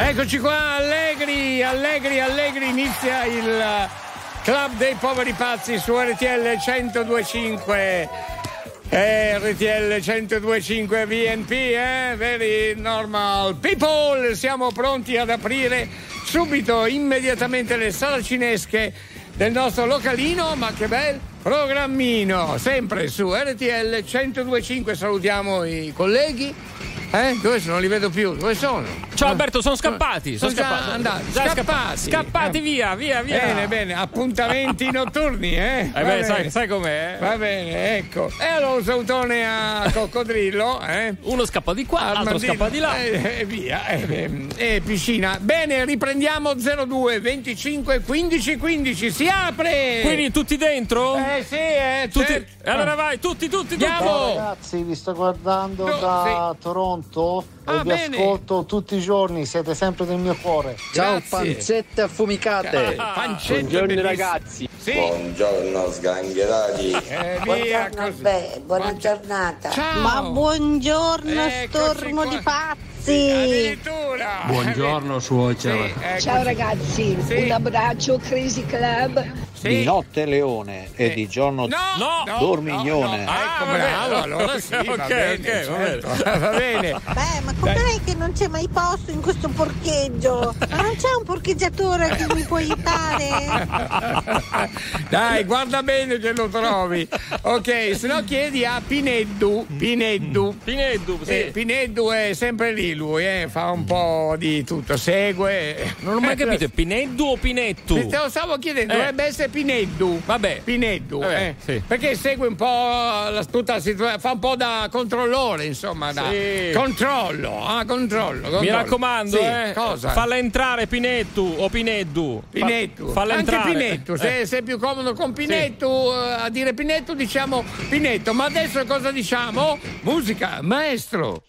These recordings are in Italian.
Eccoci qua, allegri, inizia il Club dei Poveri Pazzi su RTL 102.5. RTL 102.5 VNP, very normal people. Siamo pronti ad aprire subito, immediatamente, le saracinesche del nostro localino, ma che bel programmino, sempre su RTL 102.5. Salutiamo i colleghi. Dove sono? Non li vedo più. Dove sono? Ciao Alberto, sono scappati. Sono già andati. Scappati via. Bene. Appuntamenti notturni, sai com'è? Va bene, ecco. E allora un salutone a Coccodrillo, Uno scappa di qua, l'altro scappa di là. E via. Piscina. Bene, riprendiamo 02 25 15 15. Si apre! Quindi tutti dentro? Sì, tutti. Certo. Allora vai, tutti. Ciao ragazzi, vi sto guardando da Toronto e vi ascolto tutti i giorni, siete sempre nel mio cuore. Ciao pancette affumicate. Buongiorno ragazzi. Sì. Buongiorno sgangherati. Buona giornata. Ciao. Ma buongiorno, stormo qua. di pazzi. Addirittura. Buongiorno suocera. Ciao ragazzi, un abbraccio Crazy Club. Di notte leone e di giorno dormiglione. Ecco, bravo, allora sì, va bene. Va bene. Ma com'è che non c'è mai posto in questo parcheggio? Ma non c'è un parcheggiatore che mi può aiutare? Dai, guarda bene che lo trovi. Ok, se no chiedi a Pineddu, sì. Pineddu è sempre lì lui, fa un po' di tutto, segue. Non ho mai capito, è Pineddu o Pinettu? Te lo stavo chiedendo, dovrebbe essere Pineddu. Vabbè. Pineddu, sì. perché segue un po' tutta la situazione, fa un po' da controllore, insomma, da controllo. Mi raccomando, cosa? Falla entrare Pinettu o Pineddu. Falla Anche entrare. Pinettu, se sei più comodo con Pinettu, a dire Pinettu diciamo Pinetto. Ma adesso cosa diciamo? Musica, maestro.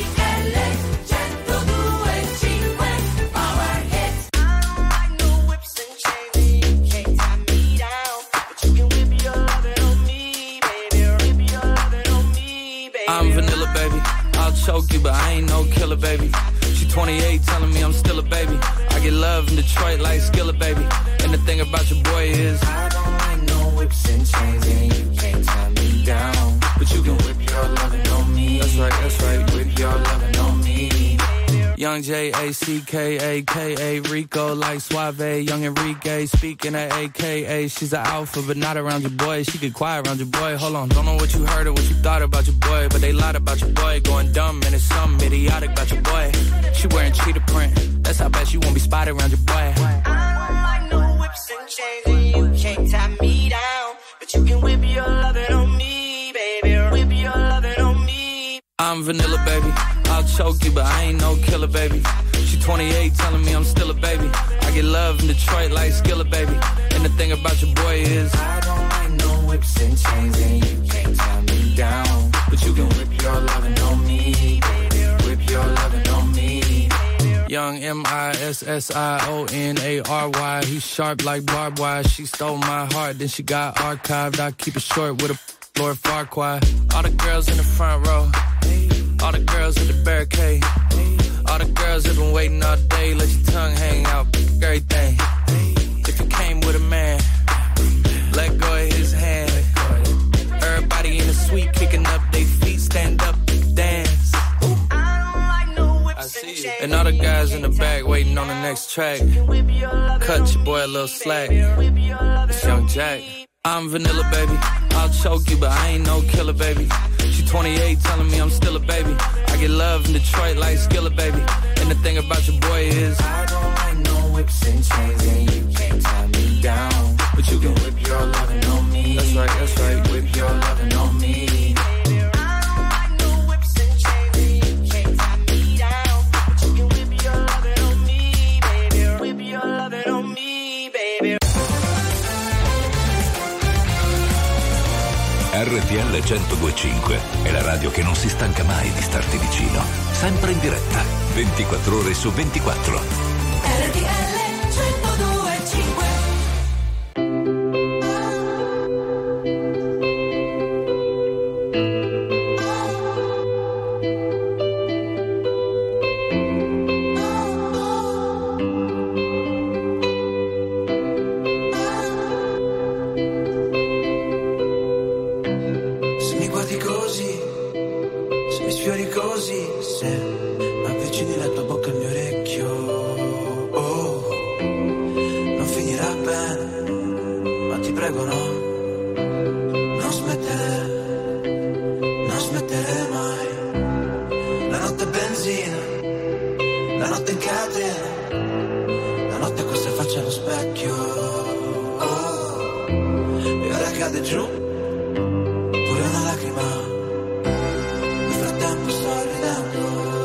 I'm vanilla, baby. I'll choke you, but I ain't no killer, baby. She 28, telling me I'm still a baby. I get love in Detroit like Skillet, baby. And the thing about your boy is I don't like no whips and chains, and you can't tie me down. But you can whip your lovin' on me. That's right, whip your lovin' on me. Young J-A-C-K-A-K-A, Rico like Suave, young Enrique, speaking at AKA. She's an alpha, but not around your boy. She get quiet around your boy. Hold on, don't know what you heard or what you thought about your boy, but they lied about your boy. Going dumb, and it's something idiotic about your boy. She wearing cheetah print, that's how bad she won't be spotted around your boy. I don't like no whips and chains, and you can't tie me down. But you can whip your lovin' on me, baby. Whip your lovin' on me. I'm vanilla, baby. I'll choke you, but I ain't no killer, baby. She 28, telling me I'm still a baby. I get love in Detroit like Skillet, baby. And the thing about your boy is I don't like no whips and chains, and you can't tie me down. But you can whip your lovin' on me, baby. Whip your lovin' on me. Young M-I-S-S-I-O-N-A-R-Y. He's sharp like barbed wire. She stole my heart, then she got archived. I keep it short with a Lord Farquaad. All the girls in the front row, all the girls at the barricade, all the girls have been waiting all day. Let your tongue hang out, everything. If you came with a man, let go of his hand. Everybody in the suite kicking up their feet, stand up, dance. I see you. And all the guys in the back waiting on the next track. Cut your boy a little slack. It's Young Jack. I'm vanilla, baby. I'll choke you, but I ain't no killer, baby. She 28, telling me I'm still a baby. I get love in Detroit like Skillet, baby. And the thing about your boy is I don't like no whips and chains, and you can't tie me down. But you can whip your lovin' on me. That's right, whip your lovin' on me. RTL 102.5 è la radio che non si stanca mai di starti vicino, sempre in diretta, 24 ore su 24. RTL 102.5. così se avvicini la tua bocca al mio orecchio. Oh, non finirà bene, ma ti prego non smettere mai. La notte è benzina, la notte in catena, la notte con se faccia allo specchio. Oh, e ora cade giù pure una lacrima. Nel frattempo sto ridendo.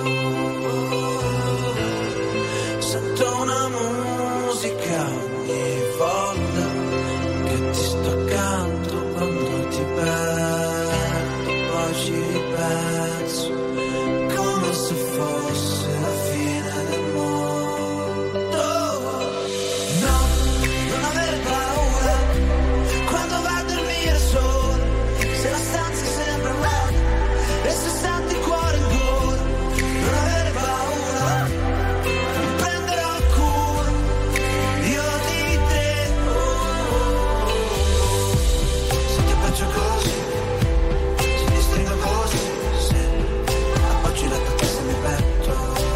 Sento una musica ogni volta che ti sto accanto, quando ti perdo poi ci ripenso, come se fosse la fine del mondo. No, non avere paura quando vai a dormire solo, se la stanza sembra vuota e se senti il cuore in gola. Non avere paura, mi prenderò cura io di te. Se ti abbraccio così, se ti stringo così, se appoggi la tua testa e mi petto.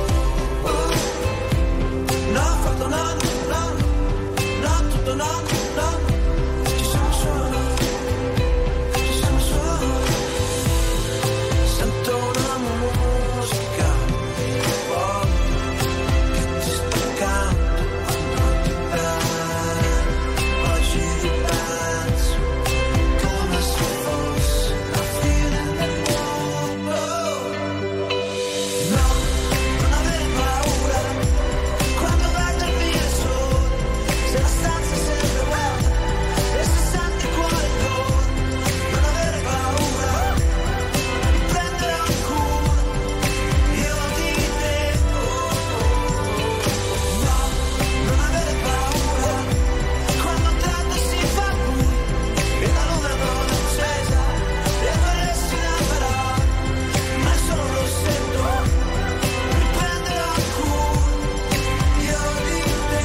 No, ho fatto no, tutto no. Ci siamo solo, sento una musica che ti sto accanto, quando ti perdo poi ci ripenso, come se fosse la fine del mondo. No, non avere paura quando vai a dormire solo, se la stanza è sempre vuota e se senti il cuore in gola. Non avere paura, mi prenderò cura io di te. No, non avere paura quando tanto si fa buio e la luna non è accesa e vorresti una parola, ma è solo un rossetto. Mi prenderò cura io di te.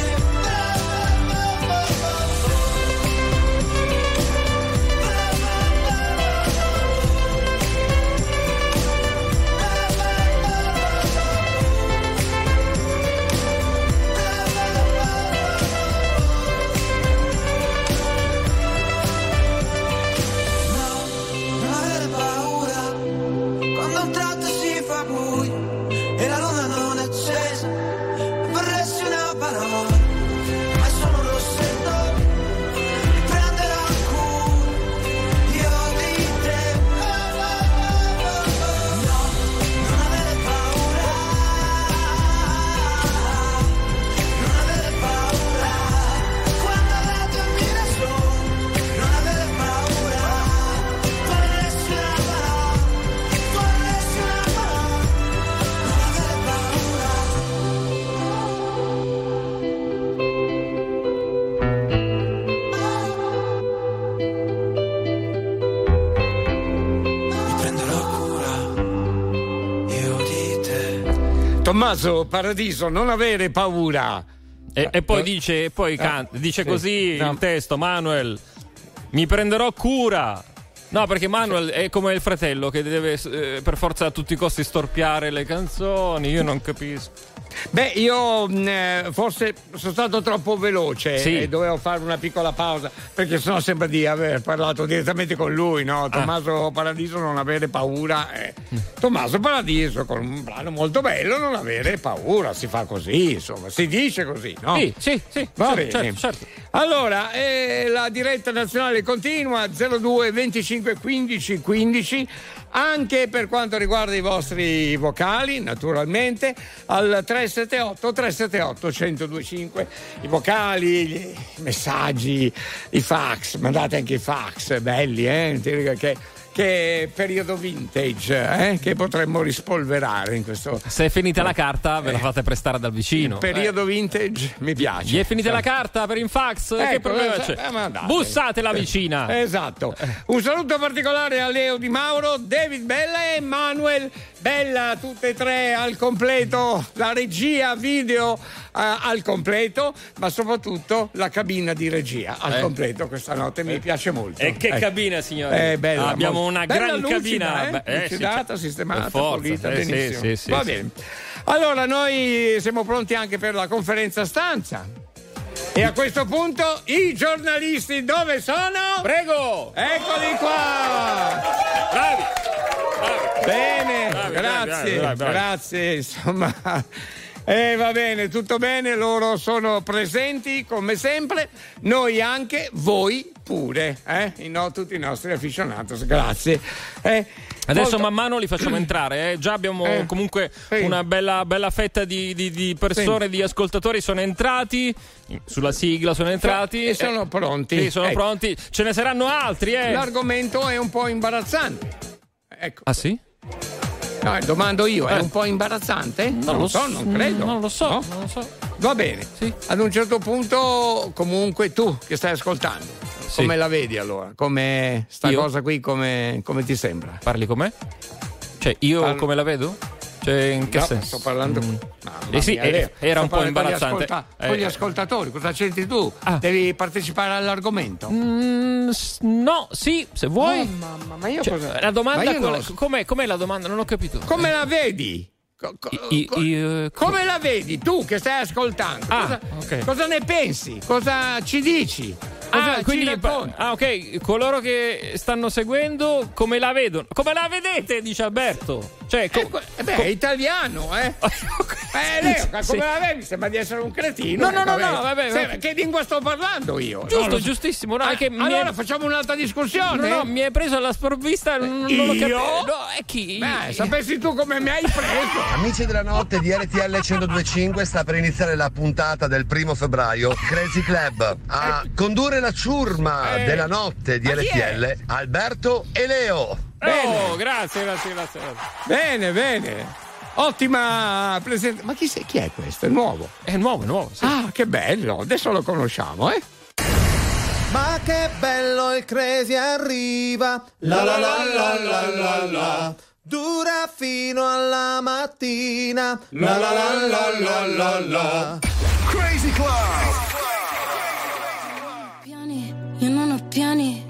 Non avere paura quando un tratto si fa buio e la luna non è accesa e vorresti una parola, ma è solo un rossetto. Mi prenderò cura io di te. No, non avere paura, non avere paura quando vai a dormire solo, non avere paura, vorresti una parola, vorresti una parola, non avere paura. Mi prenderò cura io di te. Tommaso Paradiso, non avere paura. E poi dice, dice così il testo, Manuel, mi prenderò cura. No, perché Manuel è come il fratello che deve per forza a tutti i costi storpiare le canzoni. Io non capisco. Beh, io forse sono stato troppo veloce e dovevo fare una piccola pausa, perché sennò sembra di aver parlato direttamente con lui, no? Tommaso Paradiso, non avere paura. Tommaso Paradiso con un brano molto bello, non avere paura, si fa così, insomma, si dice così, no? Sì, va bene. Certo. Allora, la diretta nazionale continua 02 25 15 15, anche per quanto riguarda i vostri vocali, naturalmente, al 378 1025, i vocali, i messaggi, i fax, mandate anche i fax, belli, che periodo vintage che potremmo rispolverare in questo. Se è finita la carta ve la fate prestare dal vicino. Periodo vintage mi piace. Gli è finita la carta per in fax? Che problema c'è? Bussate la vicina. Esatto. Un saluto particolare a Leo Di Mauro, David Bella e Manuel Bella, tutte e tre al completo, la regia video al completo, ma soprattutto la cabina di regia al completo questa notte, mi piace molto. E che cabina, signore? Bella, abbiamo abbiamo una gran cabina. Lucidata, sistemata, pulita, benissimo. Sì, va bene. Allora, noi siamo pronti anche per la conferenza stampa. E a questo punto i giornalisti dove sono? Prego! Eccoli qua! Bravi! Bene, grazie, insomma. Va bene, tutto bene, loro sono presenti come sempre, noi anche, voi pure, tutti i nostri aficionados, grazie. Adesso man mano li facciamo entrare, già abbiamo comunque una bella fetta di persone, di ascoltatori sono entrati, sulla sigla sono entrati. E sono pronti. Sì, sono pronti, ce ne saranno altri. L'argomento è un po' imbarazzante. Ecco. Ah sì? No, domando io, è un po' imbarazzante? Non lo so, non credo. Non lo so, no? Non lo so. Va bene. Sì. Ad un certo punto, comunque, tu che stai ascoltando, come la vedi allora? Come sta cosa qui, come ti sembra? Parli con me? Cioè, io come la vedo? Cioè, in che senso? Sto parlando era un po' imbarazzante. Con gli ascoltatori, cosa c'entri tu? Devi partecipare all'argomento? No, sì, se vuoi. Oh, mamma, ma io cosa? La domanda com'è la domanda? Non ho capito. Come la vedi? Come la vedi tu che stai ascoltando? Cosa ne pensi? Cosa ci dici? Ok, coloro che stanno seguendo come la vedono? Come la vedete, dice Alberto? Cioè, è italiano, Leo, come la vedi? Sembra di essere un cretino. No, vabbè. Che lingua sto parlando io? Giustissimo. No, allora facciamo un'altra discussione. No, mi hai preso alla sprovvista. Non lo capisco. No, è chi? Sapessi tu come mi hai preso. Amici della notte di RTL 102.5, sta per iniziare la puntata del 1 febbraio. Crazy Club a condurre la ciurma della notte di RTL, Alberto e Leo. Bene. Grazie. Bene. Ottima presentazione. Ma chi è questo? È nuovo? È nuovo, sì. Ah, che bello. Adesso lo conosciamo, Ma che bello il Crazy arriva. La. Dura fino alla mattina. La. Crazy Club. Io non ho piani,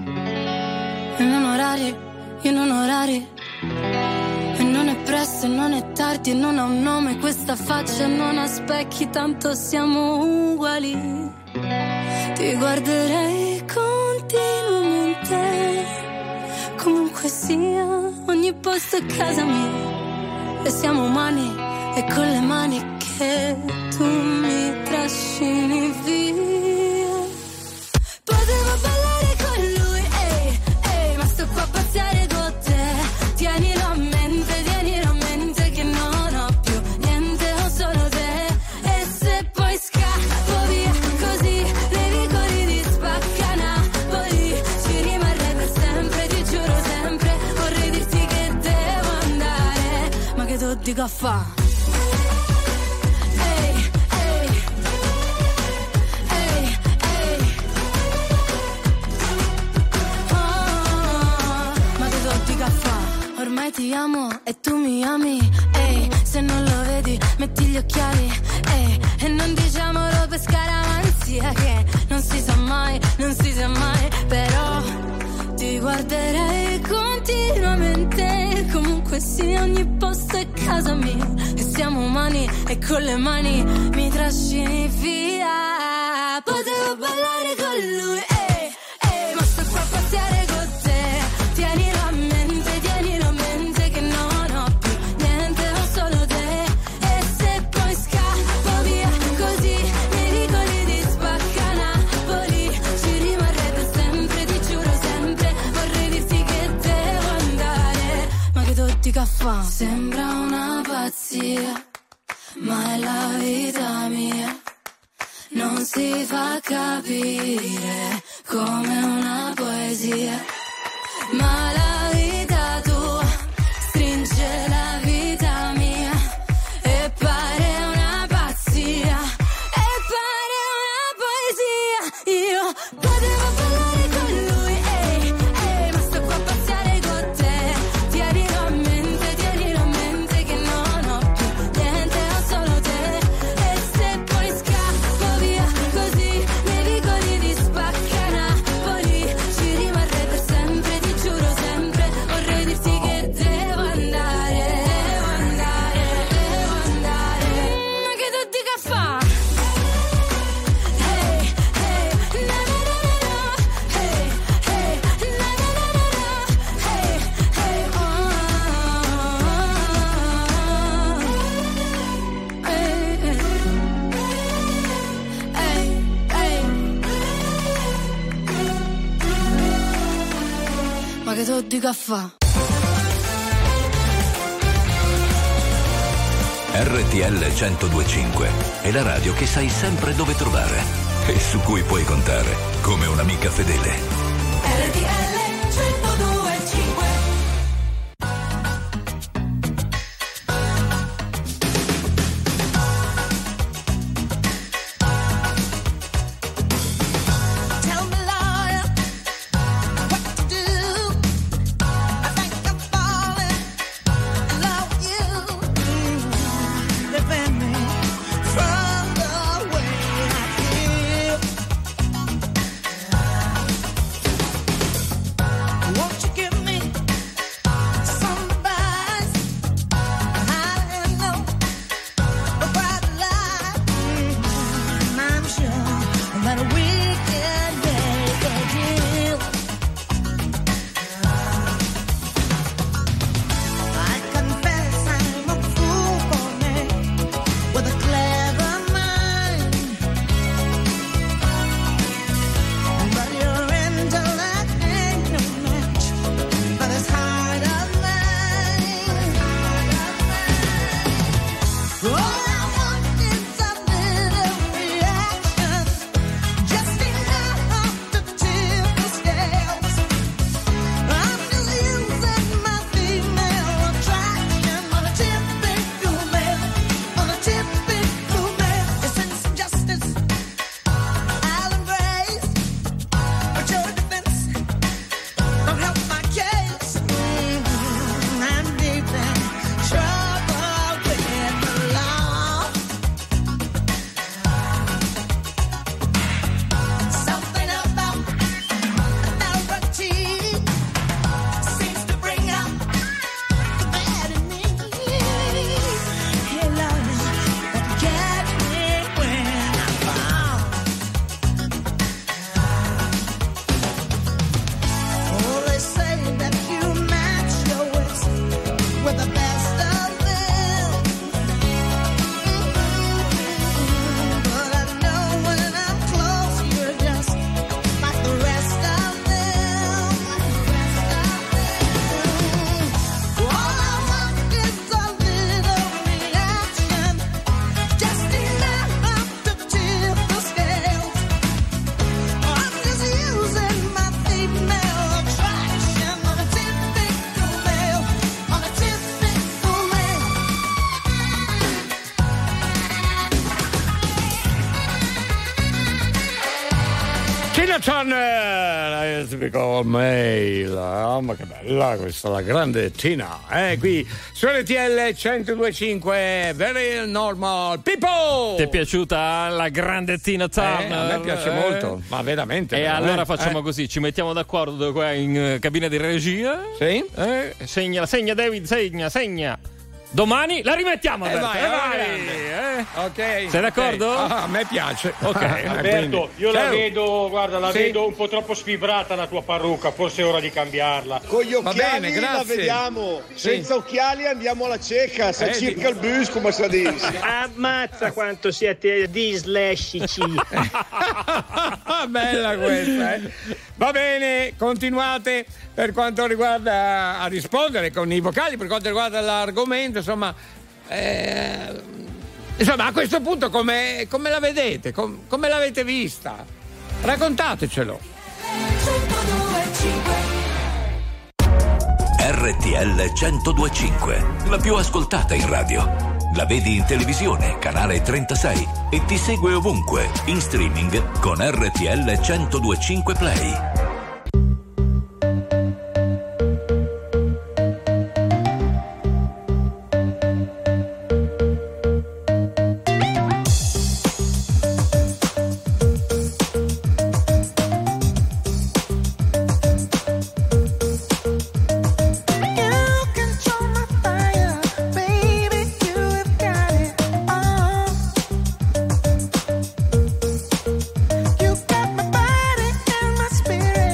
io non ho orari, e non è presto e non è tardi e non ha un nome questa faccia, non ha specchi, tanto siamo uguali. Ti guarderei continuamente, comunque sia, ogni posto è casa mia, e siamo umani e con le mani che tu mi trascini via. Potevo ballare con lui, ma sto qua a pazziare con te. Tienilo a mente che non ho più niente, ho solo te. E se poi scappo via così, nei vicoli di Spacca Napoli, ci rimarrei per sempre, ti giuro sempre. Vorrei dirti che devo andare, ma che tu dico a fa'? Ormai ti amo e tu mi ami, se non lo vedi metti gli occhiali, e non diciamolo per scaramanzia che non si sa mai, però ti guarderei continuamente, comunque sia, ogni posto è casa mia, e siamo umani e con le mani mi trascini via. Potevo ballare con lui, ma sto qua a pazziare con te. Tienilo a mente che non ho più niente, ho solo te. E se poi scappo via così, nei vicoli di Spacca Napoli, ci rimarrei per sempre, ti giuro sempre. Vorrei dirti che devo andare, ma che tu dica fa'? Sembra una pazzia, ma è la vita mia. Non si fa capire come una poesia, ma la vita tua stringe la vita mia e pare una pazzia, e pare una poesia. Io potevo ballare con lui, ma sto qua a pazziare con te. Tienilo a mente che non ho più niente, ho solo te. E se poi scappo via così, nei vicoli di Spacca Napoli, ci rimarrei per sempre. lo dico a fa. RTL 102.5 è la radio che sai sempre dove trovare e su cui puoi contare come un'amica fedele. RTL 102.5. Turner, ma che bella questa, la grande Tina, qui su RTL 102.5, Very Normal People. Ti è piaciuta la grande Tina Turner? A me piace molto, ma veramente. E allora facciamo così, ci mettiamo d'accordo qua in cabina di regia. Sì? Segna David, segna. Domani la rimettiamo, Alberto. Vai. Ok. Sei d'accordo? A me piace. Ok. Alberto, io la vedo, guarda, vedo un po' troppo sfibrata la tua parrucca, forse è ora di cambiarla. Con gli occhiali bene, la vediamo, senza occhiali andiamo alla cieca, se circa il bus, come si dice. Ammazza quanto siete dislessici. Bella questa, Va bene, continuate per quanto riguarda a rispondere con i vocali, per quanto riguarda l'argomento, insomma, a questo punto come la vedete? Come l'avete vista? Raccontatecelo. RTL 102.5, la più ascoltata in radio. La vedi in televisione, canale 36, e ti segue ovunque, in streaming con RTL 102.5 Play. Spirit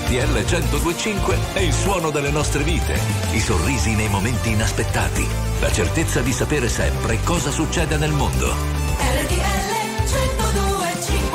RTL 102.5 è il suono delle nostre vite, i sorrisi nei momenti inaspettati, la certezza di sapere sempre cosa succede nel mondo. RTL 102.5.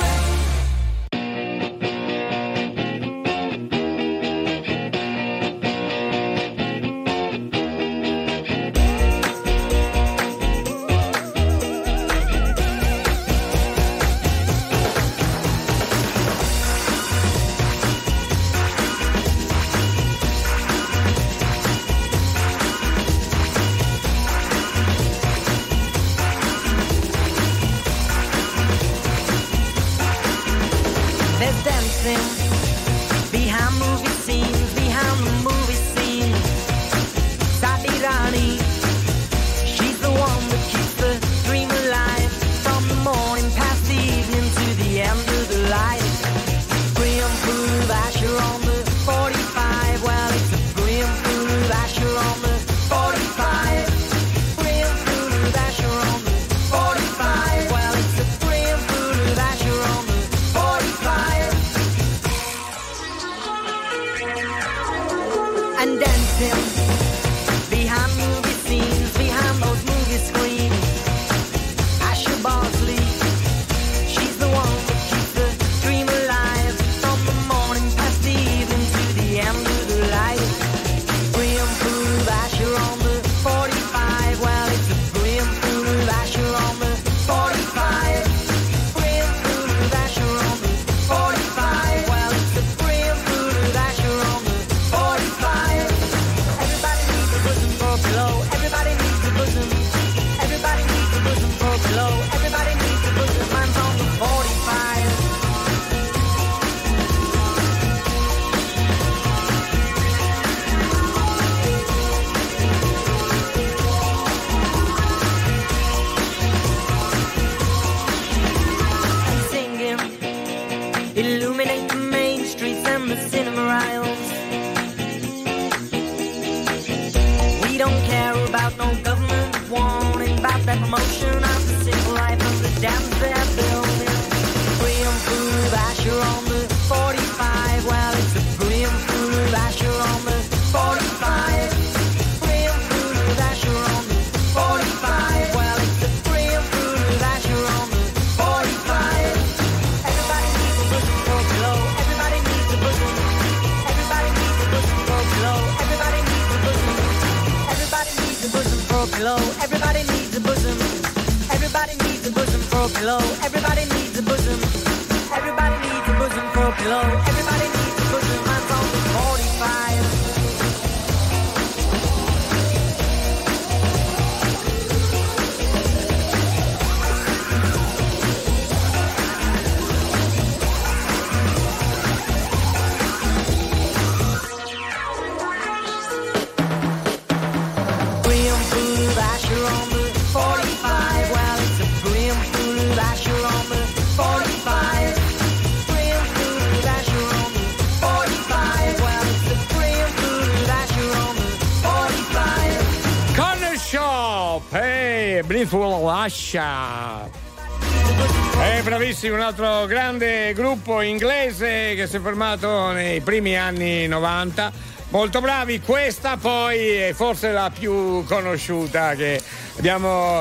È bravissimo, un altro grande gruppo inglese che si è formato nei primi anni 90. Molto bravi, questa poi è forse la più conosciuta che abbiamo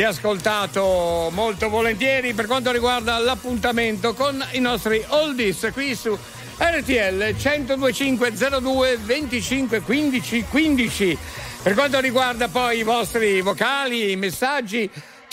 riascoltato molto volentieri per quanto riguarda l'appuntamento con i nostri oldies qui su RTL 102.5 02 25 15 15. Per quanto riguarda poi i vostri vocali, i messaggi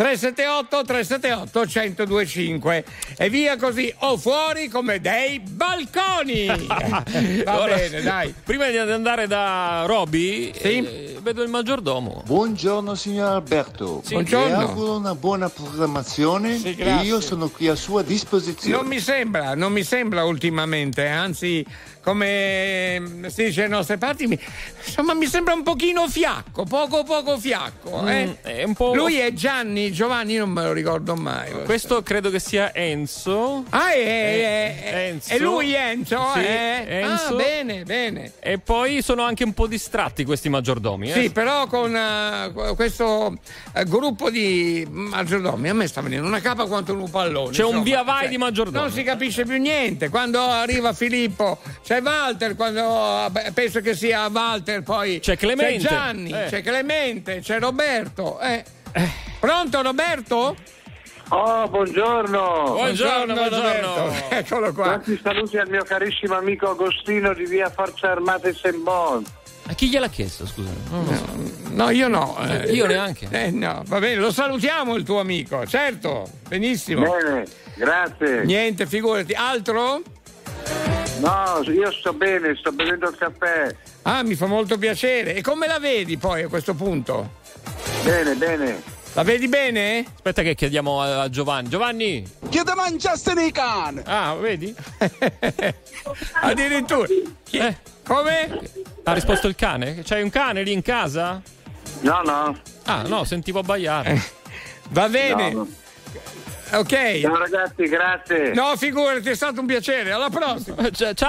378 1025 e via così o fuori come dei balconi. Va bene, dai. Prima di andare da Roby, sì? Vedo il maggiordomo. Buongiorno signor Alberto. Sì, buongiorno. Le auguro una buona programmazione, sì, e io sono qui a sua disposizione. Non mi sembra ultimamente, anzi, come si dice alle nostre parti, insomma mi sembra un pochino fiacco, poco fiacco. È un po'... Lui è Gianni Giovanni non me lo ricordo mai. Questo credo che sia Enzo. Enzo. E lui Enzo? Sì, Enzo. Bene. E poi sono anche un po' distratti questi maggiordomi. Sì, però con questo gruppo di maggiordomi a me sta venendo una capa quanto un pallone. C'è un via vai di maggiordomi. Non si capisce più niente. Quando arriva Filippo c'è Walter, quando penso che sia Walter, poi c'è Clemente, c'è Gianni, c'è Clemente, c'è Roberto. Pronto Roberto? Oh, buongiorno. Roberto. Eccolo qua. Tanti saluti al mio carissimo amico Agostino di via Forze Armate Sembon. A chi gliel'ha chiesto, scusa? No, io no. Io neanche. No, va bene, lo salutiamo il tuo amico, certo, benissimo. Bene, grazie. Niente, figurati. Altro? No, io sto bene, sto bevendo il caffè. Ah, mi fa molto piacere. E come la vedi poi a questo punto? Bene. La vedi bene? Aspetta che chiediamo a Giovanni. Giovanni! Chi te mangiaste nei cani? Ah, vedi? Addirittura. Come? Ha risposto il cane? C'hai un cane lì in casa? No. Ah, no, sentivo abbaiare. Va bene. No. Ok. Ciao ragazzi, grazie. No, figurati, è stato un piacere. Alla prossima.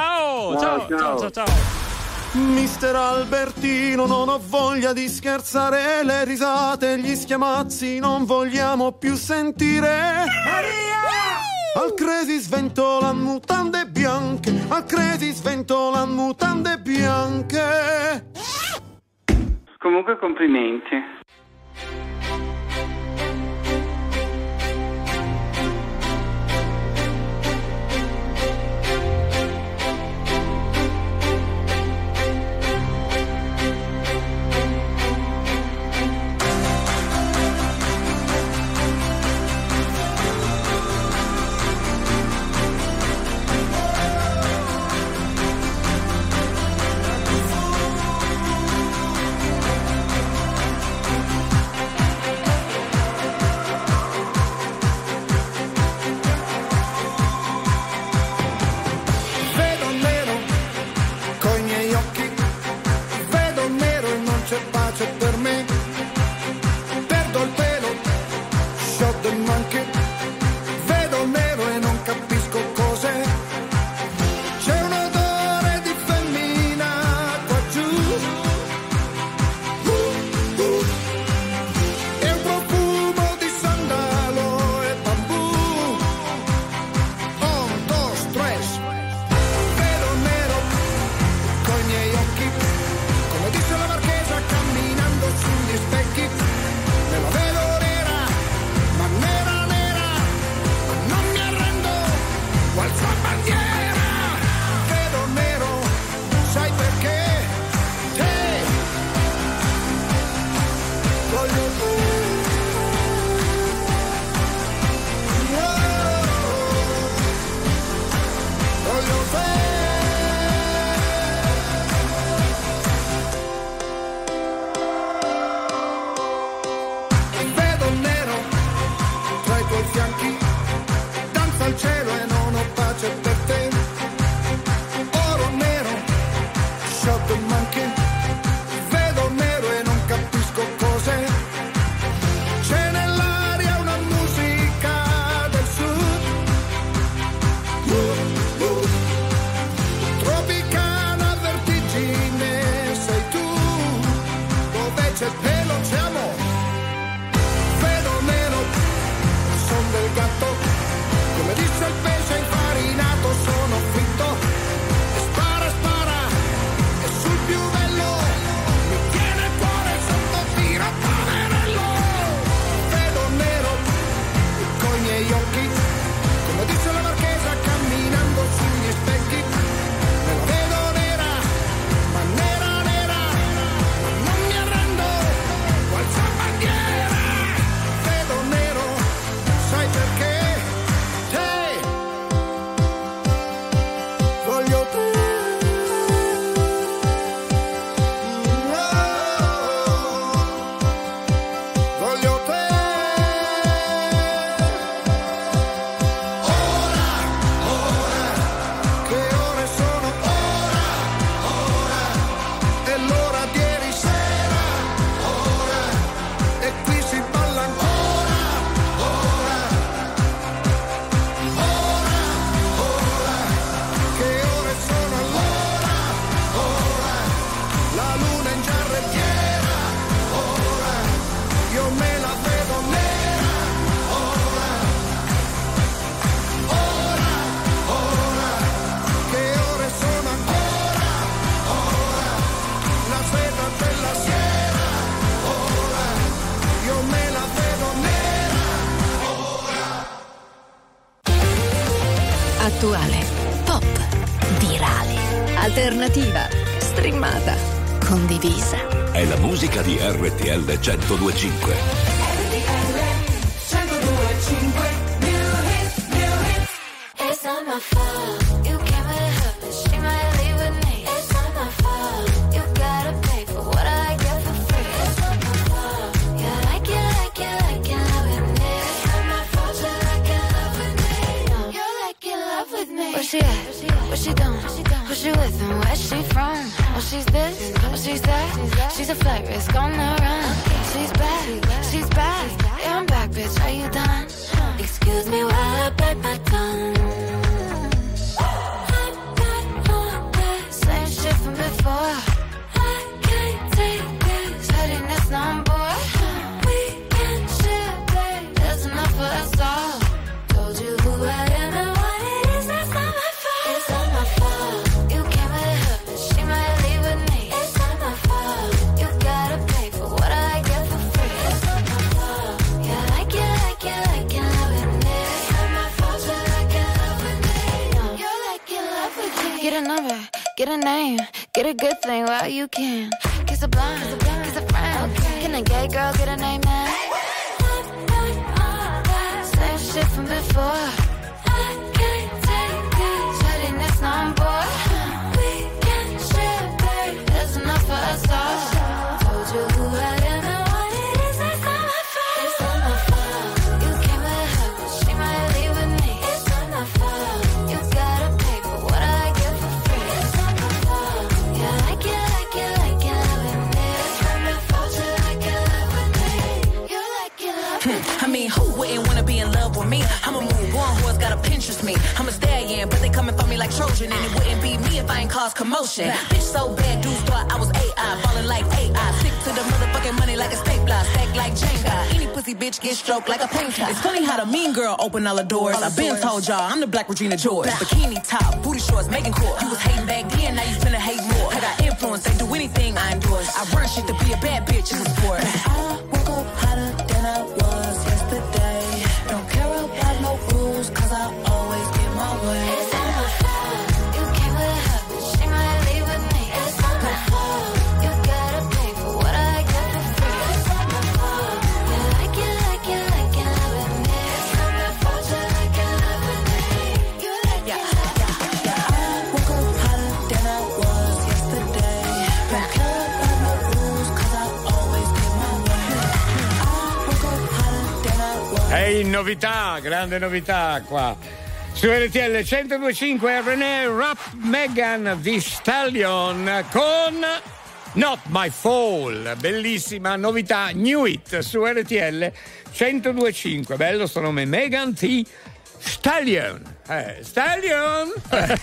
Ciao. Mister Albertino, non ho voglia di scherzare, le risate e gli schiamazzi non vogliamo più sentire. Maria! Al Crazy sventolan mutande bianche, al Crazy sventolan mutande bianche. Comunque complimenti. Per me perdo il pelo, sciolto il manche, vedo nero e non capisco cos'è. C'è un odore di femmina qua giù, e un profumo di sandalo e bambù. 1, 2, 3, vedo nero coi miei occhi, come disse la Marchesa camminando sugli specchi, me la vedo nera, ma attuale, pop, virale, alternativa, streamata, condivisa. È la musica di RTL 102.5. It's not my fault. You came with her, but she might leave with me. It's not my fault. You gotta pay for what I get for free. It's not my fault. You like it, like it, like it, love with me. It's not my fault. You like it, love with me. No, you like it, love with me. Where she at? What she doing? Who she with and where she from? Oh, she's this, oh, she's that. She's a flight risk on the run. She's back, she's back. Yeah, I'm back, bitch. Are you done? Excuse me while I bite my tongue. Same shit from before. I can't take this headiness no more. We can share, babe. There's enough for us all. Told you who I am and what it is. That's not my fault. It's not my fault. You came with her, but she might leave with me. It's not my fault. You gotta pay for what I get for free. It's not my fault. Yeah, like it, like it, like it, love with me. It's not my fault. You like it, love with me. No, you like it, love with me. Get a number, get a name, get a good thing while you can. Kiss a blind, kiss a friend. Can a gay girl get a name now? Same shit from before. I can't take this readiness no more. We can share, babe. There's enough for us all. Told you who I am and what it is. That's not my fault. It's not my fault. You came with her, but she might leave with me. It's not my fault. You gotta pay for what I get for free. It's not my fault. Yeah, like it, like it, like it, love with me. It's not my fault. You like it, love with me. You like it, love with me. I mean, who wouldn't wanna be in love with me? I'm a move on, who's gotta Pinterest me. I'm a stallion, but they coming for me like Trojan, and it wouldn't be me if I ain't cause commotion. Bitch so bad, dudes thought I was AI, falling like AI. Stick to the motherfucking money like a stapler, stack like Jenga. Any pussy bitch get stroked like a painter. It's funny how the mean girl open all the doors. I've been told y'all I'm the Black Regina George. Bikini top, booty shorts, making court. You was hating back then, now you finna hate more. I got influence, they do anything I endorse. I run shit to be a bad bitch in the sport. I woke up hotter than I was yesterday. Don't care about no rules, cause I always get my way. It's not my fault. You came with her, but she might leave with me. It's not my fault. You gotta pay for what I get for free. It's not my fault. You like it, like it, like it, love with me. It's not my fault. You like it, love with me. You like it, love with me. I woke up hotter than I was yesterday. Don't care about no rules, cause I always get my way. I woke up hotter than I was. Ehi, novità, grande novità qua. Su RTL 102.5 René Rap Megan Thee Stallion con Not My Fall, bellissima novità, New It su RTL 102.5. Bello sto nome, Megan Thee Stallion. Stallion.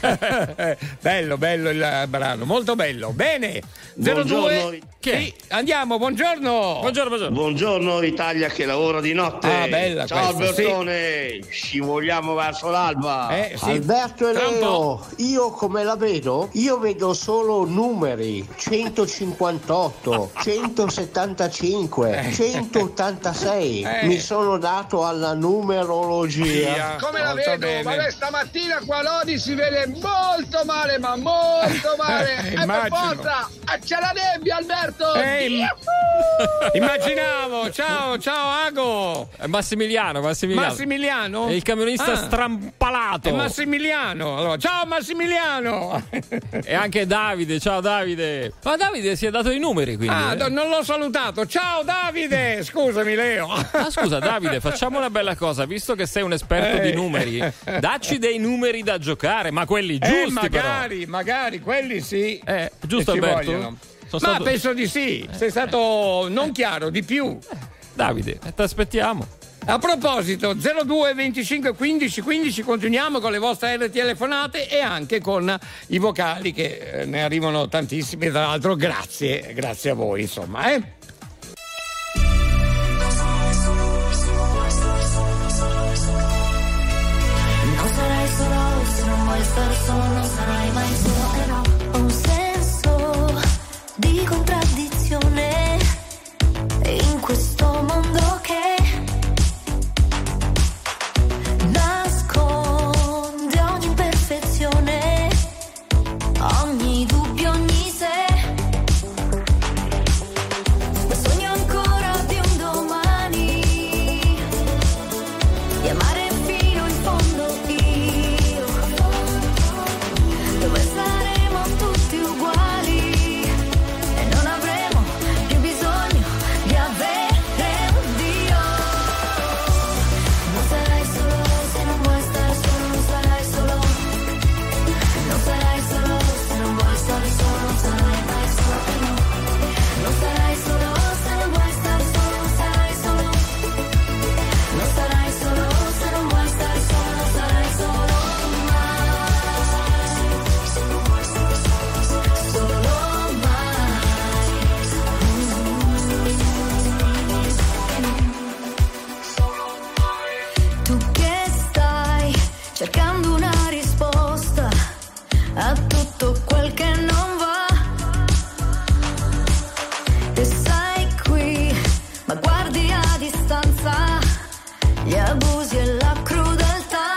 Bello, bello il brano, molto bello. Bene. 02. Sì, andiamo, buongiorno. Buongiorno Italia che lavora di notte. Ah, bella. Ciao questa, Albertone, sì. Scivoliamo verso l'alba. Sì. Alberto e Leo, io come la vedo? Io vedo solo numeri: 158, 175, 186. Mi sono dato alla numerologia. Come la vedo? Bene. Ma stamattina qua Lodi si vede molto male, ma molto male. E per forza, c'è la nebbia, Alberto. Immaginavo. Ciao Ago. Massimiliano. Massimiliano? È il camionista strampalato. È Massimiliano. Allora, ciao Massimiliano. E anche Davide. Ciao Davide. Ma Davide si è dato i numeri, quindi. Non l'ho salutato. Ciao Davide. Scusami Leo. Scusa Davide, facciamo una bella cosa. Visto che sei un esperto di numeri, dacci dei numeri da giocare, ma quelli giusti. Magari quelli sì. Giusto Alberto? Ma penso di sì. Sei stato non chiaro, di più. Davide, ti aspettiamo. A proposito, 02 25 15 15, continuiamo con le vostre telefonate e anche con i vocali che ne arrivano tantissimi, tra l'altro grazie a voi, insomma, Non sarai solo se non vuoi stare solo, non sarai mai solo, però ho un senso di contraddizione in questo mondo che nasconde ogni Tu che stai cercando una risposta a tutto quel che non va, e sei qui ma guardi a distanza gli abusi e la crudeltà,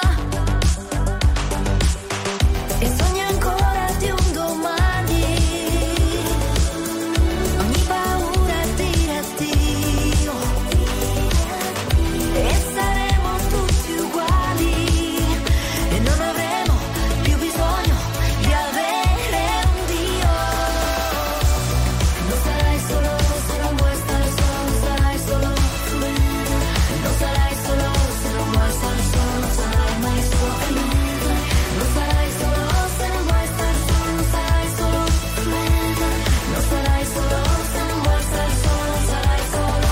e sogni ancora di un domani, ogni paura è dire addio, e saremo tutti uguali e non avremo più bisogno di avere un Dio. Non sarai solo se non vuoi stare solo, non sarai solo, non sarai solo se non vuoi stare solo, non sarai mai solo, non sarai solo se non vuoi stare solo, non sarai solo, non sarai solo se non vuoi stare solo, non sarai solo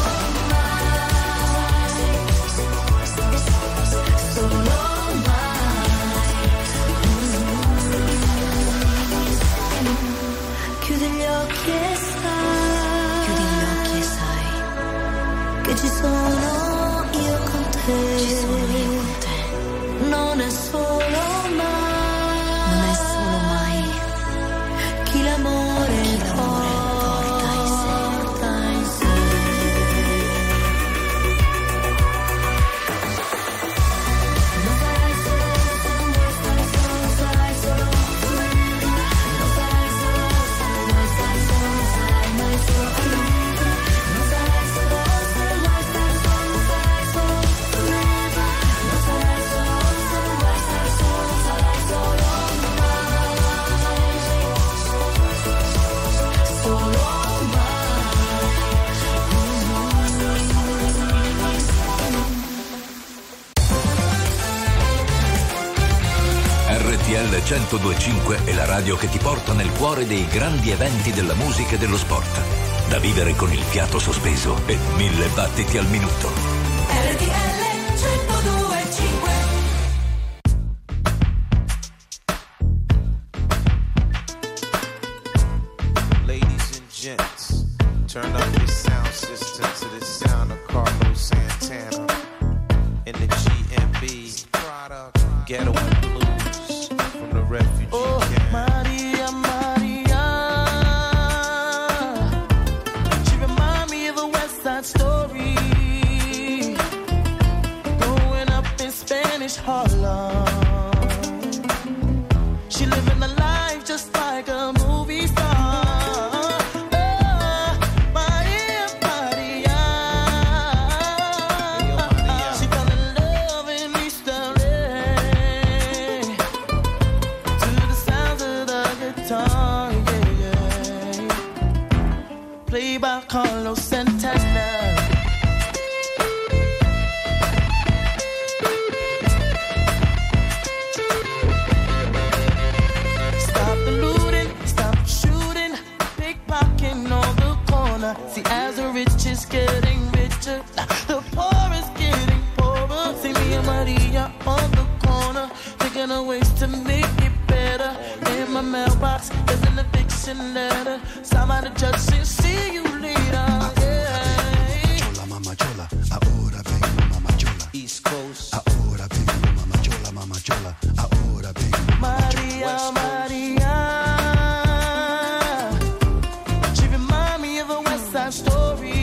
mai. Chiudi gli occhi e sai, chiudi gli occhi e sai che ci sono io con te, ci sono io con te, non è solo mai, non è solo mai chi l'amore porta in sé. Non sarai solo se non vuoi stare solo, non sarai solo, non sarai solo se non vuoi stare solo, non sarai mai solo, non sarai solo se non vuoi stare solo, non sarai solo, non sarai solo se non vuoi stare solo, non sarai solo RTL 102.5 è la radio che ti porta nel cuore dei grandi eventi della musica e dello sport. Da vivere con il fiato sospeso e 1000 battiti al minuto. RTL 102.5. Ladies and gents, turn up your sound system to the sound of Carlos Santana in the GMB Ghetto and Blues from the refugee camp. Maria, Maria, she remind me of a West Side Story, growing up in Spanish Harlem. She living a life just like a movie star. Maria, Maria, she fell in love in East LA to the sounds of the guitar, yeah, yeah. Played by Carlos Santana. Stop the looting, stop the shooting, pickpocketing on the corner. See, as the rich is getting richer, the poor is getting poorer. See me and Maria on the corner, thinking of ways to make it better. In my mailbox, there's an eviction letter. Somebody judge says, see you later. Yeah. Chola, mamma chola, ahora vengo, mamma chola. East Coast. Ahora vengo, mamma chola, ahora vengo. Maria, Maria, she remind me of a West Side Story,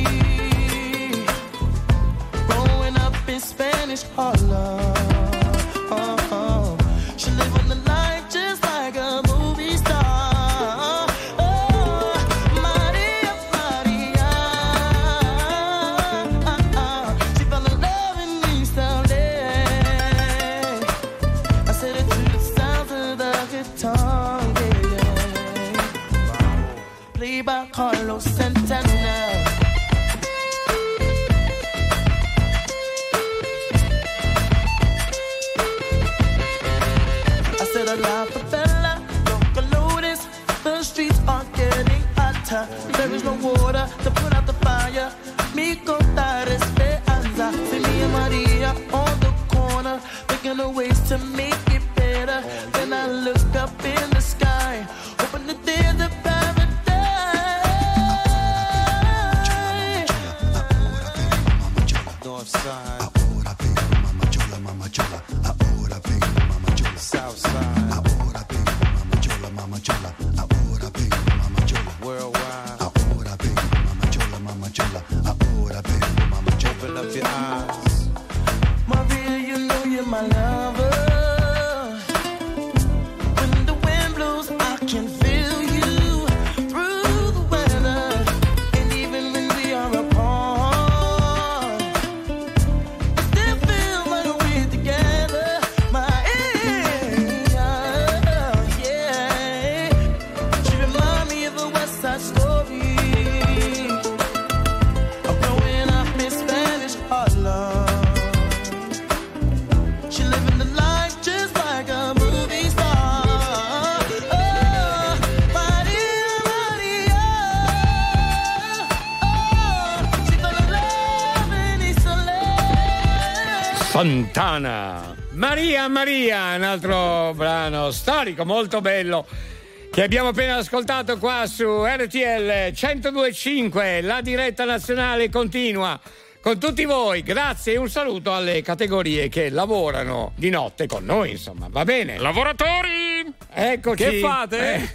growing up in Spanish Harlem. She living the life just like a movie star. Maria, Maria, she fell in love in East LA. I said it to the sounds of the guitar, yeah, yeah. Played by Carlos Santana. I said a la favela, local notice, the streets are getting hotter. There is no water to put out the fire. Mi contar esperanza. See me and Maria on the corner, thinking of ways to make it better. Then I look up in the sky, hoping that there's a paradise. North side. Ahora vengo, mamma chola, Santana. Maria, un altro brano storico molto bello che abbiamo appena ascoltato qua su RTL 102.5. La diretta nazionale continua con tutti voi. Grazie e un saluto alle categorie che lavorano di notte con noi, insomma, va bene? Lavoratori! Eccoci. Che fate?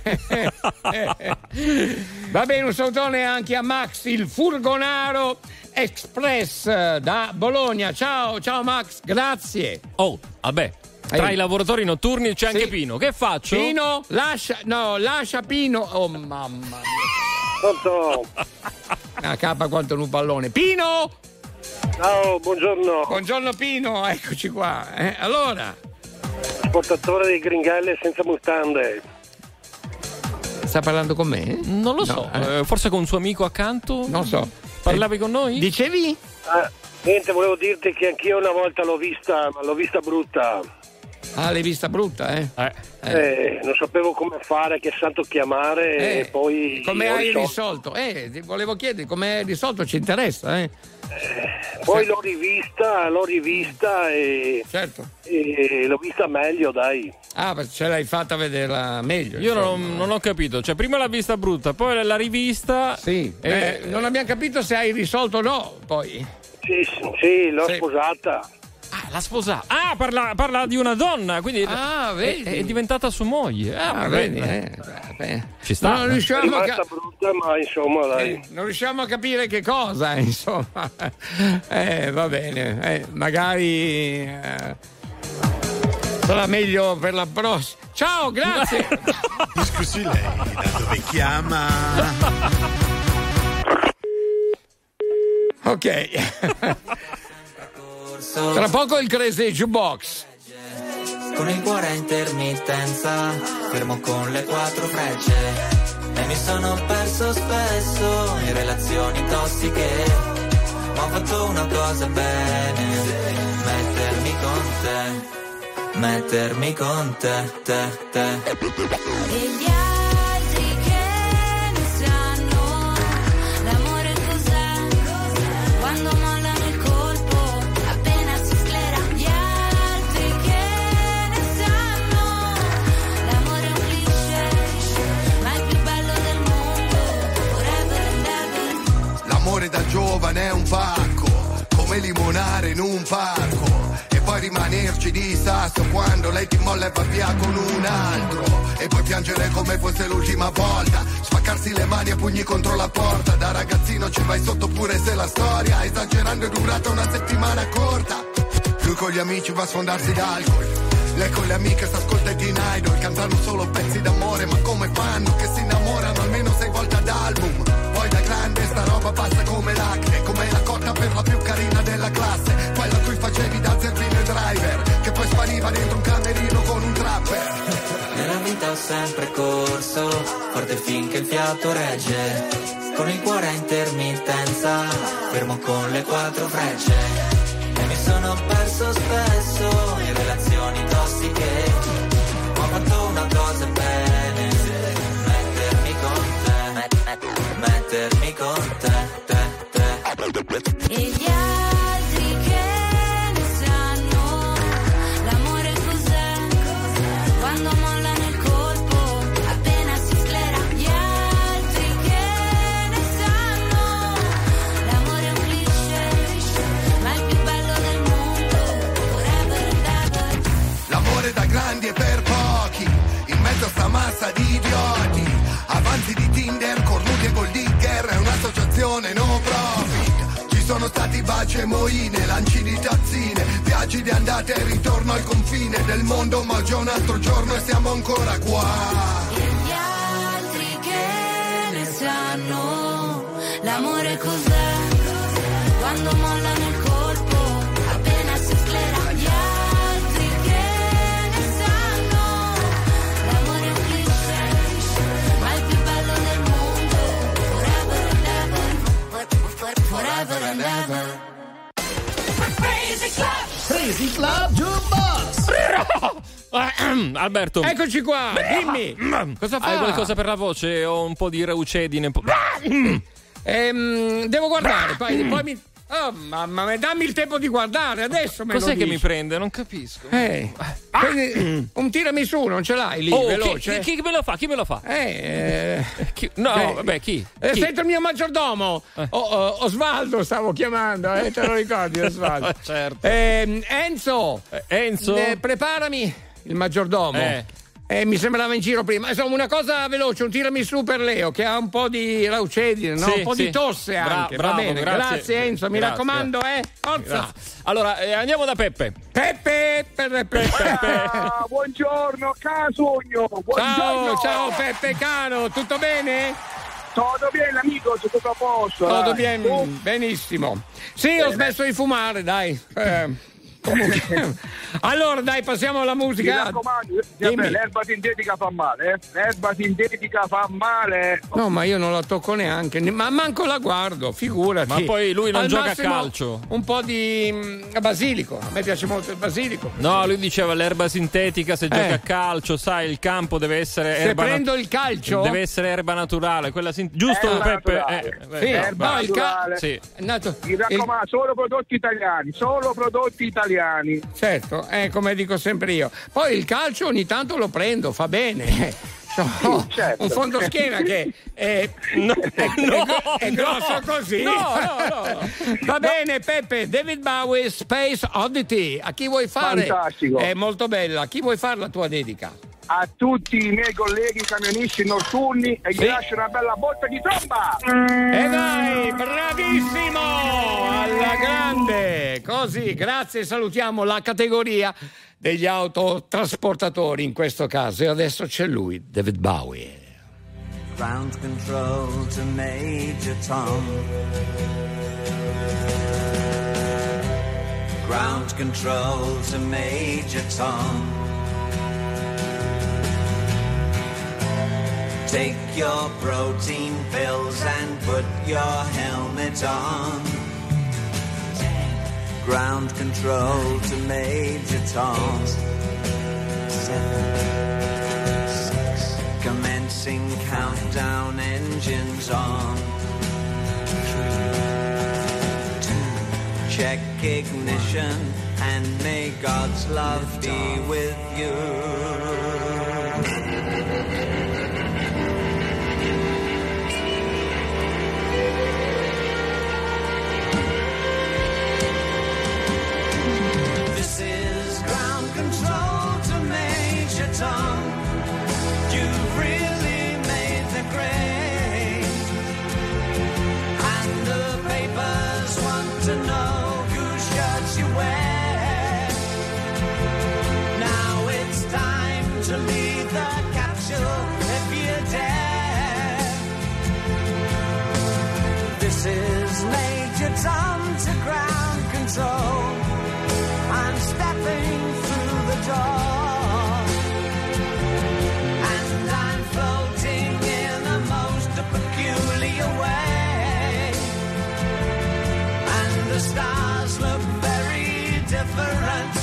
Va bene, un salutone anche a Max, il furgonaro Express da Bologna. Ciao Max, grazie. Oh, vabbè. Tra i lavoratori notturni c'è anche Pino. Che faccio? Pino, lascia Pino. Oh mamma mia. Pronto? Ah, capa quanto un pallone. Pino! Ciao, buongiorno. Buongiorno Pino, eccoci qua. Allora. Portatore di gringelle senza mutande. Sta parlando con me? Non lo so. Forse con un suo amico accanto? Non so. Parlavi con noi? Dicevi? Niente, volevo dirti che anch'io una volta l'ho vista brutta. Ah, l'hai vista brutta, non sapevo come fare, che santo chiamare e poi... Come hai risolto? Ti volevo chiedere come hai risolto, ci interessa, Poi l'ho rivista e... Certo. E l'ho vista meglio, dai. Ah, ce l'hai fatta vederla meglio. Io non ho capito, cioè prima l'ha vista brutta, poi l'ha rivista... Sì, non abbiamo capito se hai risolto o no, poi. Sì, l'ho sposata. Ah, l'ha sposata. Ah, parla di una donna, quindi vedi. È diventata sua moglie. Vedi. Ci sta. Non riusciamo brutta, ma insomma, dai. Non riusciamo a capire che cosa, insomma. Va bene. Magari sarà meglio per la prossima. Ciao, grazie. Mi scusi lei, da dove chiama? Ok. Tra poco il Crazy Jukebox. Con il cuore a intermittenza, fermo con le 4 frecce. E mi sono perso spesso in relazioni tossiche. Ma ho fatto una cosa bene: mettermi con te, te. E gli altri che ne sanno l'amore cos'è? Quando mollano il colpo, appena si sclera. Gli altri che ne sanno l'amore è un cliché, ma il più bello del mondo, forever and ever. L'amore da giovane è un pacco, come limonare in un parco, e poi rimanerci di sasso quando lei ti molla e va via con un altro, e poi piangere come fosse l'ultima volta, spaccarsi le mani a pugni contro la porta. Da ragazzino ci vai sotto pure se la storia, esagerando, è durata una settimana corta. Lui con gli amici va a sfondarsi d'alcol, lei con le amiche s'ascolta i Teen Idol, cantano solo pezzi d'amore, ma come fanno che si innamorano almeno 6 volte ad album? Poi da grande sta roba passa come l'acne, come la cotta per la più carina della classe, quella a cui facevi da zerbino e driver, che poi spariva dentro un camerino con un trapper. Nella vita ho sempre corso, forte finché il fiato regge, con il cuore a intermittenza, fermo con le 4 frecce. E mi sono perso spesso in relazioni tossiche, ma ho fatto una cosa bene: mettermi con te, E gli altri che ne sanno l'amore cos'è? Quando mollano il colpo, appena si sclera. Gli altri che ne sanno l'amore è un cliché, ma il più bello del mondo, forever and ever. L'amore da grandi e per pochi, in mezzo a sta massa di idioti, avanzi di Tinder, cornuti e gold digger, è un'associazione no profit. Ci sono stati baci e moine, lanci di tazzine, viaggi di andata e ritorno al confine del mondo, ma oggi è un altro giorno e siamo ancora qua. E gli altri che ne sanno l'amore cos'è? Quando mollano il colpo, appena si sclera. Gli altri che ne sanno l'amore è un cliché, ma il più bello del mondo, forever and ever, forever and ever. Crazy Club Jukebox. Alberto, eccoci qua, dimmi. Cosa fa? Hai qualcosa per la voce o un po' di reucedine? Devo guardare, poi mi... Oh, mamma mia, dammi il tempo di guardare, adesso me Cos'è lo dici. che mi prende? Non capisco. Quindi, un tiramisù non ce l'hai lì, veloce? Chi me lo fa? Chi me lo fa? Vabbè, chi? Sento il mio maggiordomo, Osvaldo stavo chiamando, te lo ricordi Osvaldo? Certo. Enzo, preparami il maggiordomo. Mi sembrava in giro prima. Insomma, una cosa veloce, un tiramisù per Leo che ha un po' di raucedine, no? Un po' di tosse anche. Bravo, va bene. Grazie Enzo, mi raccomando, forza. Grazie. Allora, andiamo da Peppe. Peppe. Buongiorno, Casugno. Buongiorno. Ciao Peppe Cano, tutto bene? Tutto bene, amico, tutto a posto. Tutto bene, benissimo. Sì, ho smesso di fumare, dai. Comunque. Allora dai, passiamo alla musica. Mi raccomando, l'erba sintetica fa male, l'erba sintetica fa male. No, ma io non la tocco neanche, ma manco la guardo, figurati. Ma poi lui non gioca a calcio. Un po' di basilico, a me piace molto il basilico. No, lui diceva l'erba sintetica se gioca a calcio, sai, il campo deve essere erba. Se prendo il calcio deve essere erba naturale, quella giusto erba Peppe? Erba naturale. Sì. Mi raccomando, solo prodotti italiani. Certo, come dico sempre io. Poi il calcio ogni tanto lo prendo, fa bene. No, certo. Un fondoschiena che è grosso così. No. Va bene, Peppe. David Bowie, Space Oddity. A chi vuoi fare? Fantastico. È molto bella. A chi vuoi fare la tua dedica? A tutti i miei colleghi camionisti notturni e gli lascio una bella botta di tromba. E dai, bravissimo, alla grande. Così, grazie, salutiamo la categoria degli autotrasportatori in questo caso. E adesso c'è lui, David Bowie. Ground control to Major Tom. Ground control to Major Tom. Take your protein pills and put your helmet on. Ground control to Major Tom. 7, 6. Commencing countdown, engines on. 3, 2. Check ignition and may God's love be with you. You've really made the grade, and the papers want to know whose shirts you wear. Now it's time to leave the capsule if you dare. This is Major Tom to ground control. I'm stepping through the door. The stars look very different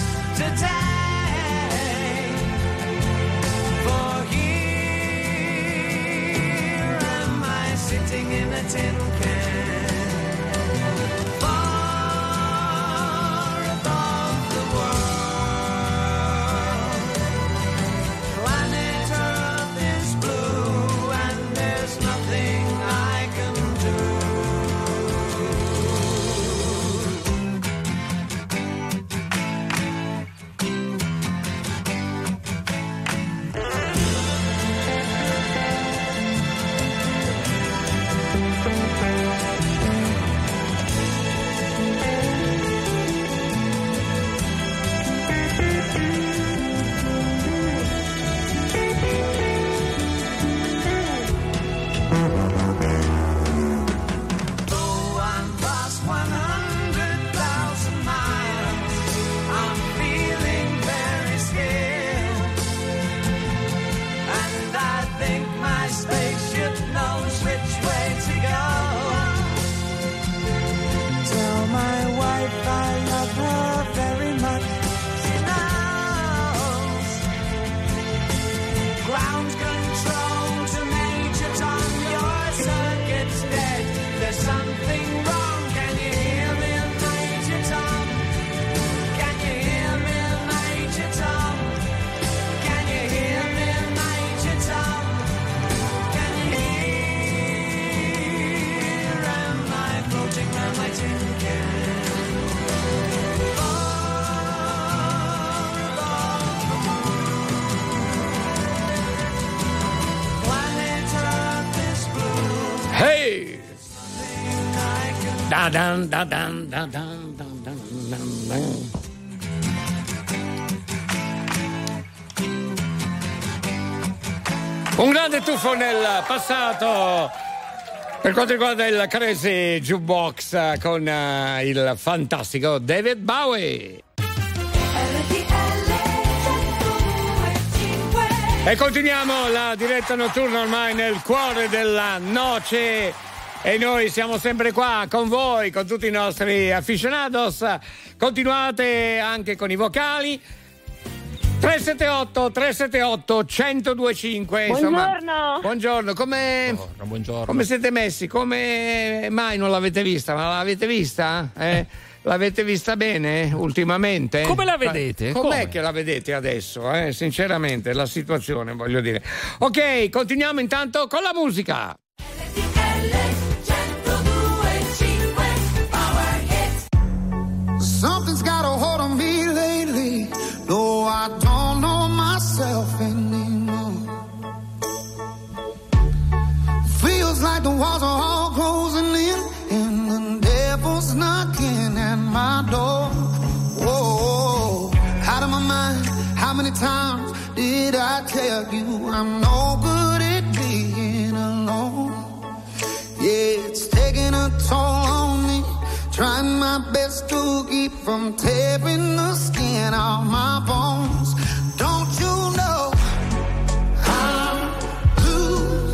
today. For here am I sitting in a tin can, far above the world. Planet Earth is blue and there's nothing I can do. Un grande tuffo nel passato per quanto riguarda il Crazy Jukebox con il fantastico David Bowie. E continuiamo la diretta notturna ormai nel cuore della noce e noi siamo sempre qua con voi, con tutti i nostri aficionados. Continuate anche con i vocali. 378 1025. Buongiorno. Buongiorno, buongiorno. Come siete messi? Come mai non l'avete vista? Ma l'avete vista? L'avete vista bene ultimamente? Come la vedete? Com'è che la vedete adesso? Sinceramente, la situazione, voglio dire. Ok, continuiamo intanto con la musica. Something's got a hold on me lately. No, I don't know myself anymore. Feels like the walls are all closing in and the devil's knocking at my door. Whoa, out of my mind. How many times did I tell you I'm no good at being alone? Yeah, it's taking a toll on me. Trying my best to keep from tearing the skin off my bones. Don't you know I lose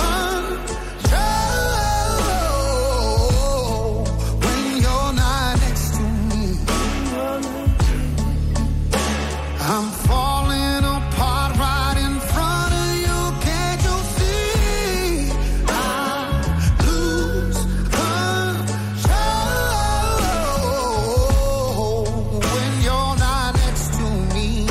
control when you're not next to me? I'm falling apart right in front of you. Can't you see? I lose control when you're not next to me.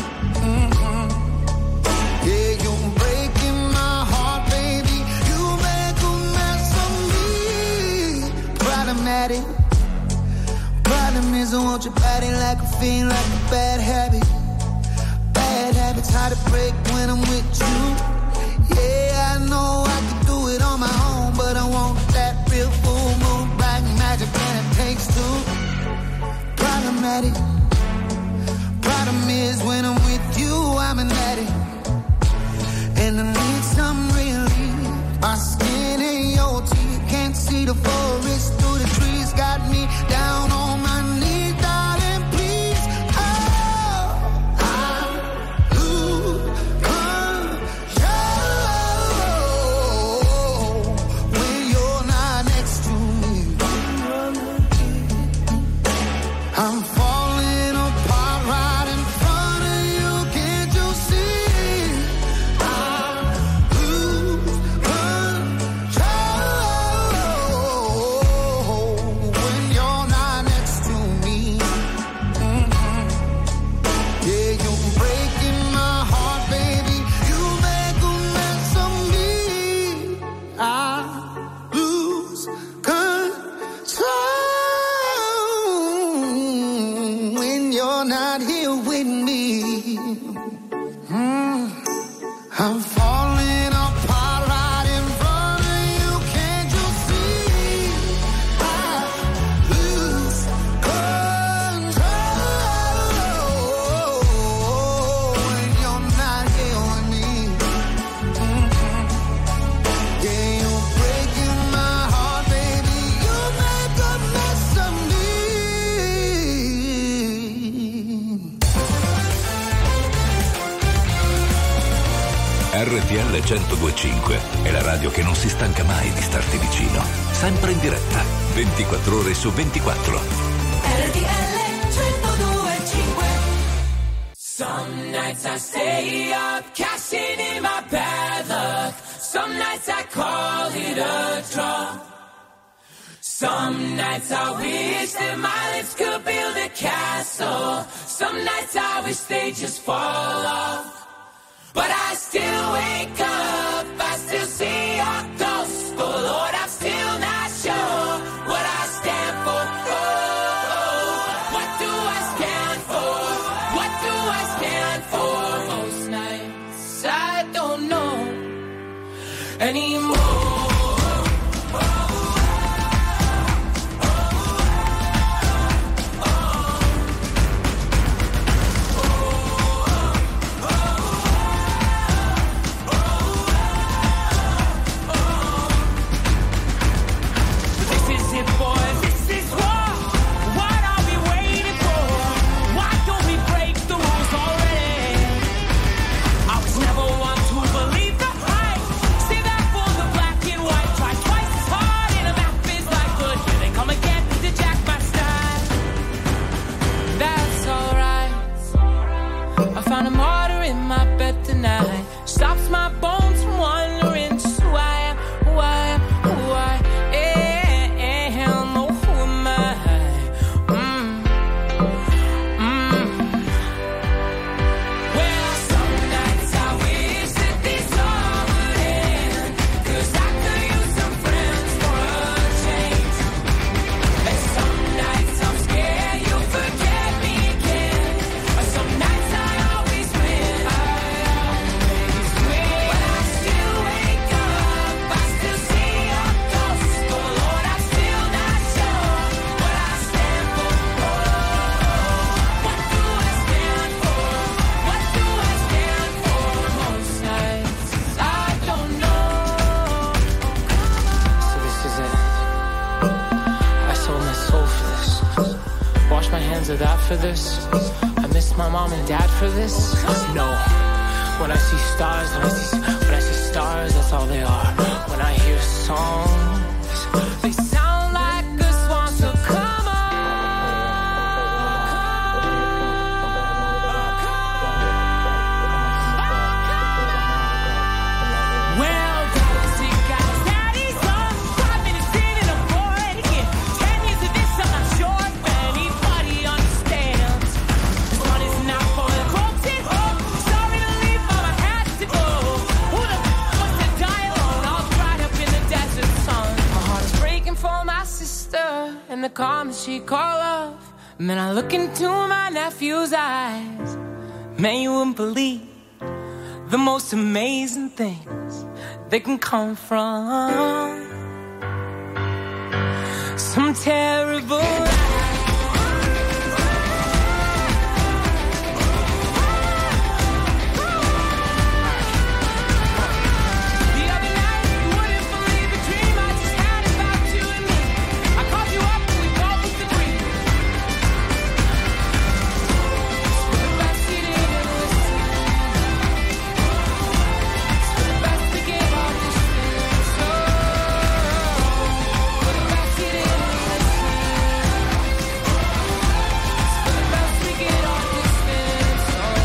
Yeah, you're breaking my heart, baby. You make a mess of me. Problematic. Problem is I want your body like a fiend, like a bad habit. Bad habits hard to break when I'm with you. Yeah, I know I could do it on my own, but I want that real full moon, black magic, and it takes two. Problematic. Problem is when I'm with you, I'm an addict, and I need some relief. My skin and your teeth can't see the forest through the trees. Got me down on my knees, darling, please. Oh, I lose control when you're not next to me. I'm falling apart right in front of you. Can't you see? I lose control when you're not next to me. Yeah, you're breaking my heart, baby. You make a mess of me. I lose control when you're not here with me. I'm falling apart right in front of you. Can't you see? I lose control when you're not here with me. Yeah, you're breaking my heart, baby. You make a mess of me. RTL 1025 è la radio che non si stanca mai di starti vicino. Sempre in diretta, 24 ore su 24. RTL 1025. Some nights I stay up, cashing in my bad luck. Some nights I call it a draw. Some nights I wish that my lips could build a castle. Some nights I wish they just fall off. But I still wake up, I still see your ghost. Oh Lord, I'm still not sure what I stand for. Oh, what do I stand for? What do I stand for? Most nights I don't know anymore. found a martyr in my bed tonight. Stops my bones from wandering. Just who I am, who I am, who I am. Oh, who am I? Well, some nights I wish that this all would end, 'cause I could use some friends for a change. And some nights I'm scared you'll forget me again. But some nights I always win. When I still wake up, I still see your ghost. Oh Lord, I'm still not sure what I stand for. What do I stand for? What do I stand for? Most nights I don't know. So this is it. I sold my soul for this. Wash my hands of that for this. I miss my mom and dad for this. No. When I see stars, when I see stars, that's all they are. When I hear songs, they sound like a swan. So come on. Well, daddy's on 5 minutes in and I'm bored again. 10 years of this, I'm not sure if anybody understands. This one is not for the broken home. Sorry to leave, but I had to go. Who the f*** wants to die alone, all dried up in the desert sun? My heart is breaking for my sister and the calm she call love. And then I look into my nephew's eyes. Man, you wouldn't believe the most amazing things they can come from some terrible life. The other night, you wouldn't believe a dream I just had about you and me. I called you up and we both agreed. It's the best you didn't listen. It's the best to give all this feeling. So, for the best you didn't listen. It's for the best we get all this feeling.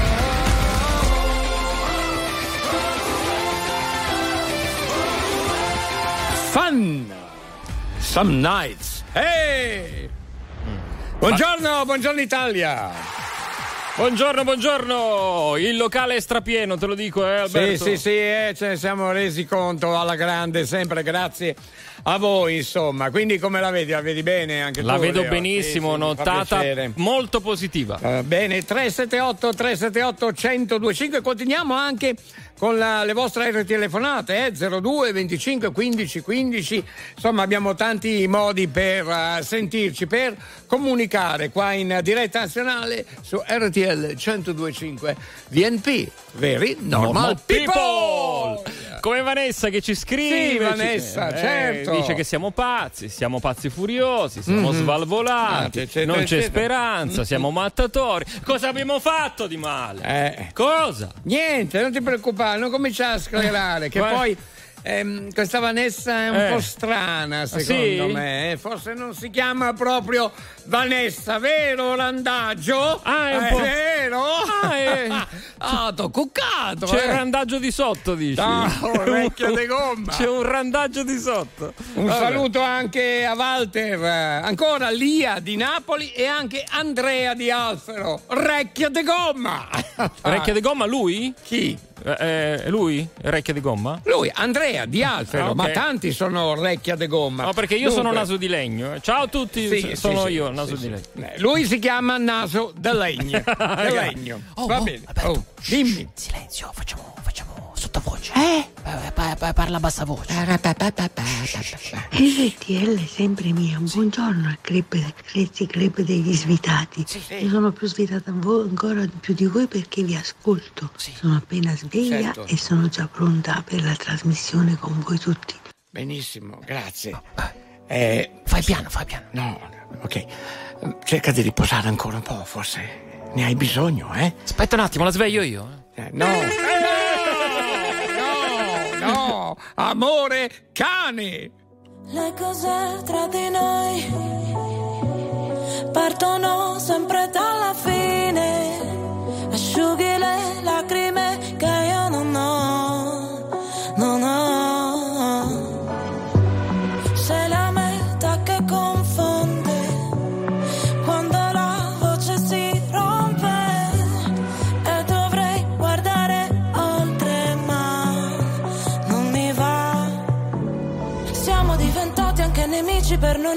Fun! Some nights. Hey! Buongiorno, buongiorno Italia! Buongiorno, il locale è strapieno, te lo dico, Alberto? Sì, ce ne siamo resi conto alla grande, sempre grazie a voi, insomma. Quindi come la vedi? La vedi bene anche tu? La vedo Leo? benissimo, Sì, notata molto positiva. Bene, 378 1025. Continuiamo anche con le vostre telefonate, 02 25 15 15. Insomma, abbiamo tanti modi per sentirci, per comunicare qua in diretta nazionale su RTL 1025 VNP, Very Normal People. Come Vanessa che ci scrive. Sì, Vanessa, certo. Dice che siamo pazzi furiosi, siamo svalvolati, non c'è speranza, siamo mattatori. Cosa abbiamo fatto di male? Cosa? Niente, non ti preoccupare, non cominciare a sclerare, che poi questa Vanessa è un po' strana, secondo me. Forse non si chiama proprio Vanessa, vero Randaggio? È un po'. Vero? T'ho cuccato. C'è il randaggio di sotto, dici? No, vecchio de gomma. C'è un randaggio di sotto. Un saluto anche a Walter, ancora Lia di Napoli e anche Andrea di Alfero. Recchia de gomma. Recchia de gomma, lui? Chi? Lui? Recchia di gomma? Lui, Andrea di Alfero, ma tanti sono Recchia de gomma. No, perché io sono Naso di Legno. Ciao a tutti, sono io, Naso di Legno. Lui si chiama Naso de Legno. Va bene. Dimmi. Silenzio, facciamo sottovoce. Parla a bassa voce. RTL sempre mia. Buongiorno al club degli svitati. Io sono più svitata ancora più di voi perché vi ascolto. Sono appena sveglia e sono già pronta per la trasmissione con voi tutti. Benissimo, grazie. Fai piano. No, ok. Cerca di riposare ancora un po', forse ne hai bisogno, Aspetta un attimo, la sveglio io. No, amore cane. Le cose tra di noi partono sempre dalla fine. Asciughi le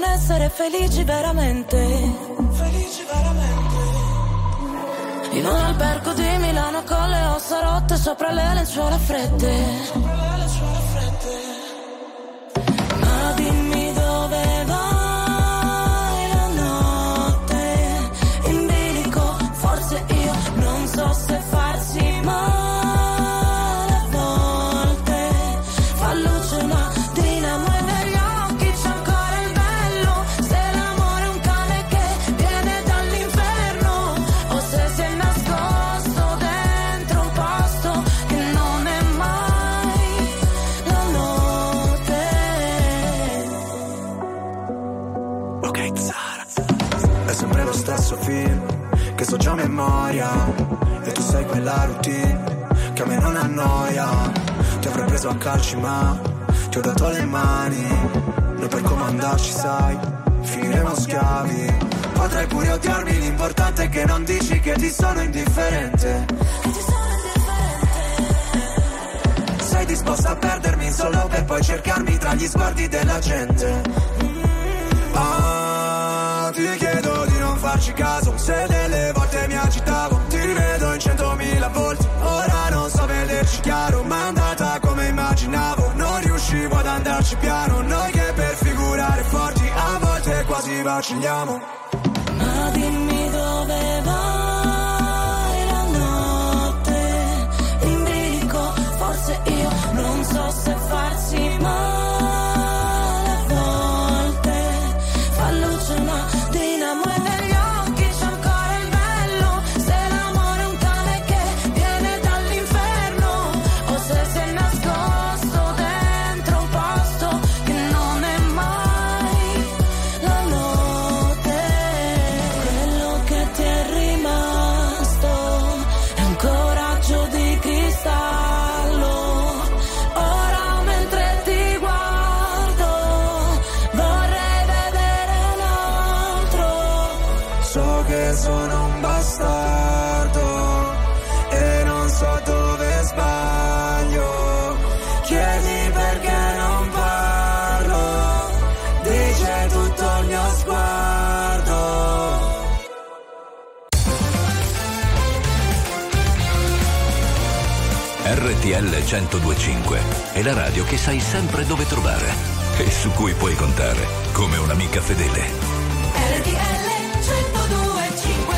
non essere felici veramente. Felici veramente. In un albergo di Milano con le ossa rotte sopra le lenzuola fredde. Sopra le lenzuola fredde. Ma dimmi dove vai la notte in bilico, forse io non so se farsi male a volte. Fa luce una dinamo e negli occhi c'è ancora il bello. Se l'amore è un cane che viene dall'inferno, o se si è nascosto dentro un posto che non è mai la notte. Ok, Zara. È sempre lo stesso film che so già a memoria, e tu sei quella routine che a me non annoia. Ti avrei preso a calci ma ti ho dato le mani. Noi per comandarci sai, finiremo schiavi. Potrai pure odiarmi, l'importante è che non dici che ti sono indifferente. Sei disposta a perdermi solo per poi cercarmi tra gli sguardi della gente. Ti chiedo di non farci caso, se delle volte mi agitavo. Ti rivedo in 100.000 volti, ora non so vederci chiaro. Ma è andata come immaginavo, non riuscivo ad andarci piano. Noi che per figurare forti a volte quasi vacilliamo. Ma dimmi dove vai la notte in bilico, forse io non so se farsi male a volte. Fa luce una dinamo e negli occhi c'è ancora il bello. Se l'amore è un cane che viene dall'inferno, o se si è nascosto dentro un posto che non è mai la notte. Quello che ti è rimasto è un coraggio di cristallo. Ora mentre ti guardo vorrei vedere l'altro. So che sono un bastardo e non so dove sbaglio. Chiedi perché non parlo, dice tutto il mio sguardo. RTL 102.5 è la radio che sai sempre dove trovare e su cui puoi contare come un'amica fedele. RTL 102.5.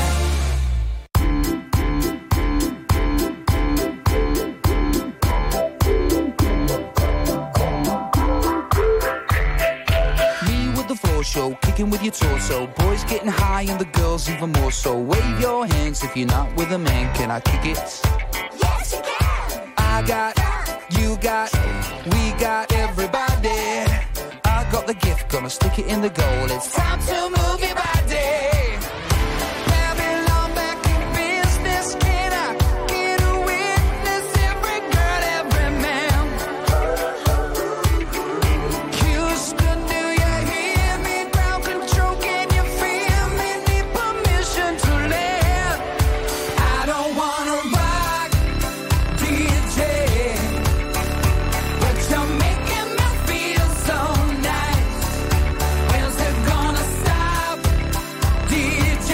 Me with the floor show, kicking with your torso. Boys getting high and the girls even more so. Wave your hands if you're not with a man. Can I kick it? Yes, you can. I got, you got, we got everybody. I got the gift, gonna stick it in the goal. It's time to move your body. Babylon back in business. Can I get a witness? Every girl, every man. Houston, do you hear me? Ground control, can you feel me? Need permission to land. I don't wanna rock, DJ, but you're making me feel so nice. When's it gonna stop, DJ?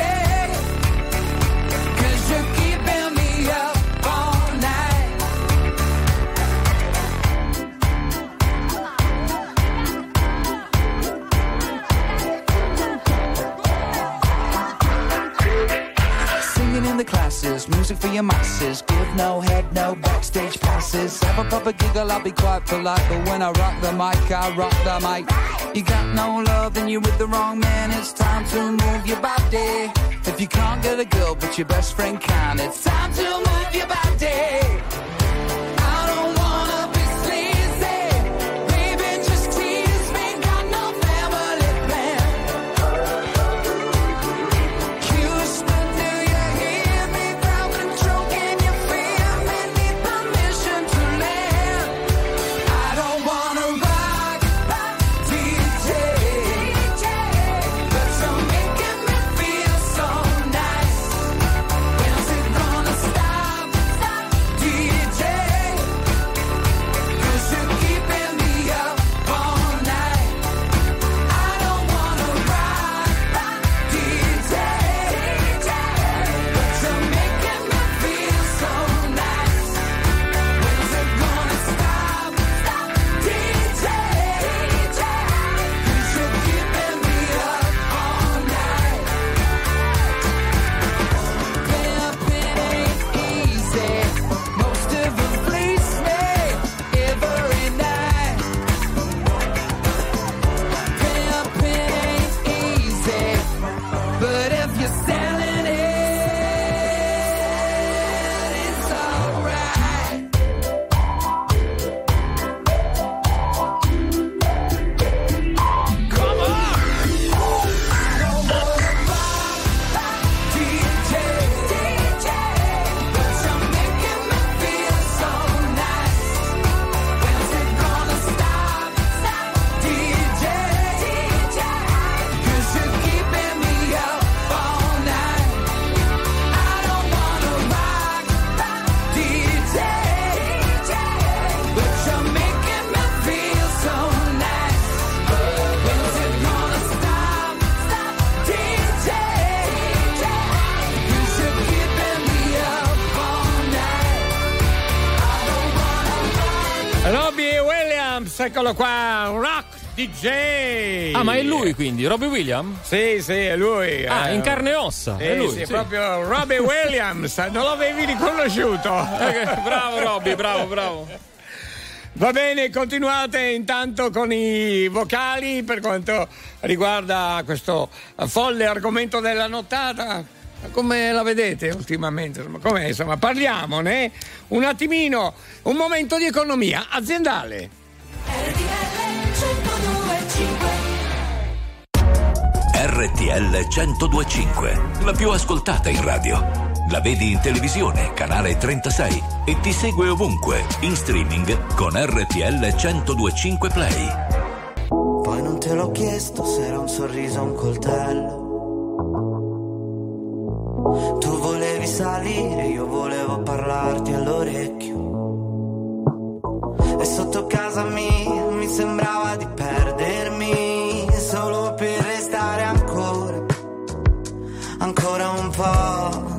'Cause you're keeping me up all night. Singing in the classes, music for your masses. Give no head, no backstage passes. Have a proper giggle, I'll be quite polite. But when I rock the mic, I rock the mic. You got no love, then you're with the wrong man. It's time to move your body. If you can't get a girl, but your best friend can, it's time to move your body. I don't wanna be sleazy. Baby, just tease me. Got no family plan. Houston, do you hear me? Ground control, can you feel me? Need permission to land. I don't wanna rock, DJ, but you're making me feel so nice. When's it gonna stop, eccolo qua, Rock DJ. Ah, ma è lui quindi, Robbie Williams? Sì, è lui. In carne e ossa, sì, è lui. Sì, proprio Robbie Williams, non l'avevi riconosciuto. Bravo Robbie, bravo. Va bene, continuate intanto con i vocali per quanto riguarda questo folle argomento della nottata. Come la vedete ultimamente? Insomma, parliamone un attimino, un momento di economia aziendale. RTL 102.5, la più ascoltata in radio. La vedi in televisione, canale 36 e ti segue ovunque, in streaming con RTL 102.5 Play. Poi non te l'ho chiesto se era un sorriso o un coltello. Tu volevi salire, io volevo parlarti all'orecchio. E sotto casa mia mi sembrava di perdermi, solo per restare ancora un po'.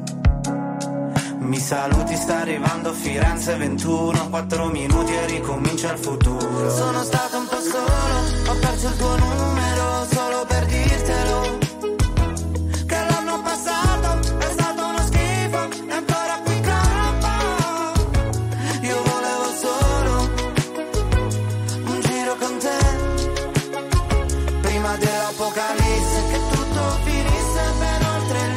Mi saluti, sta arrivando Firenze 21, 4 minuti e ricomincia il futuro. Sono stato un po' solo, ho perso il tuo numero solo per dirtelo. Che l'anno passato è stato uno schifo e ancora qui campo. Io volevo solo un giro con te, prima dell'apocalisse, che tutto finisse ben oltre il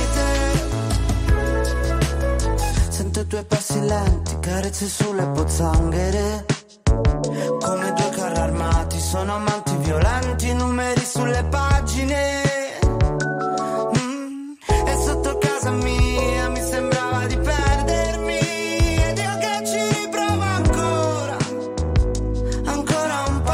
limite. Sento i tuoi passi lenti, carezze sulle pozzanghere, come due carri armati, sono amanti violenti, numeri sulle pagine. E sotto casa mia mi sembrava di perdermi, ed io che ci riprovo ancora un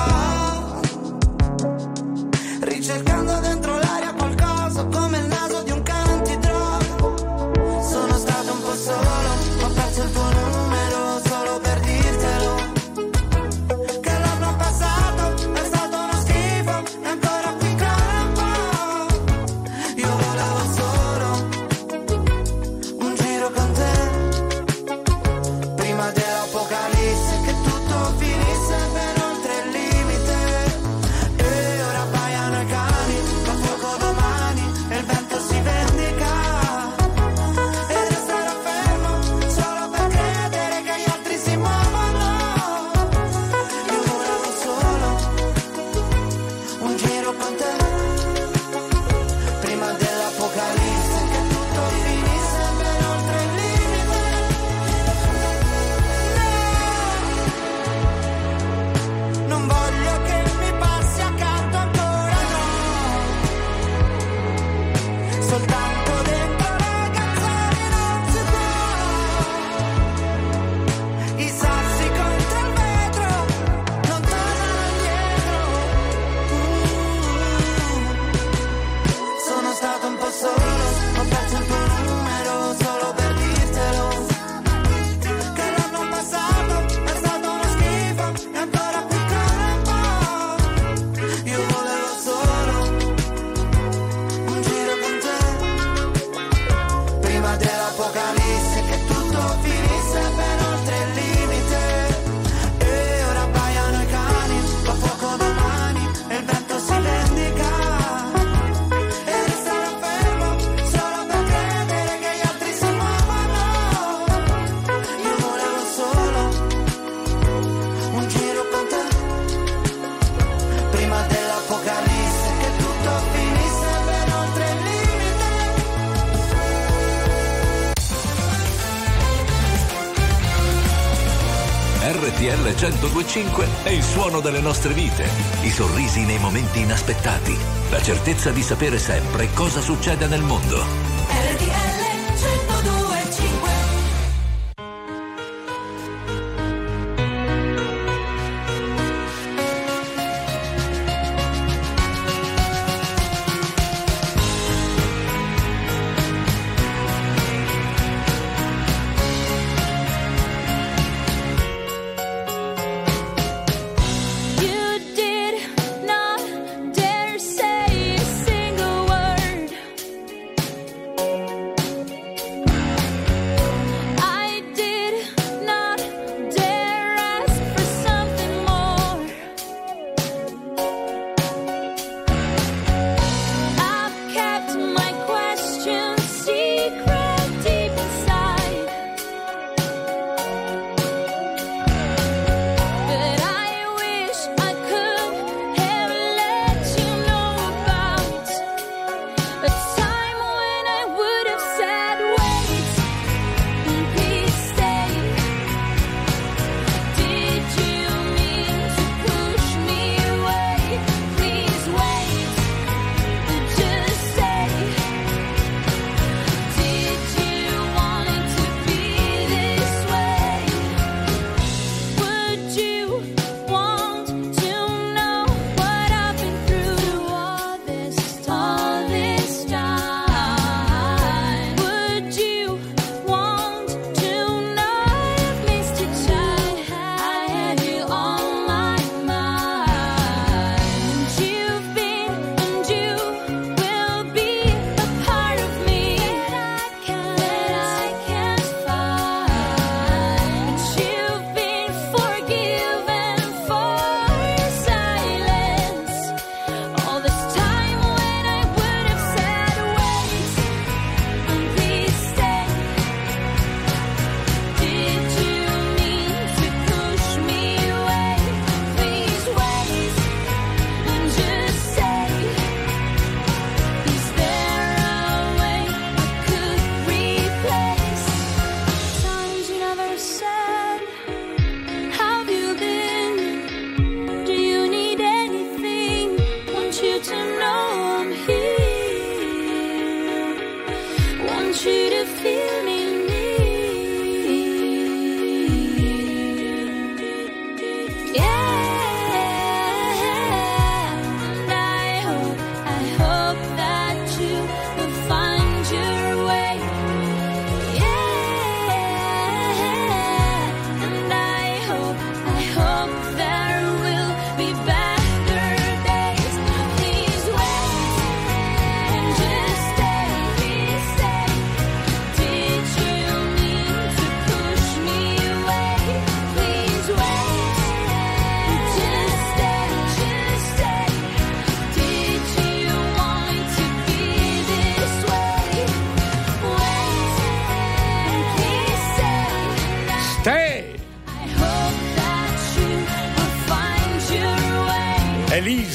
po', ricercando dentro l'aria qualcosa come il naso di un cane antidroga. Sono stato un po' solo, ho perso il tuo numero solo per dirtelo. Che l'anno passato è stato uno schifo e ancora qui campo. Io volevo solo un giro con te, prima dell'apocalisse, che tutto finisse ben oltre il limite. E ora baiano i cani, fa fuoco domani e il vento si vendica. E resterò fermo solo per credere che gli altri si muovono. Io volevo solo un giro con te, prima dell'apocalisse, che tutto finisse ben oltre il limite. Non voglio che mi passi accanto ancora, no. Soltanto dentro le canzoni non si può. I sassi contro il vetro non tornano indietro. Sono stato un po' solo, ho perso il tuo numero solo per dirtelo. Che l'anno passato è stato uno schifo e ancora qui campo. Io volevo solo un giro con te, prima dell'apocalisse, che tutto finisse ben oltre il limite. E ora baiano i cani, fa fuoco domani e il vento si vendica. E resterò fermo solo per credere che gli altri si muovono. Io volevo solo un giro con te, prima dell'apocalisse, che tutto finisse ben oltre il limite. RTL 102.5 è il suono delle nostre vite, i sorrisi nei momenti inaspettati, la certezza di sapere sempre cosa succede nel mondo. RTL 102.5. You did not dare say a single word.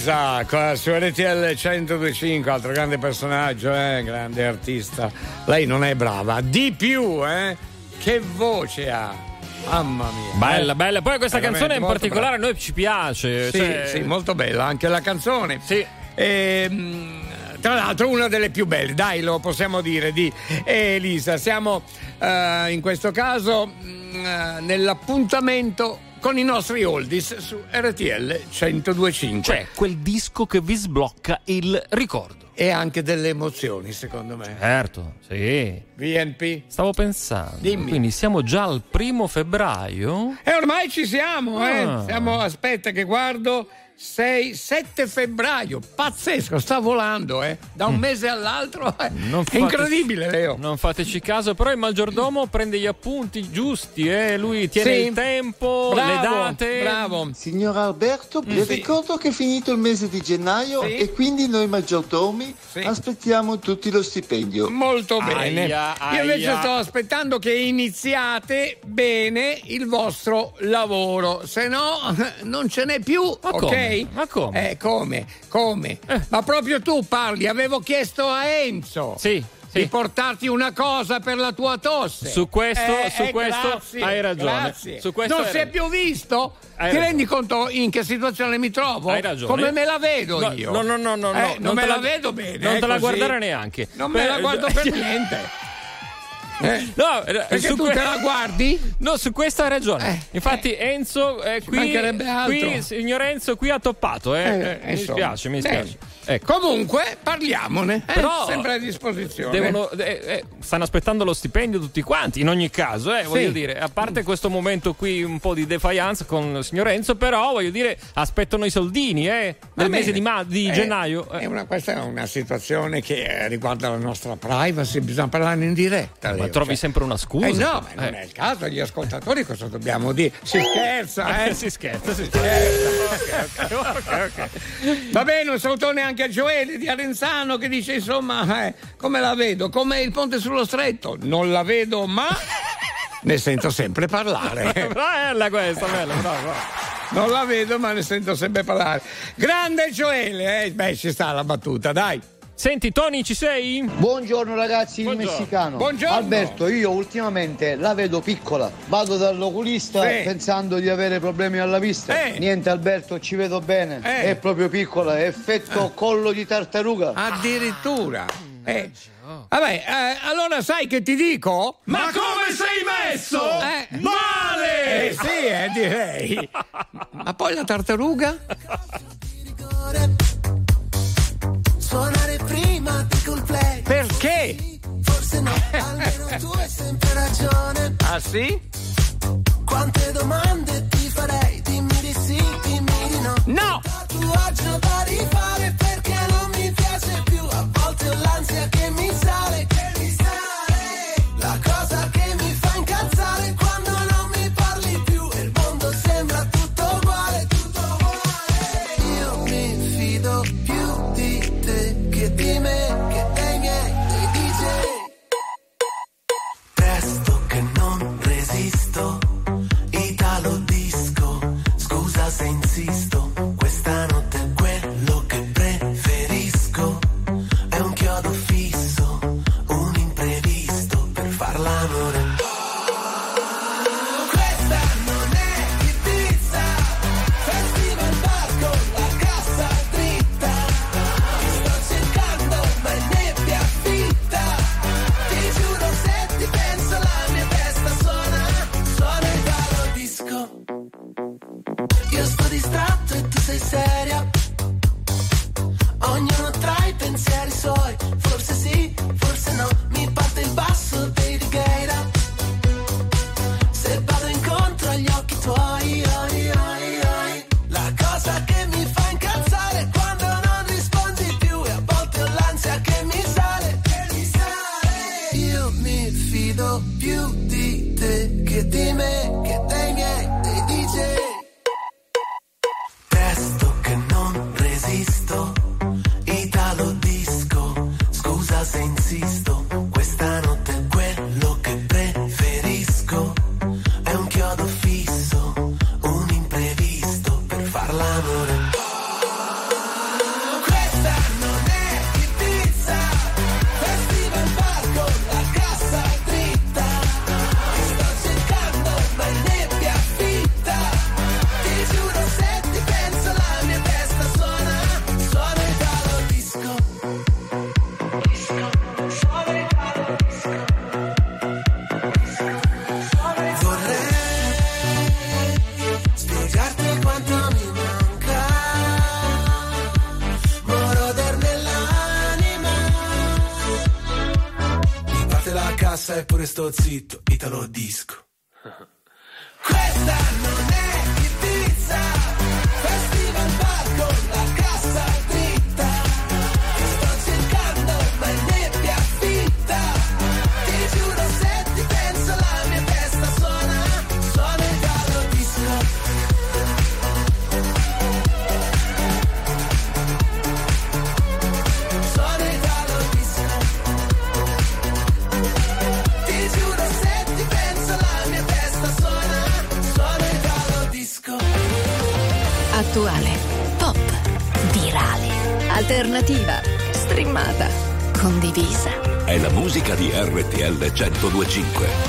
Elisa su RTL 102.5, altro grande personaggio, grande artista. Lei non è brava, di più, che voce ha, mamma mia. Bella, bella. Poi questa veramente canzone in particolare a noi ci piace. Sì, sì, molto bella anche la canzone. Sì. Tra l'altro una delle più belle, dai, lo possiamo dire, di Elisa. Siamo in questo caso nell'appuntamento con i nostri oldies su RTL 102.5. Cioè quel disco che vi sblocca il ricordo. E anche delle emozioni, secondo me. Certo, sì. VNP? Stavo pensando. Dimmi. Quindi siamo già al 1 febbraio? E ormai ci siamo, Siamo, aspetta che guardo, 6-7 febbraio. Pazzesco, sta volando, Da un mese all'altro. È incredibile, Leo. Non fateci caso, però il maggiordomo prende gli appunti giusti, Lui tiene il tempo, le date. Bravo. Signor Alberto, vi ricordo che è finito il mese di gennaio e quindi noi maggiordomi aspettiamo tutti lo stipendio. Molto bene. Aia. Io invece sto aspettando che iniziate bene il vostro lavoro, se no non ce n'è più, ok? Ma come? Come? Ma proprio tu parli, avevo chiesto a Enzo di portarti una cosa per la tua tosse. Su questo grazie, hai ragione. Grazie. Su questo non si è più visto? Ti rendi conto in che situazione mi trovo? Hai ragione. Come me la vedo io? No. Non me la vedo bene. Non te la così. guardare neanche. Non me la guardo per niente. No, perché tu te la guardi? No, su questo hai ragione. Infatti Enzo qui, mancherebbe altro. Qui signor Enzo qui ha toppato, mi spiace. Ecco. Comunque parliamone, però sempre a disposizione. Stanno aspettando lo stipendio tutti quanti, in ogni caso, voglio dire, a parte questo momento qui un po' di defiance con il signor Enzo, però voglio dire, aspettano i soldini del mese di gennaio. Questa è una situazione che riguarda la nostra privacy, bisogna parlarne in diretta. Ma trovi sempre una scusa? No, ma non è il caso, agli ascoltatori cosa dobbiamo dire? Si scherza, si scherza. Ok. Va bene, un salutone anche a Gioele di Arenzano che dice insomma, come la vedo? Come il ponte sullo stretto? Non la vedo, ma ne sento sempre parlare. Bella questa, bella, bravo. Non la vedo, ma ne sento sempre parlare. Grande Gioele, Beh, ci sta la battuta, dai. Senti, Tony, ci sei? Buongiorno ragazzi, il messicano. Buongiorno. Alberto, io ultimamente la vedo piccola. Vado dall'oculista pensando di avere problemi alla vista. Niente Alberto, ci vedo bene. È proprio piccola, è effetto collo di tartaruga. Addirittura. Vabbè, allora sai che ti dico? Ma come sei messo? Male! Sì, direi. Ma poi la tartaruga? Suonare prima di Coldplay. Perché? Forse no, almeno tu hai sempre ragione. Ah sì? Quante domande ti farei? Dimmi di sì, dimmi di no. No! Tatuaggio da rifare perché non mi piace più. A volte ho l'ansia che mi sale, la cosa che mi fa incazzare quando non mi parli più e il mondo sembra tutto uguale, Io mi fido più di te che di me, che dei miei, dei DJ. Presto che non resisto, Italo disco, scusa se insisto, questa notte è quello che preferisco, è un chiodo fisso, un imprevisto per far l'amore. Questa non è Ibiza, festival bar con la cassa dritta, ti sto cercando ma è nebbia fitta, ti giuro se ti penso la mia testa suona il ballo disco. Io sto distratto e tu sei seria, ognuno tra i pensieri suoi, forse sì, forse no, mi parte il basso dei Righeira, se vado incontro agli occhi tuoi, la cosa che mi fa incazzare è quando non rispondi più e a volte ho l'ansia che mi sale, io mi fido più di te che di me, che dei miei, dei DJ. Presto che non resisto, Italo disco, scusa se insisto, questa notte è quello che preferisco, è un chiodo fisso, un imprevisto per far l'amore. sempre sto zitto, Italo disco. Questa non è Ibiza, festival bar con la cassa dritta. Ti sto cercando ma è nebbia fitta. Ti giuro se ti penso la mia testa suona Italo disco. Suona Italo disco. Ti giuro se ti penso la mia testa suona Italo disco. Attuale, pop, virale, alternativa, streamata, condivisa. È la musica di RTL 102.5.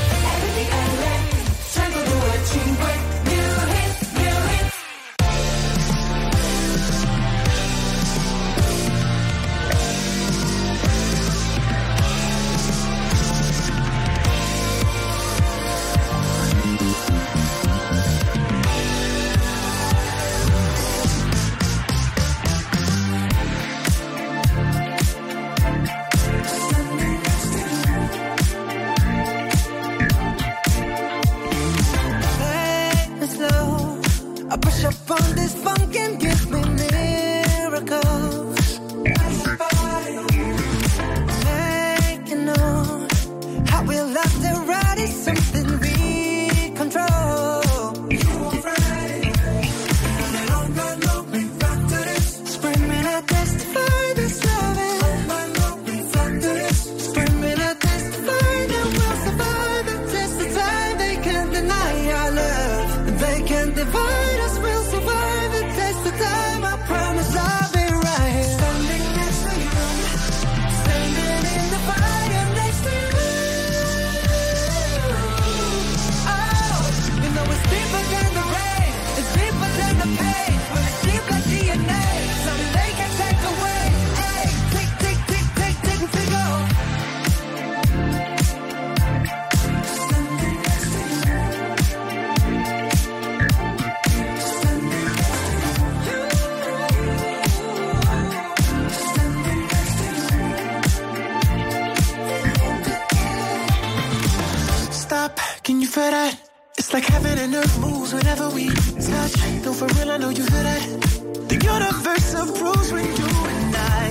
Can you feel that? It's like heaven and earth moves whenever we touch. Though for real, I know you feel that. The universe approves when you and I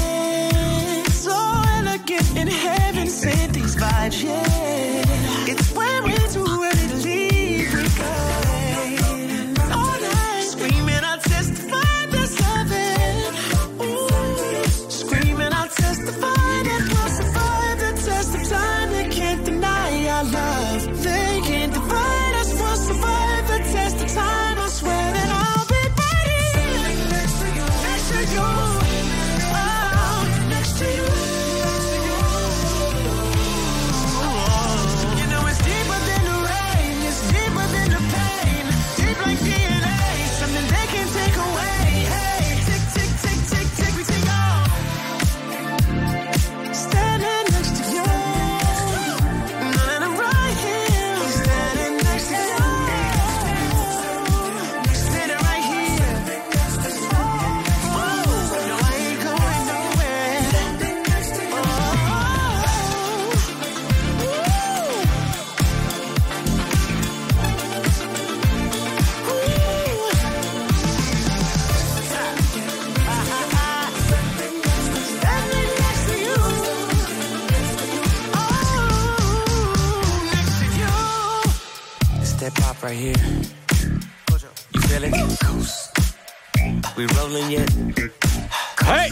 dance. So elegant in heaven, sent these vibes, yeah. It's when we're too ready to leave, we go all night, screaming, I'll testify there's heaven. Ooh, screaming, I'll testify that we'll survive the test of time. They can't deny our love. They can't divide us. We'll survive the test of time. I swear that I'll be right here next to you, next to you. Oh, next to you. You know it's deeper than the rain. It's deeper than the pain. Deep like DNA. Something they can't take away. Hey, tick, tick, tick, tick, tick, we take off. Standing next to you. And I'm right here. Standing next to you. Standing right here. Oh, no, I ain't going nowhere. Standing next to you. Next to you. It's that pop right here. You feel it? Coast. We rolling yet? Hey!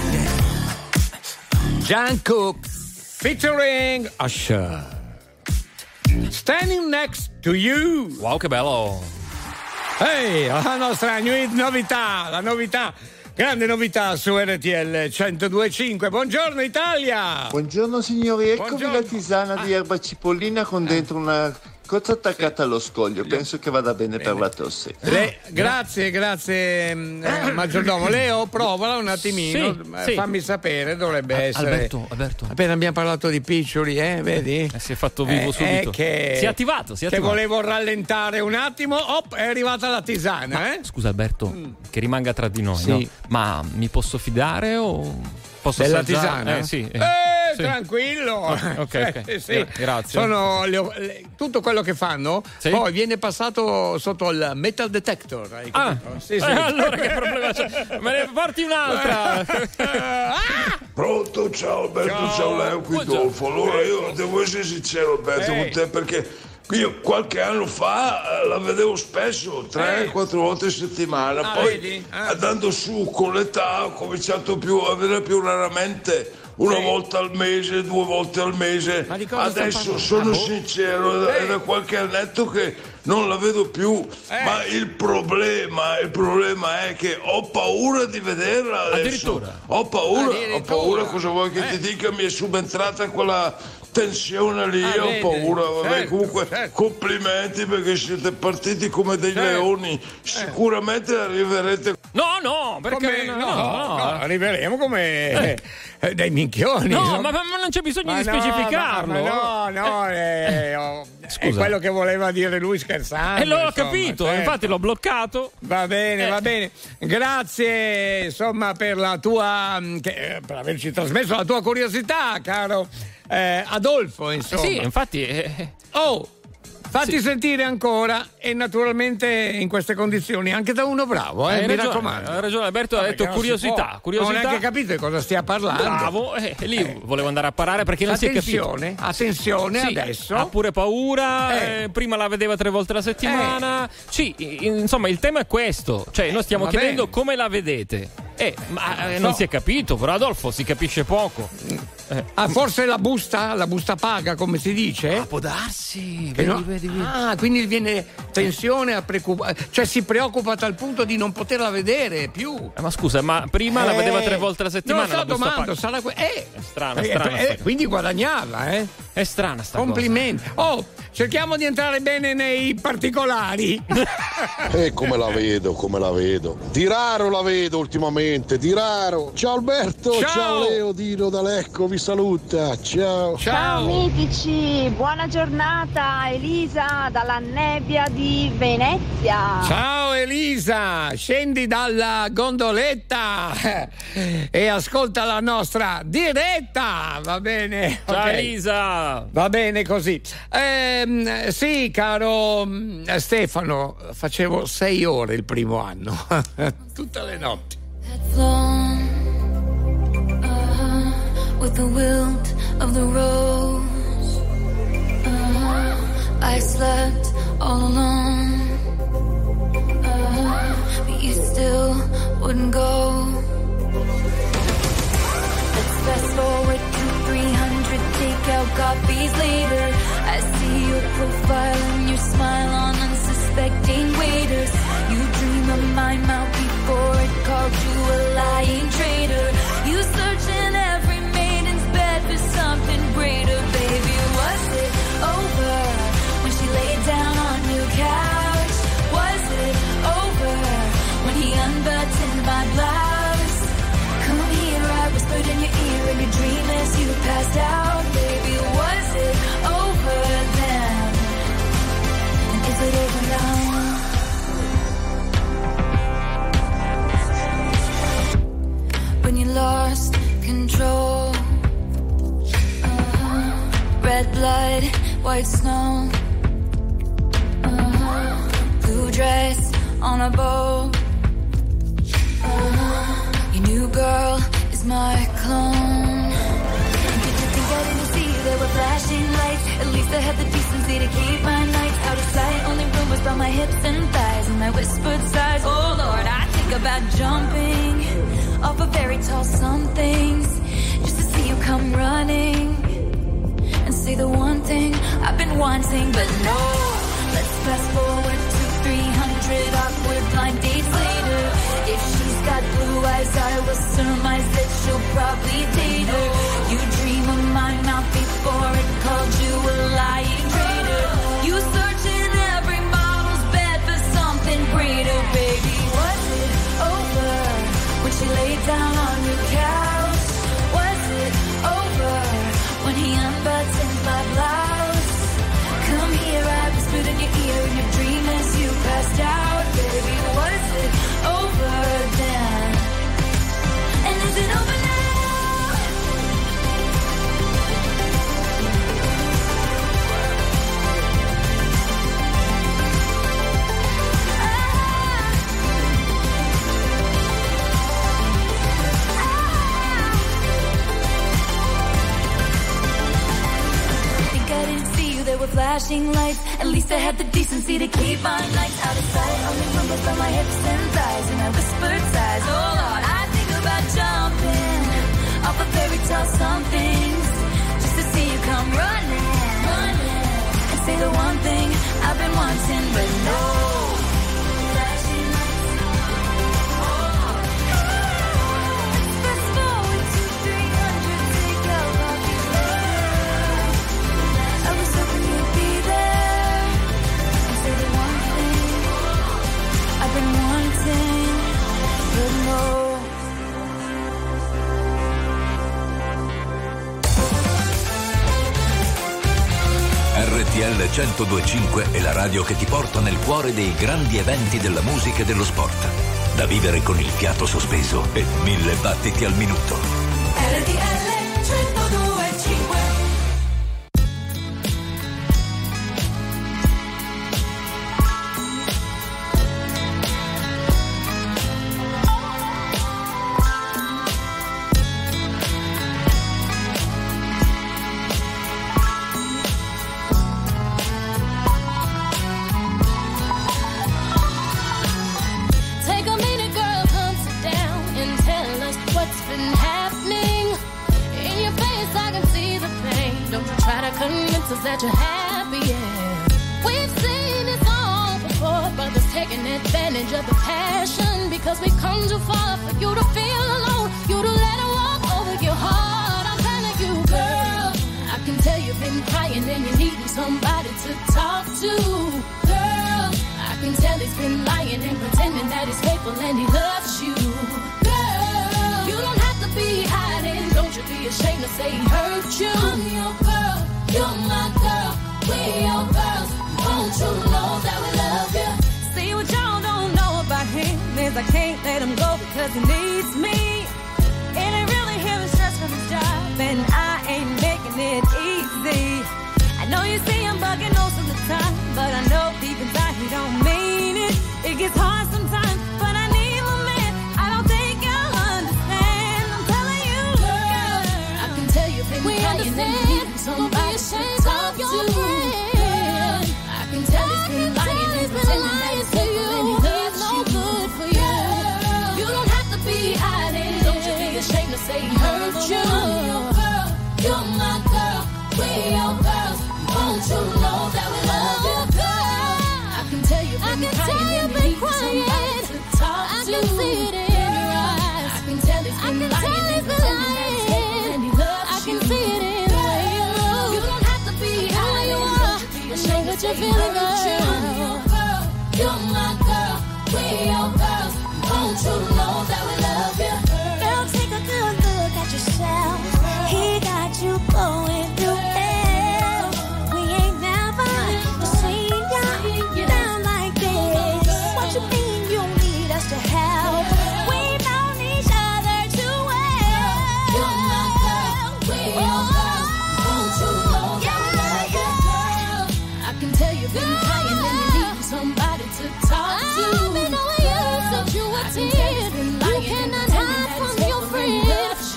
Jungkook featuring Usher. Standing next to you. Wow, che bello! Ehi, la nostra novità, la novità, grande novità su RTL 102.5. Buongiorno Italia! Buongiorno signori, eccovi Buongiorno. la tisana di erba cipollina con dentro una cozza attaccata allo scoglio, penso che vada bene per la tosse. Grazie maggiordomo. Leo, provala un attimino, Sì. fammi sapere, dovrebbe essere. Alberto. Appena abbiamo parlato di piccioli, vedi? Si è fatto vivo subito. Si è attivato. Che volevo rallentare un attimo, è arrivata la tisana, Scusa Alberto, che rimanga tra di noi, Sì. no? Ma mi posso fidare o posso della assaggiare? tisana? Sì. Sì. Tranquillo. Ok. Sì. Grazie. Sono tutto quello che fanno, Sì. poi viene passato sotto il metal detector. Hai capito? Sì. Allora che problema c'è? Me ne porti un'altra. Pronto, ciao Alberto, ciao Leo, qui Dolfo. Allora io devo essere sincero Alberto con te, perché io qualche anno fa la vedevo spesso, 3-4 volte a settimana, poi andando su con l'età ho cominciato a vedere più raramente. Una volta al mese, 2 volte al mese. Adesso sono sincero, è da qualche annetto che non la vedo più. Ma il problema è che ho paura di vederla adesso. Ho paura, cosa vuoi che ti dica? Mi è subentrata quella tensione lì, ho paura. Vabbè, comunque complimenti, perché siete partiti come dei leoni. Sicuramente arriverete. No, perché no, arriveremo come dei minchioni. No, ma non c'è bisogno di specificarlo. È quello che voleva dire lui scherzando. E l'ho capito, certo. Infatti l'ho bloccato. Va bene. Grazie, insomma, per la tua per averci trasmesso la tua curiosità, caro Adolfo, insomma. Sì, infatti. Fatti sentire ancora, e naturalmente in queste condizioni anche da uno bravo, mi raccomando. Ha ragione, Alberto ha detto curiosità. Non ho neanche capito di cosa stia parlando. Bravo, lì volevo andare a parare perché non si è capito. Attenzione, sì, adesso. Ha pure paura, prima la vedeva 3 volte alla settimana. Sì, insomma, il tema è questo. Cioè, noi stiamo chiedendo come la vedete. Non si è capito, però Adolfo si capisce poco. Forse la busta paga, come si dice? Può darsi. Vedi. Quindi viene tensione, cioè si preoccupa a tal punto di non poterla vedere più. Ma scusa, ma prima la vedeva 3 volte alla settimana? Non lo so, domando, sarà è strana. Quindi guadagnava, È strana sta complimenti. cosa. Cerchiamo di entrare bene nei particolari. Come la vedo. Di raro la vedo ultimamente, di raro. Ciao Alberto, ciao Leo, Dino da Lecco, vi saluta. Ciao mitici, buona giornata. Elisa dalla nebbia di Venezia. Ciao Elisa, scendi dalla gondoletta e ascolta la nostra diretta, va bene? Ciao Elisa. Va bene così. Sì, caro Stefano, facevo 6 ore il primo anno, tutte le notti. With the wilt of the rose, I slept all alone, but you still wouldn't go. Let's fast forward to 300 takeout coffees later. I see your profile and your smile on unsuspecting waiters. You dream of my mouth before it called you a lying traitor. You search in every maiden's bed for something greater, baby. Was it over when she laid down on your couch? Was it over when he unbuttoned my blouse? Come here, I whispered in your ear in your dream as you passed out, baby. Was it over then? And is it over now? When you lost control, red blood, white snow, blue dress on a boat, your new girl is my clone. Did you think I didn't see there were flashing lights? At least I had the decency to keep my nights out of sight. Only rumors about my hips and thighs and my whispered sighs. Oh Lord, I think about jumping off of very tall somethings just to see you come running and say the one thing I've been wanting, but no. Let's fast forward to 300 awkward blind dates later. If she's got blue eyes, I will surmise that she'll probably date her. You dream of my mouth before it called you a lying traitor. You search in every model's bed for something greater, baby. Was it over when she laid down on your couch? Was it over when he unbuttoned my blouse? Come here, I whispered in your ear in your dream as you passed out, baby. Was it over then? And is it over now? flashing lights. At least I had the decency to keep my nights out of sight. Only rumbles on my hips and thighs, and I whispered sighs. Oh Lord, I think about jumping off a fairy tale somethings, just to see you come running, and say the one thing I've been wanting, but no. RTL 102.5 è la radio che ti porta nel cuore dei grandi eventi della musica e dello sport. Da vivere con il fiato sospeso e 1000 battiti al minuto. RTL 102.5. That you're happy, yeah. We've seen this all before, but it's taking advantage of the passion, because we've come too far for you to feel alone, you to let it walk over your heart. I'm telling you, girl, I can tell you've been crying and you're needing somebody to talk to. Girl, I can tell he's been lying and pretending that he's faithful and he loves you. Girl, you don't have to be hiding, don't you be ashamed to say he hurt you. I'm your girl, you're my girl, we're your girls. Won't you know that we love you? See, what y'all don't know about him is I can't let him go because he needs me. It ain't really him stress from his job, and I ain't making it easy. I know you see him bugging most of the time, but I know deep inside he don't mean it. It gets hard sometimes, but I need my man. I don't think you'll understand. I'm telling you, girl, I can tell you've been crying and you need somebody to talk to. Girl, I can tell he's been lying and pretending that he's faithful and he loves you. Good for you. You don't have to be hiding. Don't you be ashamed to say he hurt you. I'm your girl, you're my girl, we're your girls. Won't you know that we love you, girl? I can tell you've been crying and you need somebody to talk to. I can see it in your eyes. I can tell he's been lying and pretending that he's faithful and he loves you. I can see it in the way you look. You don't have to be hiding. Don't you be ashamed that you're feeling good. I'm your girl, you're my girl, we're your girls. Won't you know that we love you? Girl, take a good look at yourself. He got you going through hell. We ain't never seen you down like this. What you mean you need us to help? We found each other too well. You're my girl, we're your girls. Won't you know that we love you, girl? I can tell you've been crying and you need somebody to talk to. I've been knowing you since you were 10. You cannot hide from your friends,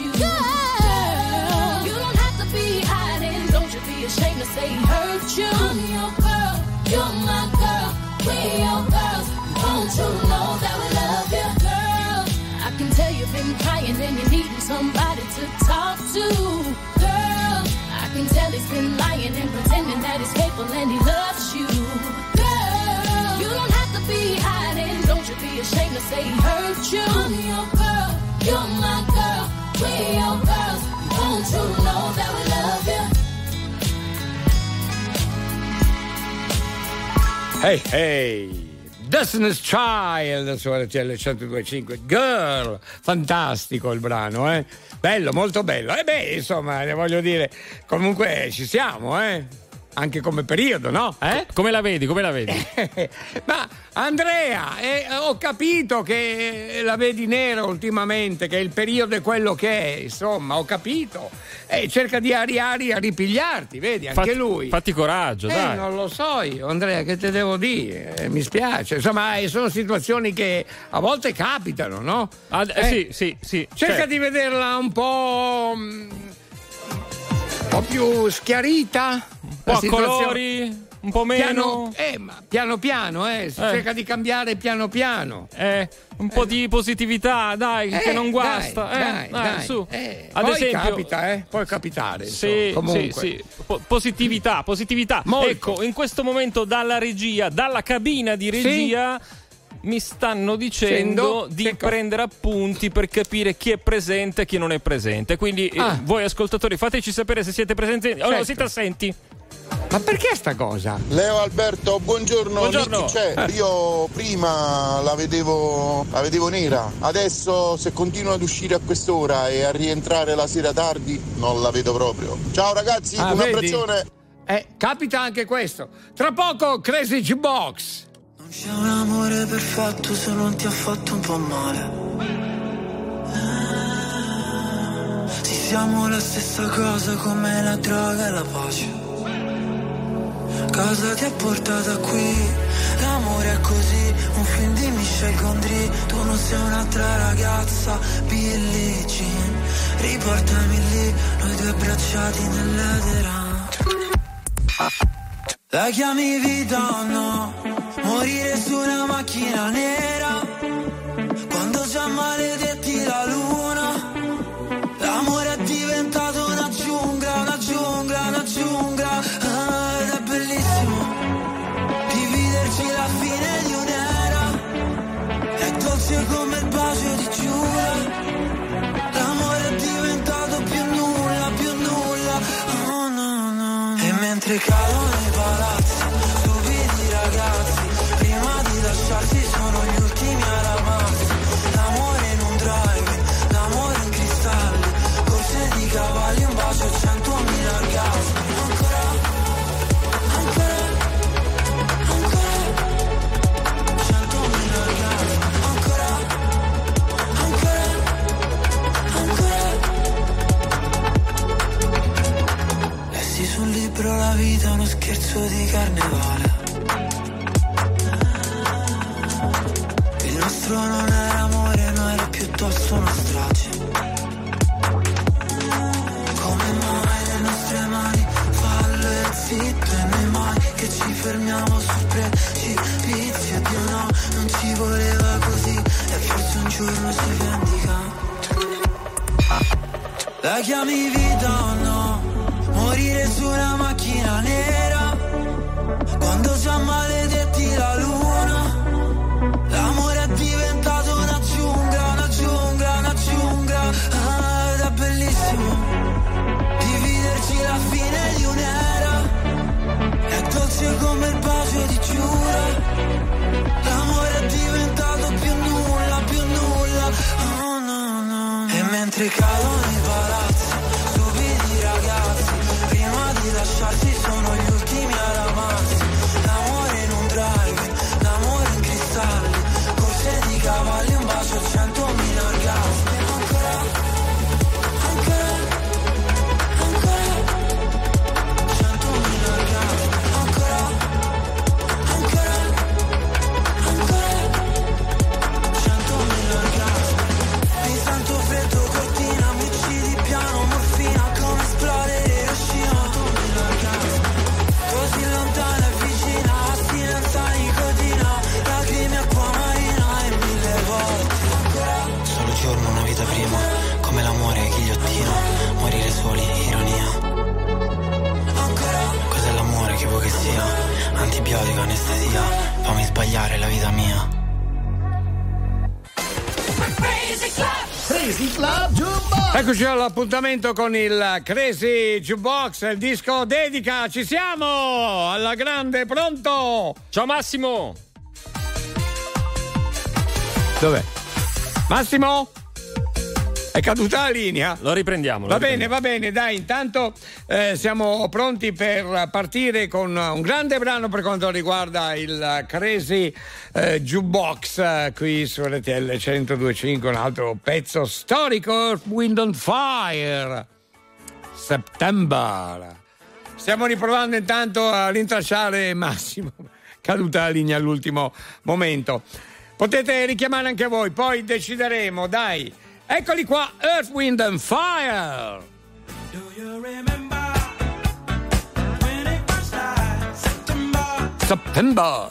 girl. You don't have to be hiding. Don't you be ashamed to say he hurt you. I'm your girl, you're my girl, we're your girls. Won't you know that we love you, girl? I can tell you've been crying and you're needing somebody to talk to. Girl, I can tell he's been lying and pretending that he's faithful and he loves you. Girl, you don't have to be hiding. Don't you be ashamed to say he hurt you. I'm your girl, you're my girl, we're your girls. Won't you know that we love you? Hey, hey, Destiny's Child su RTL 102.5. Girl, fantastico il brano, eh? Bello, molto bello. E beh, insomma, voglio dire, comunque ci siamo, anche come periodo, no? Come la vedi? Come la vedi? Ma Andrea, ho capito che la vedi nera ultimamente, che il periodo è quello che è, insomma, ho capito. Cerca di a ripigliarti, vedi, anche lui. Fatti coraggio, dai. Non lo so io, Andrea, che te devo dire? Mi spiace. Insomma, sono situazioni che a volte capitano, no? Sì. Cerca di vederla un po' più schiarita. Un po' a colori. un po' meno. Piano piano, si cerca di cambiare piano piano. Un po' di positività, dai, che non guasta. Dai. Su. Ad Poi esempio, capita, può capitare. Sì, comunque. sì. Positività. Molto. Ecco, in questo momento dalla regia, dalla cabina di regia, mi stanno dicendo di prendere appunti per capire chi è presente e chi non è presente. Quindi voi ascoltatori fateci sapere se siete presenti o no, siete assenti. Ma perché sta cosa? Leo Alberto, buongiorno. Io prima la vedevo nera, adesso se continua ad uscire a quest'ora e a rientrare la sera tardi non la vedo proprio. Ciao ragazzi, un abbraccione. Capita anche questo. Tra poco Crazy Jukebox. Non c'è un amore perfetto se non ti ha fatto un po' male. Sì, siamo la stessa cosa come la droga e la pace. Cosa ti ha portato qui? L'amore è così, un film di Michel Gondry. Tu non sei un'altra ragazza, Billie Jean. Riportami lì, noi due abbracciati nell'edera. La chiami vita o no? Morire su una macchina nera, quando già maledetti la luna. L'amore è diventato una giungla, una giungla, una giungla. Ed è bellissimo dividerci la fine di un'era. È dolce come il bacio di Giura. L'amore è diventato più nulla, più nulla. Oh no, no. E mentre cadono nei palazzi stupidi ragazzi, prima di lasciarsi sono gli ultimi a ramarsi. L'amore in un drive, l'amore in cristalli, corse di cavalli, un bacio, 100.000 orgasmi. Ancora, ancora, ancora, 100.000 orgasmi. Ancora, ancora, ancora. Lessi sul libro La vita è uno scherzo di carnevale. Il nostro non era amore, no, era piuttosto una strage. Come mai le nostre mani fallo e zitto e noi mai che ci fermiamo sul precipizio. Dio no, non ci voleva così e forse un giorno si vendica. La chiami vita o no? Morire su una macchina nera, quando già maledetti la luna. L'amore è diventato una giungla, una giungla, una giungla. Ed è bellissimo dividerci la fine di un'era. È dolce come il bacio di Giura. L'amore è diventato più nulla, più nulla. Oh no, no. E mentre cadono i palazzi, stupidi ragazzi, prima di lasciarsi sono gli ultimi a ramarsi. L'amore in un drive, l'amore in cristalli, corse di cavalli, un bacio, 100.000 orgasmi. Ancora, ancora, ancora, 100.000 orgasmi. Ancora, ancora, ancora, 100.000 orgasmi. Mi sento freddo, cortina, mi uccidi piano, morfina, come esplodere Hiroshima. 100.000 orgasmi. Così lontana e vicina, astinenza, nicotina, lacrime, acqua marina e 1000 volte. Solo giorno, una vita prima, come l'amore, ghigliottina, morire soli, ironia. Cos'è l'amore, che vuoi che sia? Antibiotico, anestesia, fammi sbagliare la vita mia. Crazy Club Jukebox. Eccoci all'appuntamento con il Crazy Jukebox, il disco dedica. Ci siamo alla grande, pronto? Ciao Massimo. Dov'è? Massimo? È caduta la linea? Lo riprendiamo. Va bene, dai, intanto siamo pronti per partire con un grande brano per quanto riguarda il Crazy Jukebox qui su RTL 102.5, un altro pezzo storico, Earth, Wind and Fire, September. Stiamo riprovando intanto a rintracciare Massimo, caduta la linea all'ultimo momento. Potete richiamare anche voi, poi decideremo, dai. Eccoli qua, Earth, Wind and Fire. Do you remember when it was like September? September.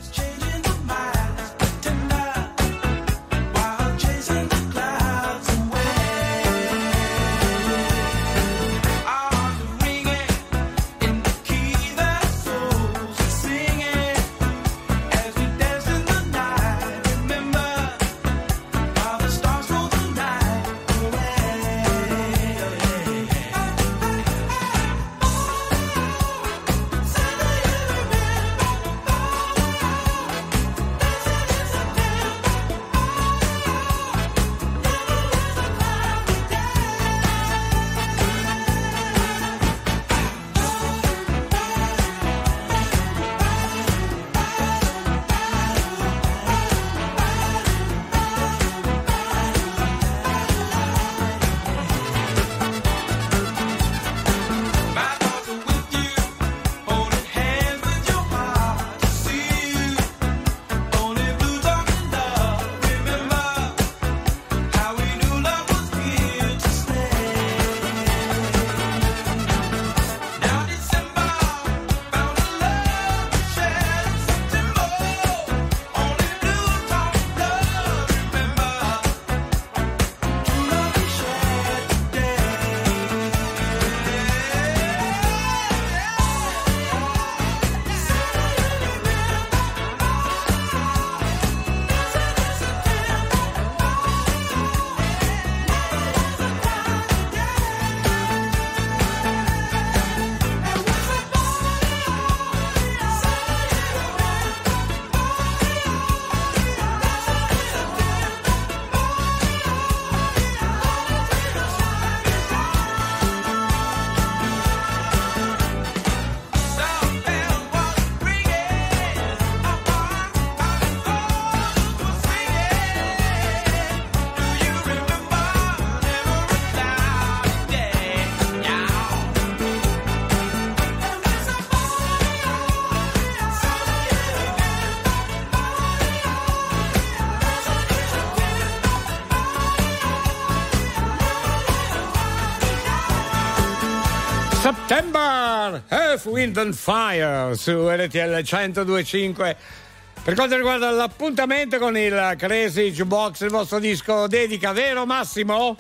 September, Earth, Wind and Fire su RTL 102.5. Per quanto riguarda l'appuntamento con il Crazy Jukebox, il vostro disco dedica, vero Massimo?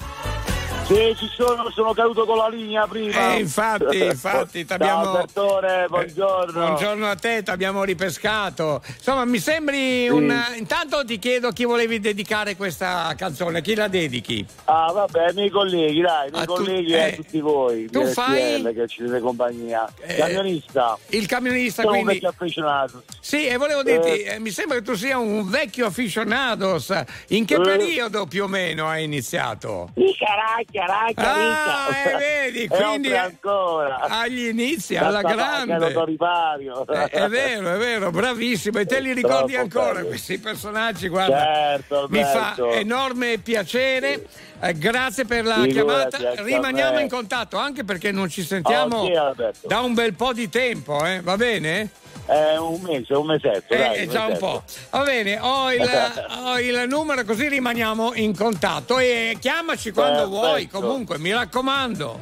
Sì, ci sono caduto con la linea prima. Infatti t'abbiamo... Ciao Bertone, buongiorno. Buongiorno a te, t'abbiamo ripescato. Insomma, mi sembri Intanto ti chiedo chi volevi dedicare questa canzone, chi la dedichi? Ah, vabbè, ai miei colleghi, dai, e a tutti voi. Tu fai? Che ci siete compagnia. Camionista. Il camionista, sono quindi... un vecchio afficionato. Sì, e volevo dirti, mi sembra che tu sia un vecchio aficionados. In che periodo più o meno hai iniziato? Vedi, quindi ancora agli inizi, alla grande. È vero, bravissimo. E te li ricordi ancora questi personaggi? Guarda, certo, mi fa enorme piacere. Grazie per la chiamata. Rimaniamo in contatto, anche perché non ci sentiamo da un bel po' di tempo, va bene? Un mesetto, dai. Già un po'. Va bene, ho il numero, così rimaniamo in contatto e chiamaci quando vuoi, comunque, mi raccomando.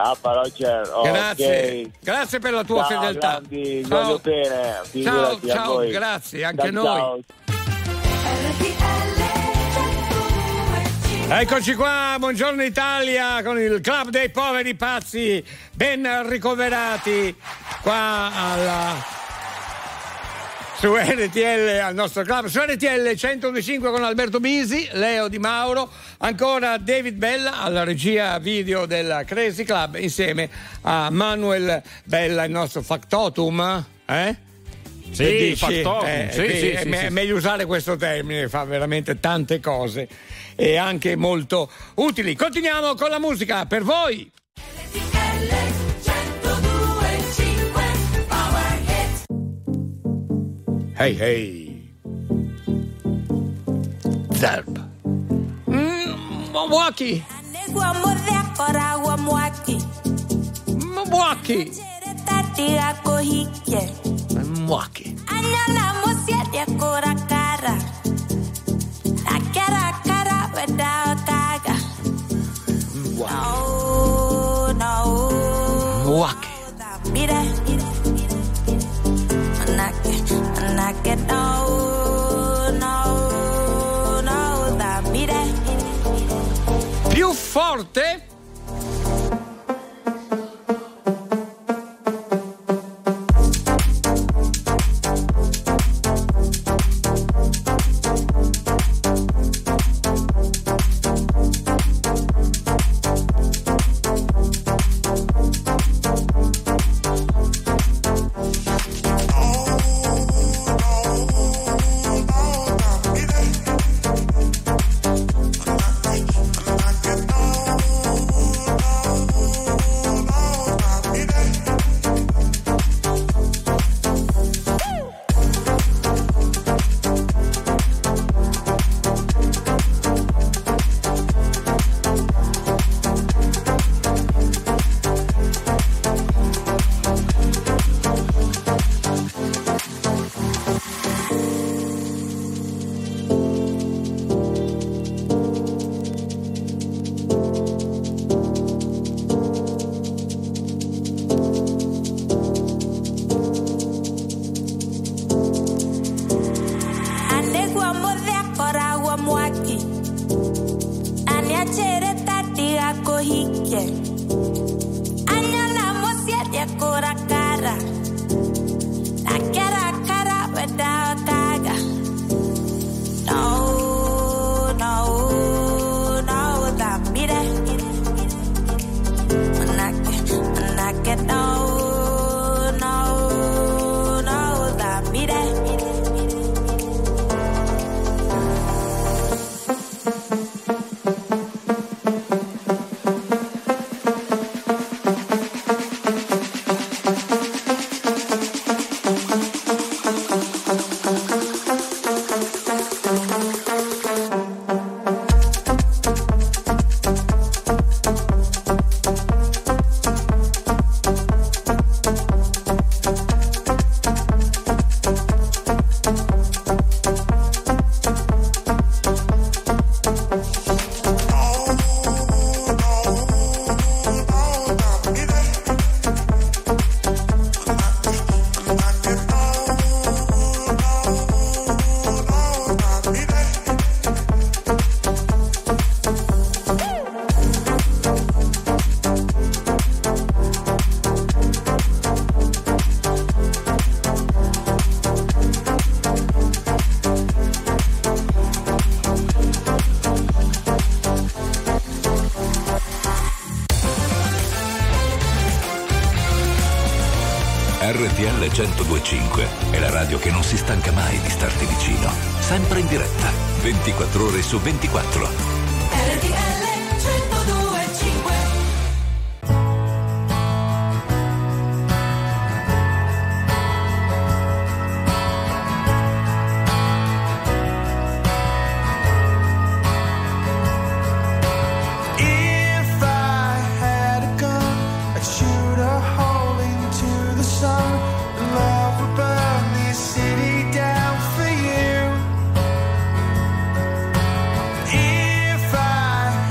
Grazie per la tua fedeltà. Voglio bene. Ciao, grazie, anche noi. Eccoci qua, buongiorno Italia con il Club dei Poveri Pazzi, ben ricoverati qua su RTL, al nostro club, su RTL 102.5 con Alberto Bisi, Leo Di Mauro, ancora David Bella alla regia video del Crazy Club insieme a Manuel Bella, il nostro factotum, Sì, factotum. È meglio usare questo termine, fa veramente tante cose e anche molto utili. Continuiamo con la musica per voi. Hey. Zerb. Mwaki. Più forte? RTL 102.5 è la radio che non si stanca mai di starti vicino. Sempre in diretta, 24 ore su 24. RTL 102.5. If I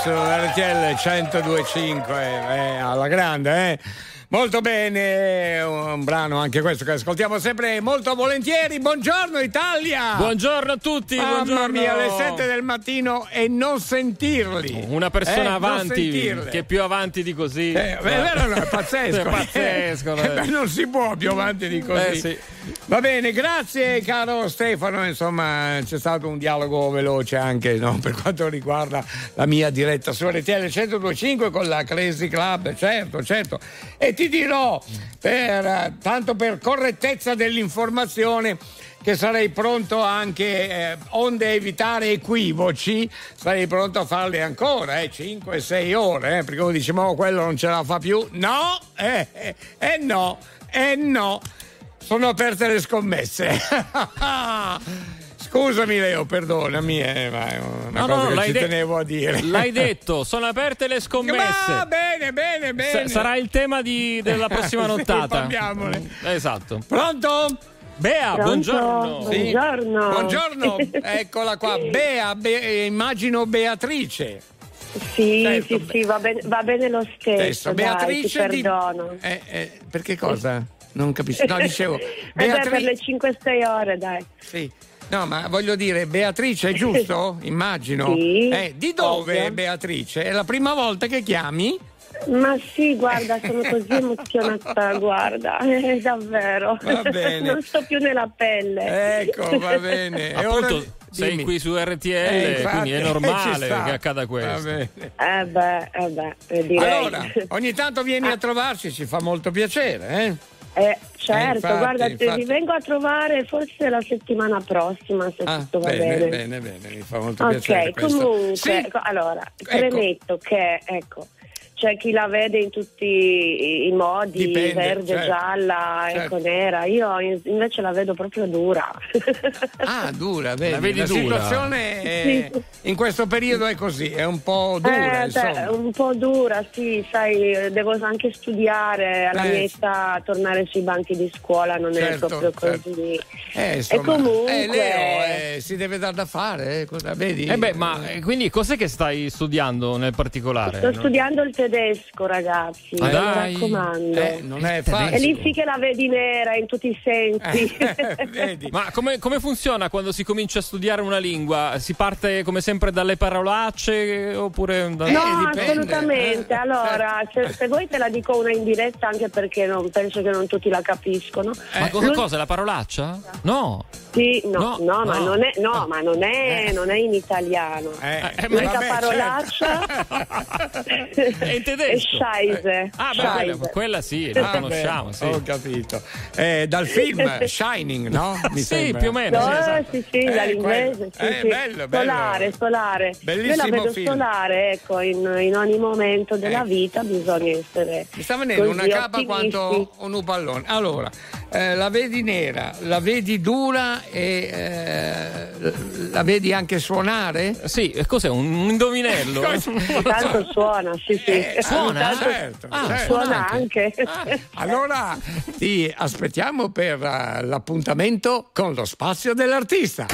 su RTL 102.5, alla grande, Molto bene, un brano anche questo che ascoltiamo sempre molto volentieri. Buongiorno Italia! Buongiorno a tutti! Mamma buongiorno. mia, alle 7 del mattino e non sentirli. Una persona avanti, che più avanti di così. È pazzesco. È pazzesco. Non si può più avanti di così. Sì. Va bene, grazie caro Stefano. Insomma, c'è stato un dialogo veloce anche, no, per quanto riguarda la mia diretta su RTL 102.5 con la Crazy Club, certo. E ti dirò, tanto per correttezza dell'informazione, che sarei pronto anche, onde evitare equivoci, sarei pronto a farle ancora, 5-6 ore, perché uno dice, ma quello non ce la fa più. No, no. Sono aperte le scommesse. Scusami Leo, perdonami, ma è una cosa che ci tenevo a dire. L'hai detto, sono aperte le scommesse. Bene. Sarà il tema della prossima nottata. Parliamone. Esatto. Pronto? Bea, buongiorno. Sì. Buongiorno. Eccola qua. Bea, immagino Beatrice. Sì, va bene lo stesso. Beatrice, ti perdono. Perché cosa? Non capisco. No, dicevo. Per le 5-6 ore, dai. Sì. No, ma voglio dire, Beatrice è giusto? Immagino. Sì. Di dove è Beatrice? È la prima volta che chiami? Ma sì, guarda, sono così emozionata, guarda, davvero. Va bene. Non sto più nella pelle. Ecco, va bene. Appunto, sei qui su RTL, quindi è normale che accada questo. Beh, direi. Allora, ogni tanto vieni a trovarci, ci fa molto piacere, Certo, infatti, guarda, ti vengo a trovare forse la settimana prossima, se tutto va bene. Bene, mi fa molto piacere. Ok, comunque, allora, premetto che, c'è chi la vede in tutti i modi, dipende, verde, gialla, nera. Io invece la vedo proprio dura. Dura, vedi? La vedi la dura. Situazione in questo periodo è così, è un po' dura, insomma. Un po' dura, sì, sai, devo anche studiare, alla mia età tornare sui banchi di scuola non è proprio così. E comunque Leo si deve dar da fare, cosa vedi? Ma quindi cos'è che stai studiando nel particolare? Sto studiando il tedesco, ragazzi, mi raccomando. Non è facile. E lì sì che la vedi nera in tutti i sensi. Vedi. Ma come funziona quando si comincia a studiare una lingua? Si parte come sempre dalle parolacce oppure No, assolutamente. Allora, se vuoi te la dico una in diretta, anche perché non penso che non tutti la capiscono. Ma cosa? La parolaccia? No. Sì, no, ma non è in italiano. L'unica parolaccia è in tedesco. È Scheisse. Quella sì, la conosciamo, sì. Ho capito. Dal film Shining, no? Mi sembra. Più o meno. Sì, dall'inglese. Bello. Solare. Bellissimo. Io la vedo film. Solare, in ogni momento della vita bisogna essere. Mi sta venendo una capa quanto un pallone. Allora, la vedi nera, la vedi dura e la vedi anche suonare? Sì, cos'è? Un indovinello? Tanto suona, sì. Suona? Certo. Suona anche. Allora ti aspettiamo per l'appuntamento con lo spazio dell'artista.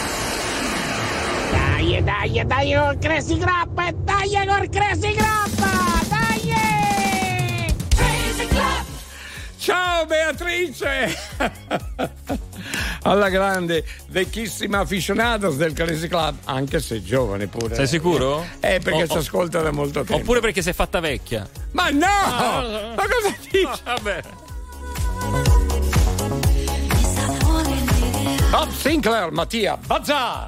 Dai col Crazy Club, dai col Crazy Club, dai! Crazy Club! Ciao Beatrice! Alla grande, vecchissima aficionados del Crazy Club, anche se giovane pure. Sei sicuro? Perché ci ascolta da molto tempo. Oppure perché si è fatta vecchia? Ma no! Ma cosa dici? Vabbè. Bob Sinclair, Mattia Bazzar.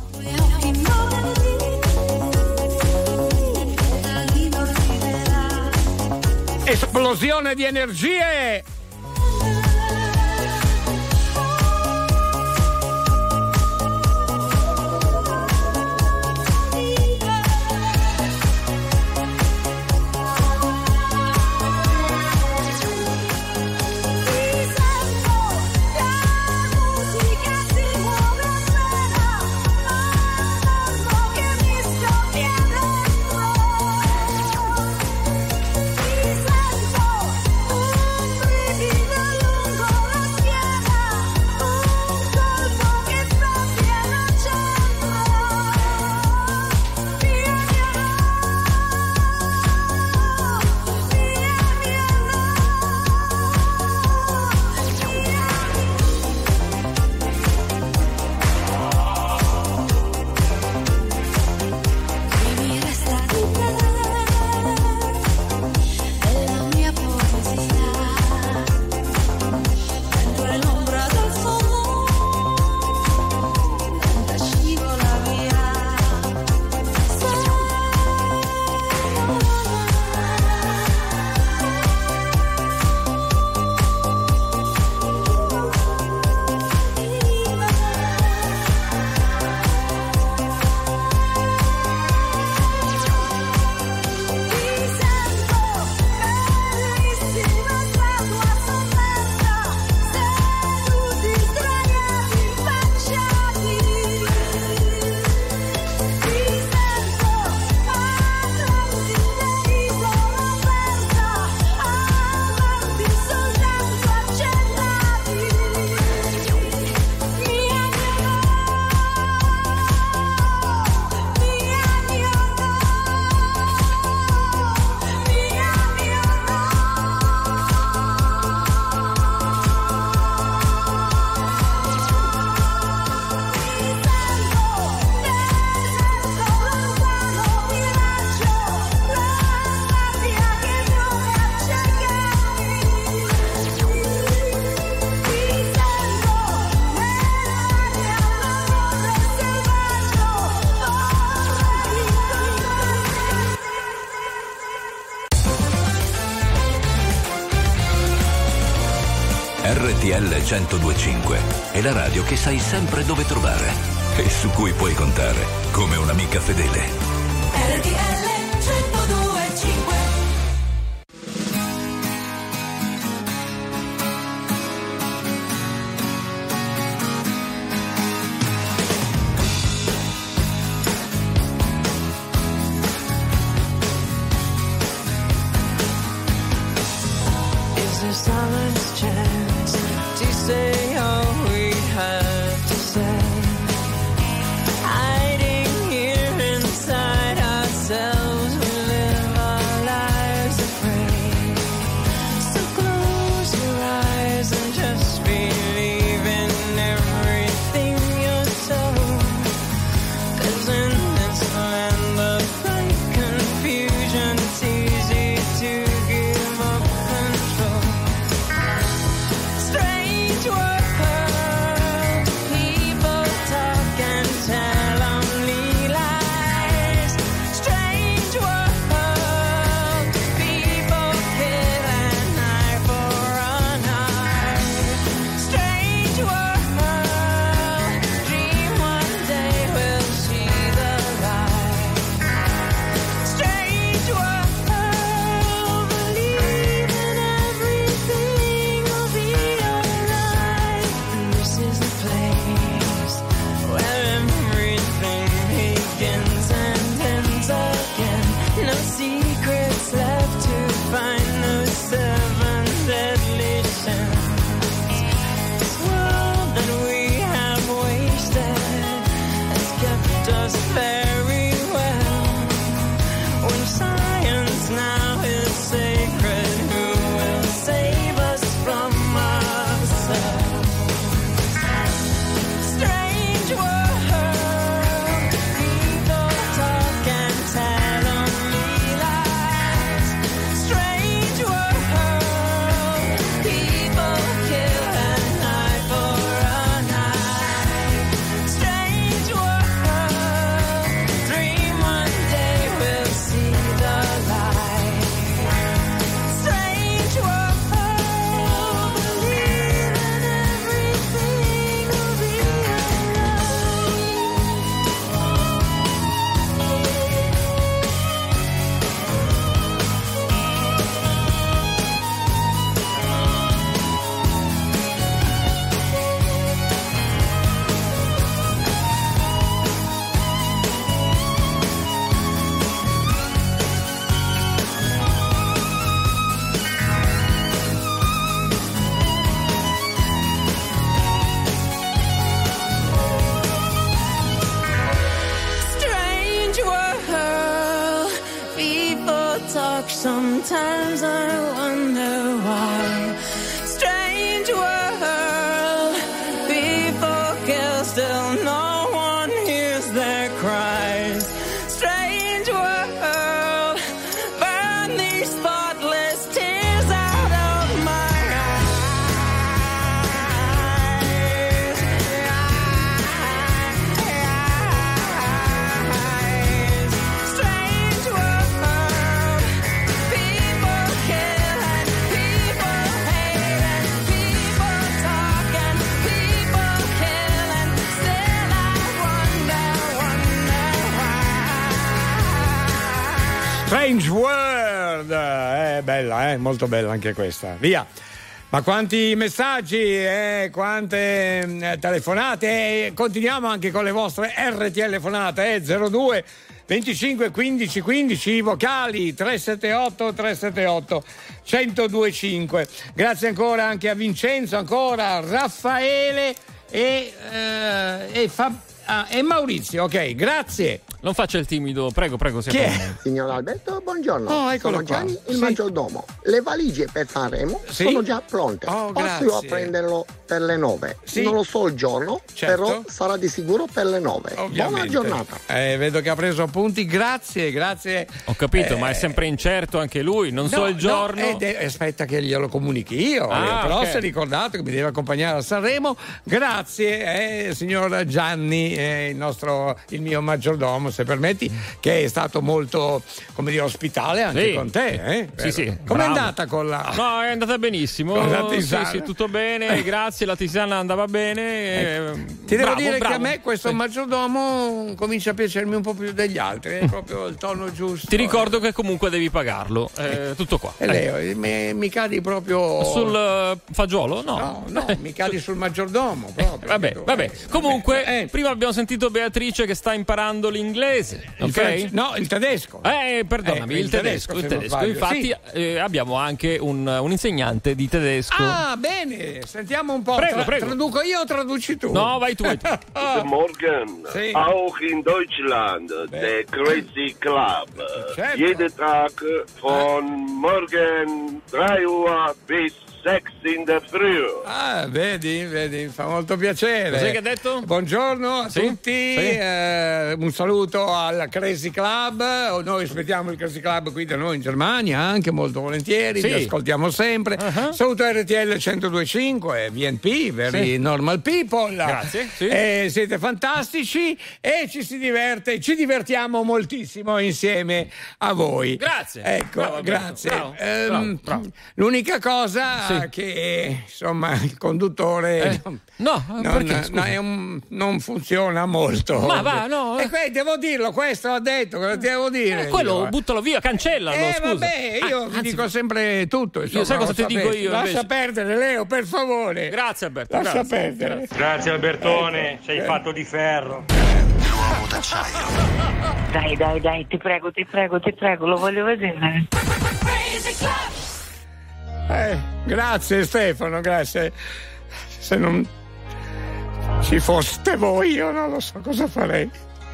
Esplosione di energie. RTL 102.5 è la radio che sai sempre dove trovare e su cui puoi contare come un'amica fedele. RTL 102.5. Is there silence chance to say all we have to say? Hiding here inside ourselves, we live our lives afraid. So close your eyes and just believe in everything you're told. 'Cause in this land of great confusion, it's easy to give up control. Strange world, people talk and tell only lies. Strange world, people kill an eye for an eye. Strange world, dream one day we'll see the light. Strange world, believe in everything will be alright. And this is the place where everything begins and ends again. No secrets left to find, no seven deadly sins. This world that we have wasted has kept us very well. When science now is sacred, who will save us from ourselves? Strange world, people talk and tell only lies. Strange world, people kill an eye for an eye. Strange world, dream one day we'll see the light. Strange world, believe in everything will be Strange world, people talk, sometimes I wonder why. Strange world, people kill, still no one hears their cries. Strange world, burn these spotless tears out of my eyes. Strange world, people kill and people hate and people talk and people kill and still I wonder why. Strange World, è bella, molto bella anche questa. Via. Ma quanti messaggi, quante telefonate, continuiamo anche con le vostre RTL telefonate, 02 25 15 15, vocali 378 378 1025. Grazie ancora anche a Vincenzo, ancora Raffaele e Maurizio, ok, grazie. Non faccia il timido, prego, sia Chi è? con me. Signor Alberto, buongiorno. Oh, eccolo sono Gianni, qua. il Sì. maggiordomo. Le valigie per Sanremo sono già pronte. Oh, Passo io a grazie. prenderlo per le 9. Sì. Non lo so il giorno, Certo. però sarà di sicuro per le 9. Buona Ovviamente. giornata. Vedo che ha preso appunti, grazie. Ho capito, ma è sempre incerto anche lui, non so il giorno. Aspetta che glielo comunichi io. Però ok. si è ricordato che mi deve accompagnare a Sanremo. Grazie, signor Gianni. Giovanni, il mio maggiordomo, se permetti, che è stato molto, come dire, ospitale anche con te. Sì. Com'è andata con la... No, è andata benissimo. Con la tisana? Sì, tutto bene, grazie, la tisana andava bene. Ti devo dire che a me questo maggiordomo comincia a piacermi un po' più degli altri, è proprio il tono giusto. Ti ricordo che comunque devi pagarlo, tutto qua. E Leo, mi cadi proprio... Sul fagiolo? No, mi cadi sul maggiordomo proprio. Vabbè. Comunque, prima abbiamo sentito Beatrice che sta imparando l'inglese, ok? No, il tedesco. Perdonami, il tedesco. Infatti abbiamo anche un insegnante di tedesco. Ah, bene, sentiamo un po'. Prego. Traduco io o traduci tu? No, vai tu. Guten Morgen. Sì. Auch in Deutschland, der Crazy Club. Certo. Jeden Tag von morgen 3 Uhr bis 6 in der Früh. Ah, vedi, fa molto piacere. Cos'è che ha detto? Buongiorno a tutti, un saluto al Crazy Club. Noi aspettiamo il Crazy Club qui da noi in Germania, anche molto volentieri, vi ascoltiamo sempre. Saluto RTL 102.5, VNP, Very Normal People. Grazie. Siete fantastici e ci divertiamo moltissimo insieme a voi. Grazie. Ecco, bravo, grazie. Bravo. L'unica cosa che insomma il conduttore non funziona molto. Ma va, no. E devo dirlo, questo ha detto, cosa ti devo dire? Quello buttalo via, cancellalo, scusa. Vabbè, io vi dico sempre tutto. Insomma, io sai cosa ti dico io? Lascia perdere, Leo, per favore. Grazie, Alberto. Lascia perdere. Grazie, Albertone, sei fatto di ferro. L'uomo d'acciaio. Dai, ti prego, lo voglio vedere. Grazie Stefano, grazie. Se non ci foste voi io non lo so cosa farei.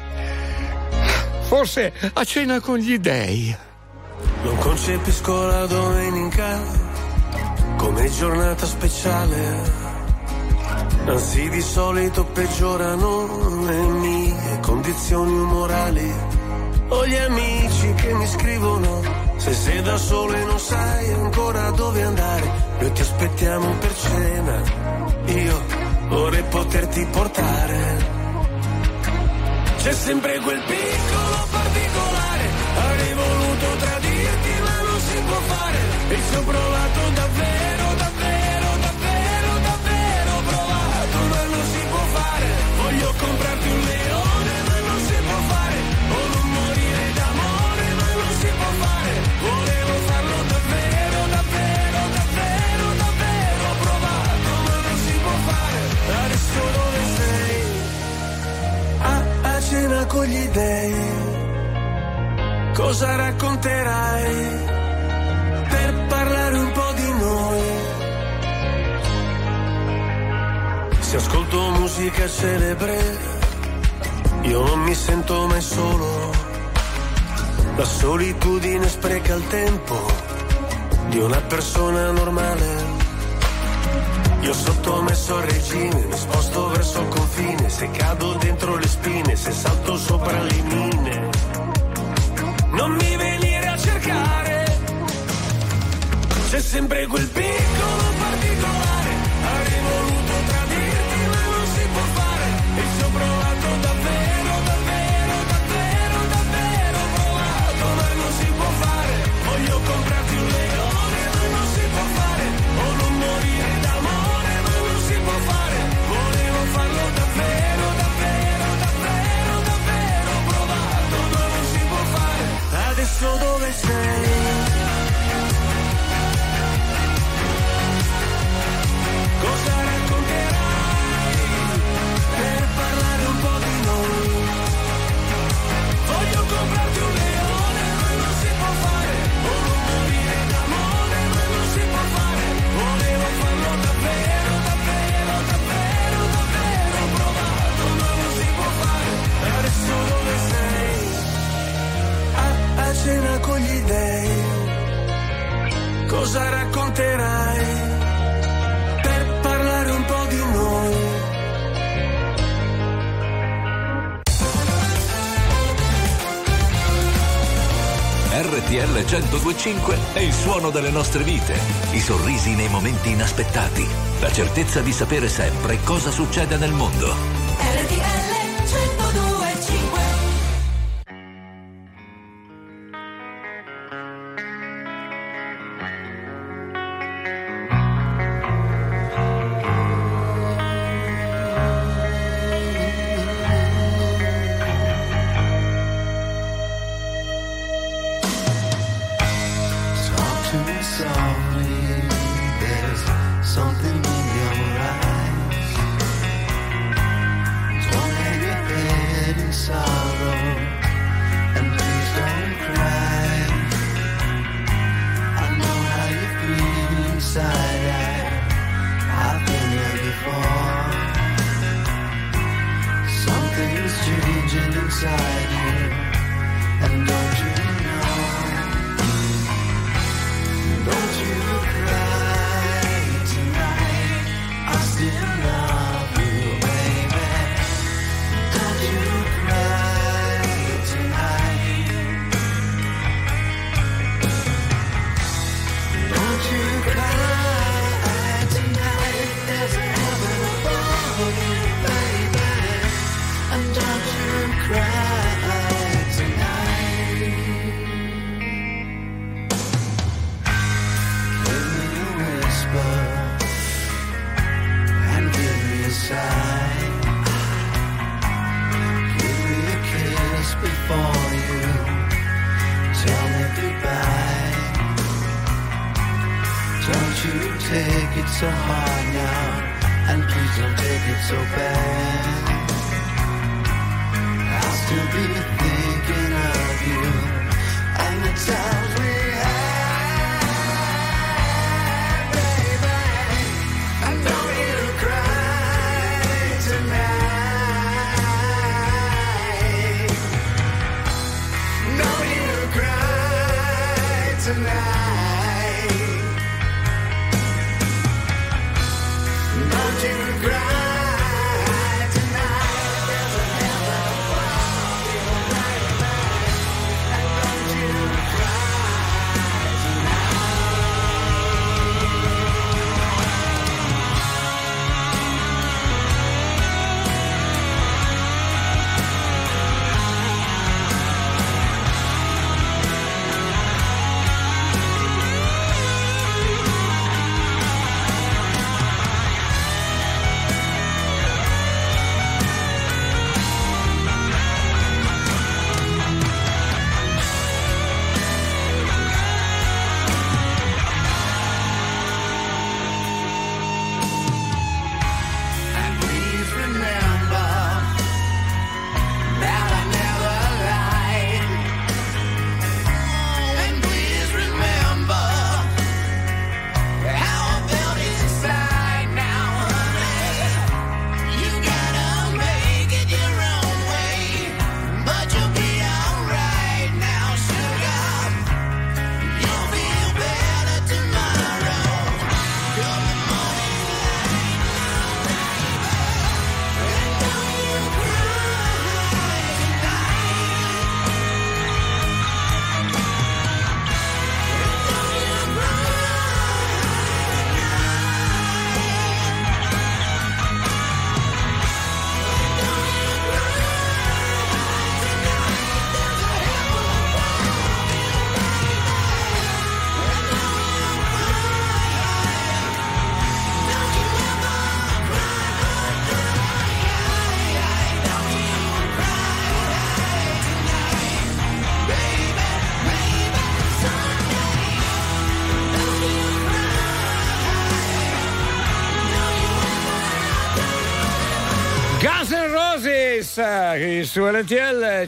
Forse a cena con gli dèi. Non concepisco la domenica come giornata speciale, anzi di solito peggiorano le mie condizioni umorali. Ho gli amici che mi scrivono: se sei da solo e non sai ancora dove andare, noi ti aspettiamo per cena, io vorrei poterti portare. C'è sempre quel piccolo particolare, avrei voluto tradirti ma non si può fare, e ci ho provato davvero provato, ma non si può fare. Voglio comprarti un leone ma non si può fare, o non morire d'amore ma non si può fare. Volevo farlo davvero provato, ma non si può fare. Adesso dove sei? A cena con gli dèi, cosa racconterai per parlare un po' di noi? Se ascolto musica celebre, io non mi sento mai solo. La solitudine spreca il tempo di una persona normale. Io sottomesso al regime, mi sposto verso il confine, se cado dentro le spine, se salto sopra le mine. Non mi venire a cercare, c'è sempre quel piccolo particolare, avrei voluto tradirti ma non si può fare, e ci ho provato davvero provato, ma non si può fare. Voglio comprarti un leone ma non si può fare, o non morire d'amore ma non si può fare. Volevo farlo davvero provato, ma non si può fare. Adesso dove sei? Cosa racconterai per parlare un po' di noi? Voglio comprarti un leone ma non si può fare, o non morire d'amore ma non si può fare. Volevo farlo davvero provato, ma non si può fare. Adesso dove sei? A cena con gli dèi, cosa racconterai per parlare un po' di noi? RTL 102.5 è il suono delle nostre vite, i sorrisi nei momenti inaspettati, la certezza di sapere sempre cosa succede nel mondo. RTL for you. Tell me goodbye. Don't you take it so hard now, and please don't take it so bad. I'll still be thinking of you and the times we had, baby. And don't you cry tonight. Don't you cry tonight. Don't you cry. Su RTL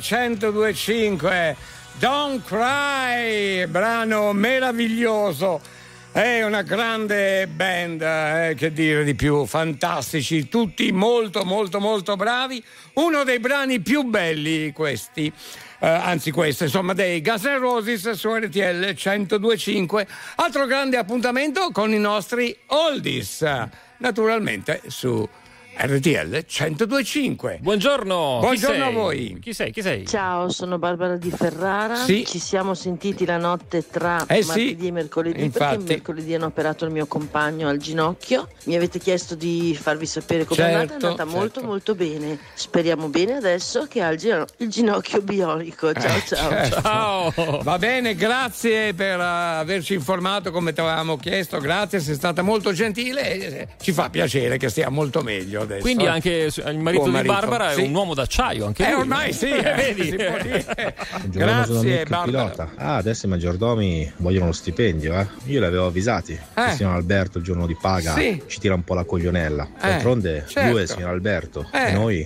102.5 Don't Cry, brano meraviglioso. È una grande band, che dire di più, fantastici, tutti molto molto molto bravi. Uno dei brani più belli questi, questo insomma, dei Guns N' Roses su RTL 102.5. Altro grande appuntamento con i nostri oldies, naturalmente su RTL 102.5. Buongiorno. Buongiorno a voi. Chi sei? Ciao, sono Barbara di Ferrara. Sì. Ci siamo sentiti la notte tra martedì e mercoledì, infatti. perché mercoledì hanno operato il mio compagno al ginocchio. Mi avete chiesto di farvi sapere come è andata molto molto bene. Speriamo bene adesso che ha il ginocchio bionico. Ciao. Ciao. Va bene, grazie per averci informato come ti avevamo chiesto. Grazie, sei stata molto gentile. Ci fa piacere che stia molto meglio adesso. Quindi anche il marito di Barbara è un uomo d'acciaio, anche lui. Ormai sì, vedi? Si può dire. Grazie, Barbara. Adesso i maggiordomi vogliono lo stipendio, Io li avevo avvisati. Il signor Alberto il giorno di paga ci tira un po' la coglionella. D'altronde lui è il signor Alberto e noi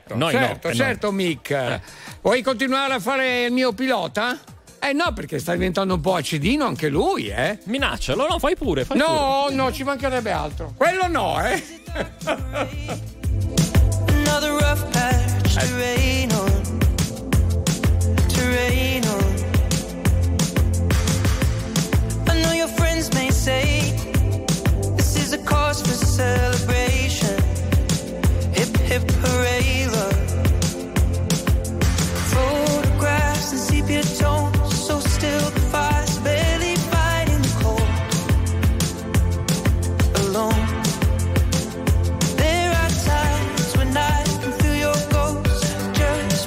certo, Mick. Vuoi continuare a fare il mio pilota? No, perché sta diventando un po' acidino anche lui, Minaccialo, no, fai pure. No, ci mancherebbe altro. Quello no, Another rough patch to rain on. I know your friends may say this is a cause for celebration. Hip hip hooray, love. Photographs and sepia tones, so still the fire's barely fighting the cold. Alone. There are times when I can feel your ghost just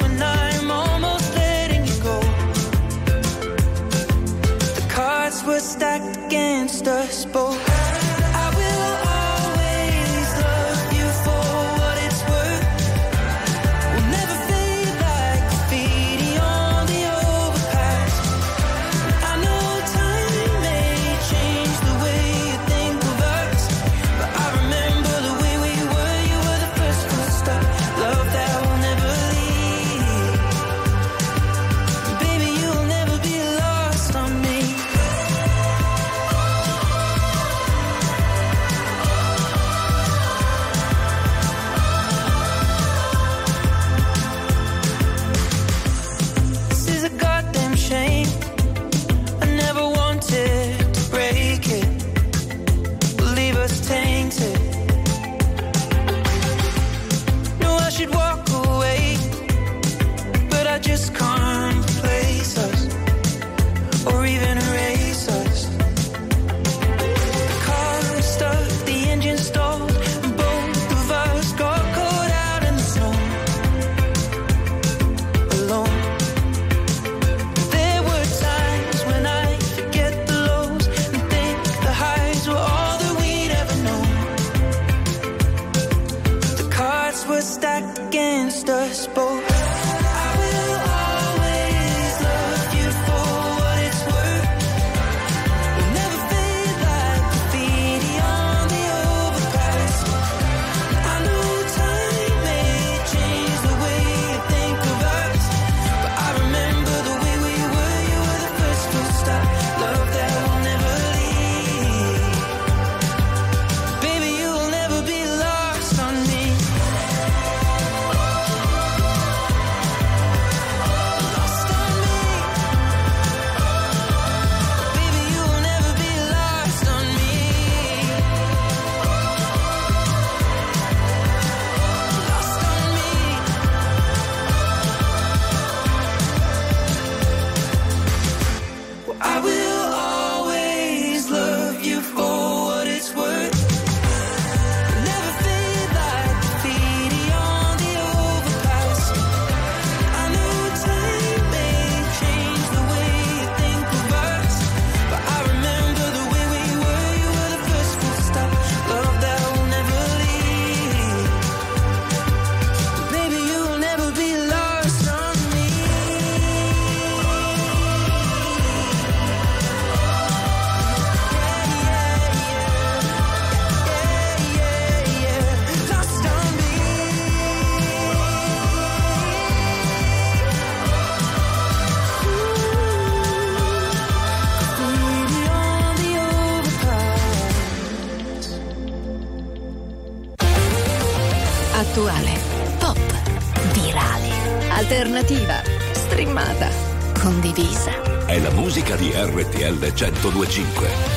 streamata, condivisa. È la musica di RTL 102.5.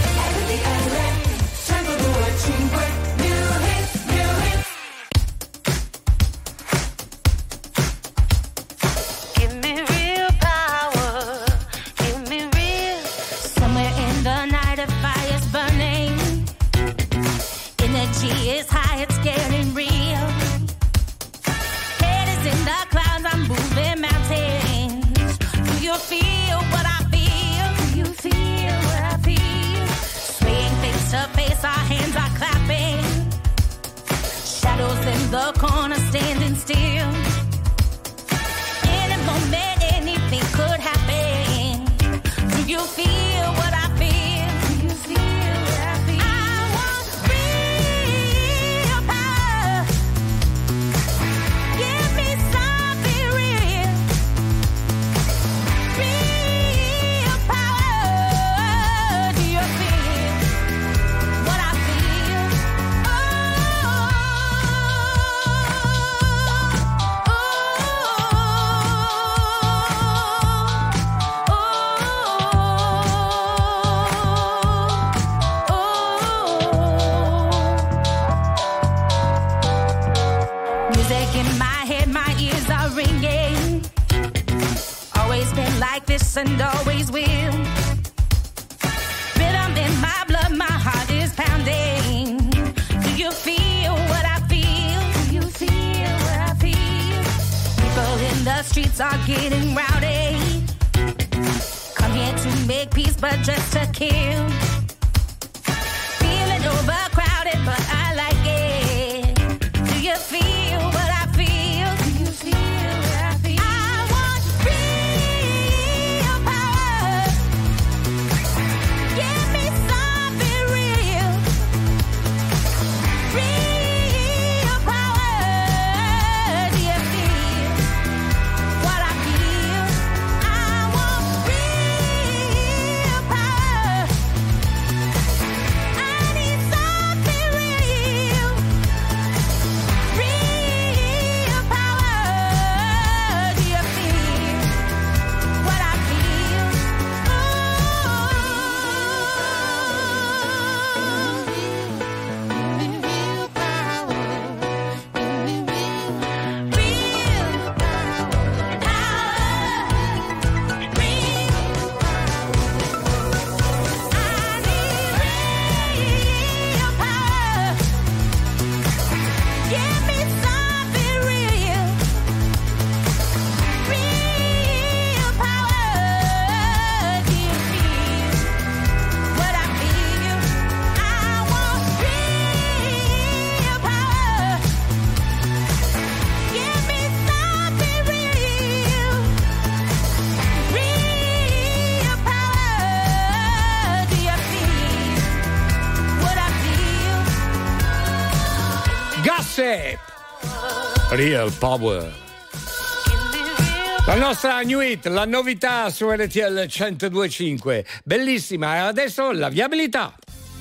The corner standing still. Any moment, anything could happen. Do you feel what I feel? Do you feel what I feel? I want real power. Give me something real. Real power. Do you feel what I feel? And always will. Rhythm in my blood, my heart is pounding. Do you feel what I feel? Do you feel what I feel? People in the streets are getting rowdy. Come here to make peace, but just to kill. Feeling overcrowded, but I like it. Do you feel what I feel? Do you feel what I feel? I want give me something real. Real power. Do you feel what I feel? I want real power. I need something real. Real power. Do you feel what I feel? Real Power. La nostra new hit, la novità su RTL 102.5. Bellissima. E adesso la viabilità.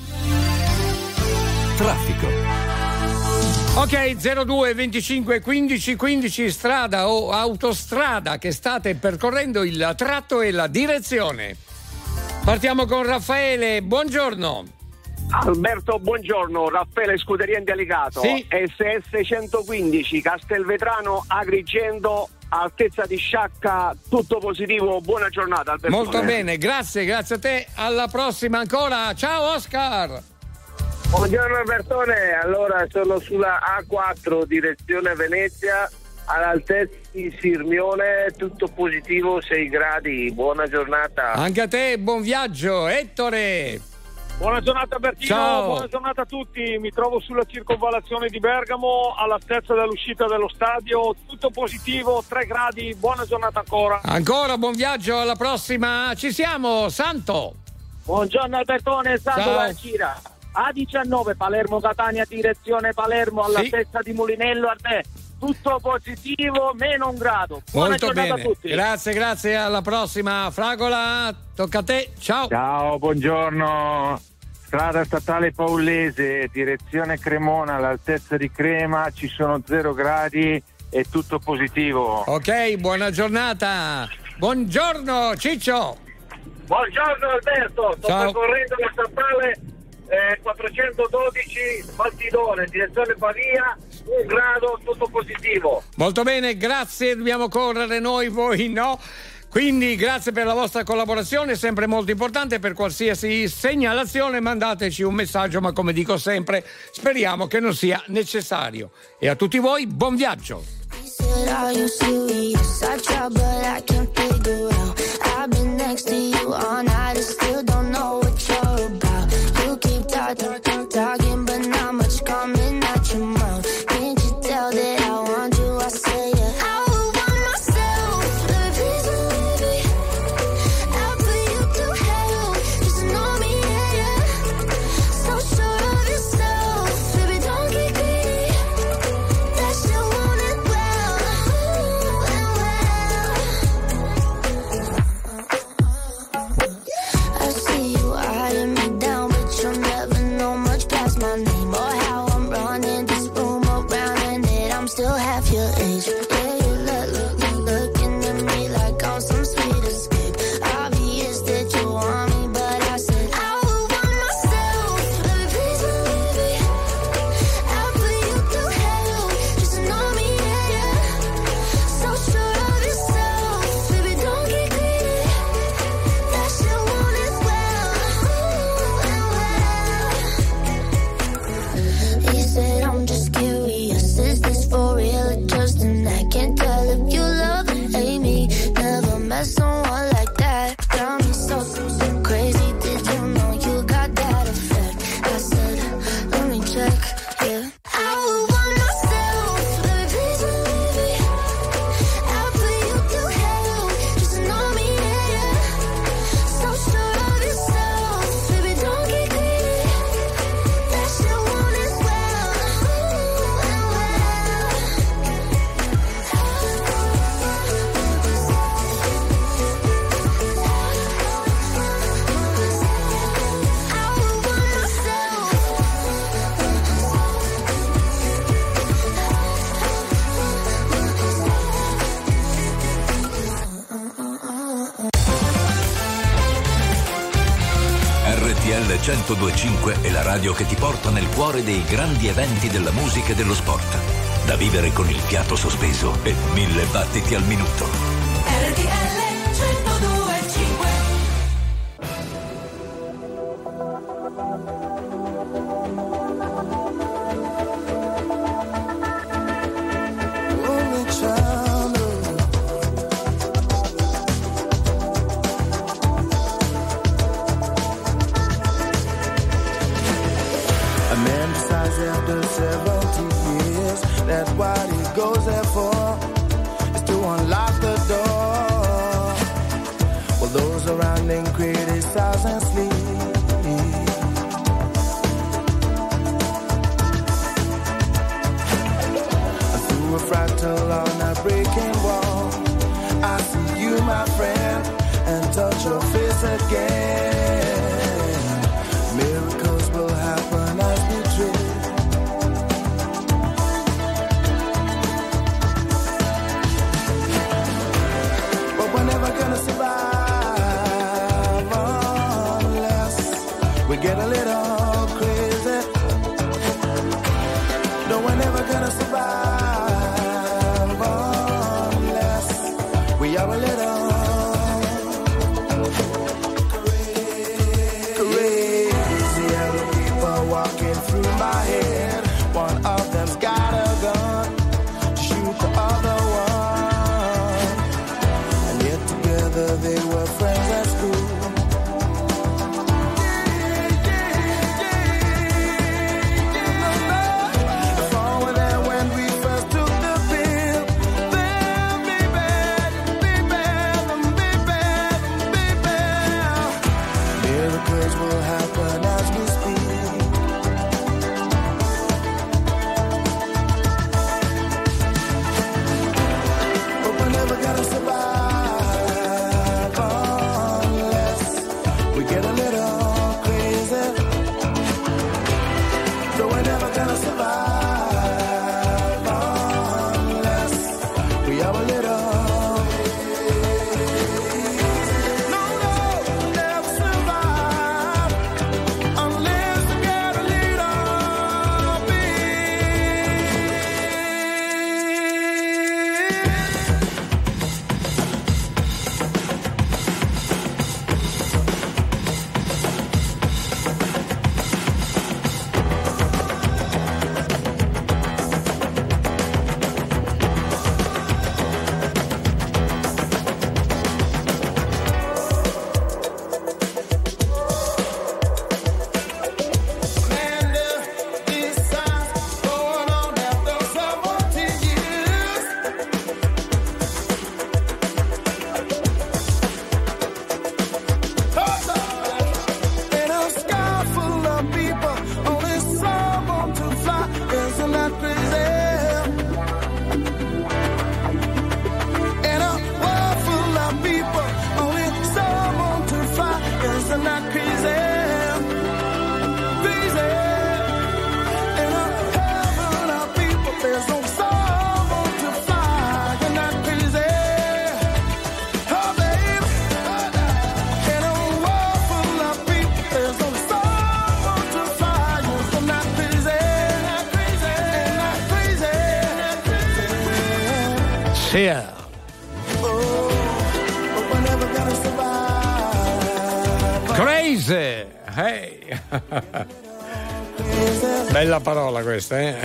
Traffico. Ok, 02 25 15 15, strada o autostrada che state percorrendo, il tratto e la direzione. Partiamo con Raffaele, buongiorno. Alberto, buongiorno. Raffaele, Scuderia Indelicato. Sì. SS 115 Castelvetrano Agrigento, altezza di Sciacca, tutto positivo. Buona giornata, Alberto. Molto bene, grazie a te. Alla prossima ancora. Ciao Oscar. Buongiorno Albertone, allora sono sulla A4 direzione Venezia, all'altezza di Sirmione, tutto positivo, 6 gradi, buona giornata. Anche a te, buon viaggio. Ettore. Buona giornata Bertino, ciao. Buona giornata a tutti, mi trovo sulla circonvallazione di Bergamo, all'altezza dell'uscita dello stadio, tutto positivo, 3 gradi, buona giornata ancora. Ancora, buon viaggio, alla prossima, ci siamo, Santo. Buongiorno Albertone, Santo Lancira. A19 Palermo Catania direzione Palermo, all'altezza di Mulinello a te. Tutto positivo, meno 1 grado. Buona molto giornata bene. a tutti. Grazie, alla prossima. Fragola, tocca a te. Ciao. Ciao, buongiorno. Strada statale Paullese, direzione Cremona, all'altezza di Crema, ci sono 0 gradi e tutto positivo. Ok, buona giornata. Buongiorno Ciccio. Buongiorno Alberto, sto Ciao. percorrendo la statale 412 Valtidone, direzione Pavia, 1 grado, tutto positivo. Molto bene, grazie, dobbiamo correre noi, voi no. Quindi grazie per la vostra collaborazione, sempre molto importante. Per qualsiasi segnalazione mandateci un messaggio, ma come dico sempre, speriamo che non sia necessario. E a tutti voi, buon viaggio! Talking, but not much coming out your mouth. Can't you tell that I want you? I say it. I would want myself. Let me please believe me. I'll put you through hell. Just know me, yeah. So sure of yourself. Baby, don't get greedy. That you want it well. I see you eyeing me down, but you'll never know much past my name or how I'm running this room around, and that I'm still half your age. Yeah, you looking at me like I'm some sweet escape. Obvious that you want me, but I said I would want myself. Let me please believe me. I'll put you through hell. Just know me, yeah. So sure of yourself. Baby, don't get greedy. That you want it well. He said, I'm just curious, is this for real or just an act? Can't tell if you love or hate me. Never met someone like that. Got me so crazy, did you know you got that effect? I said, let me check, yeah. I would want myself, let me please believe me. I'll put you through hell, just know me, yeah. So sure of yourself, baby, don't get greedy. That you want it well. I would want myself. RTL 102.5 è la radio che ti porta nel cuore dei grandi eventi della musica e dello sport. Da vivere con il fiato sospeso e 1000 battiti al minuto. RTL 102.5. A man decides after 70 years that what he goes there for is to unlock the door. Well, those around him criticize and sleep. Through a fractal on a breaking wall, I see you, my friend, and touch your face again. Miracles will happen as we dream. But we're never gonna survive unless we get a little crazy. No, we're never gonna survive unless we are a little crazy. Yellow people walking through my head. One of them's got a gun to shoot the other one. And yet together they were friends at school. If all were there when we first took the pill, then baby, miracles will happen as we speak. But we're never gonna survive Sia. Crazy. Hey. Bella parola questa, eh?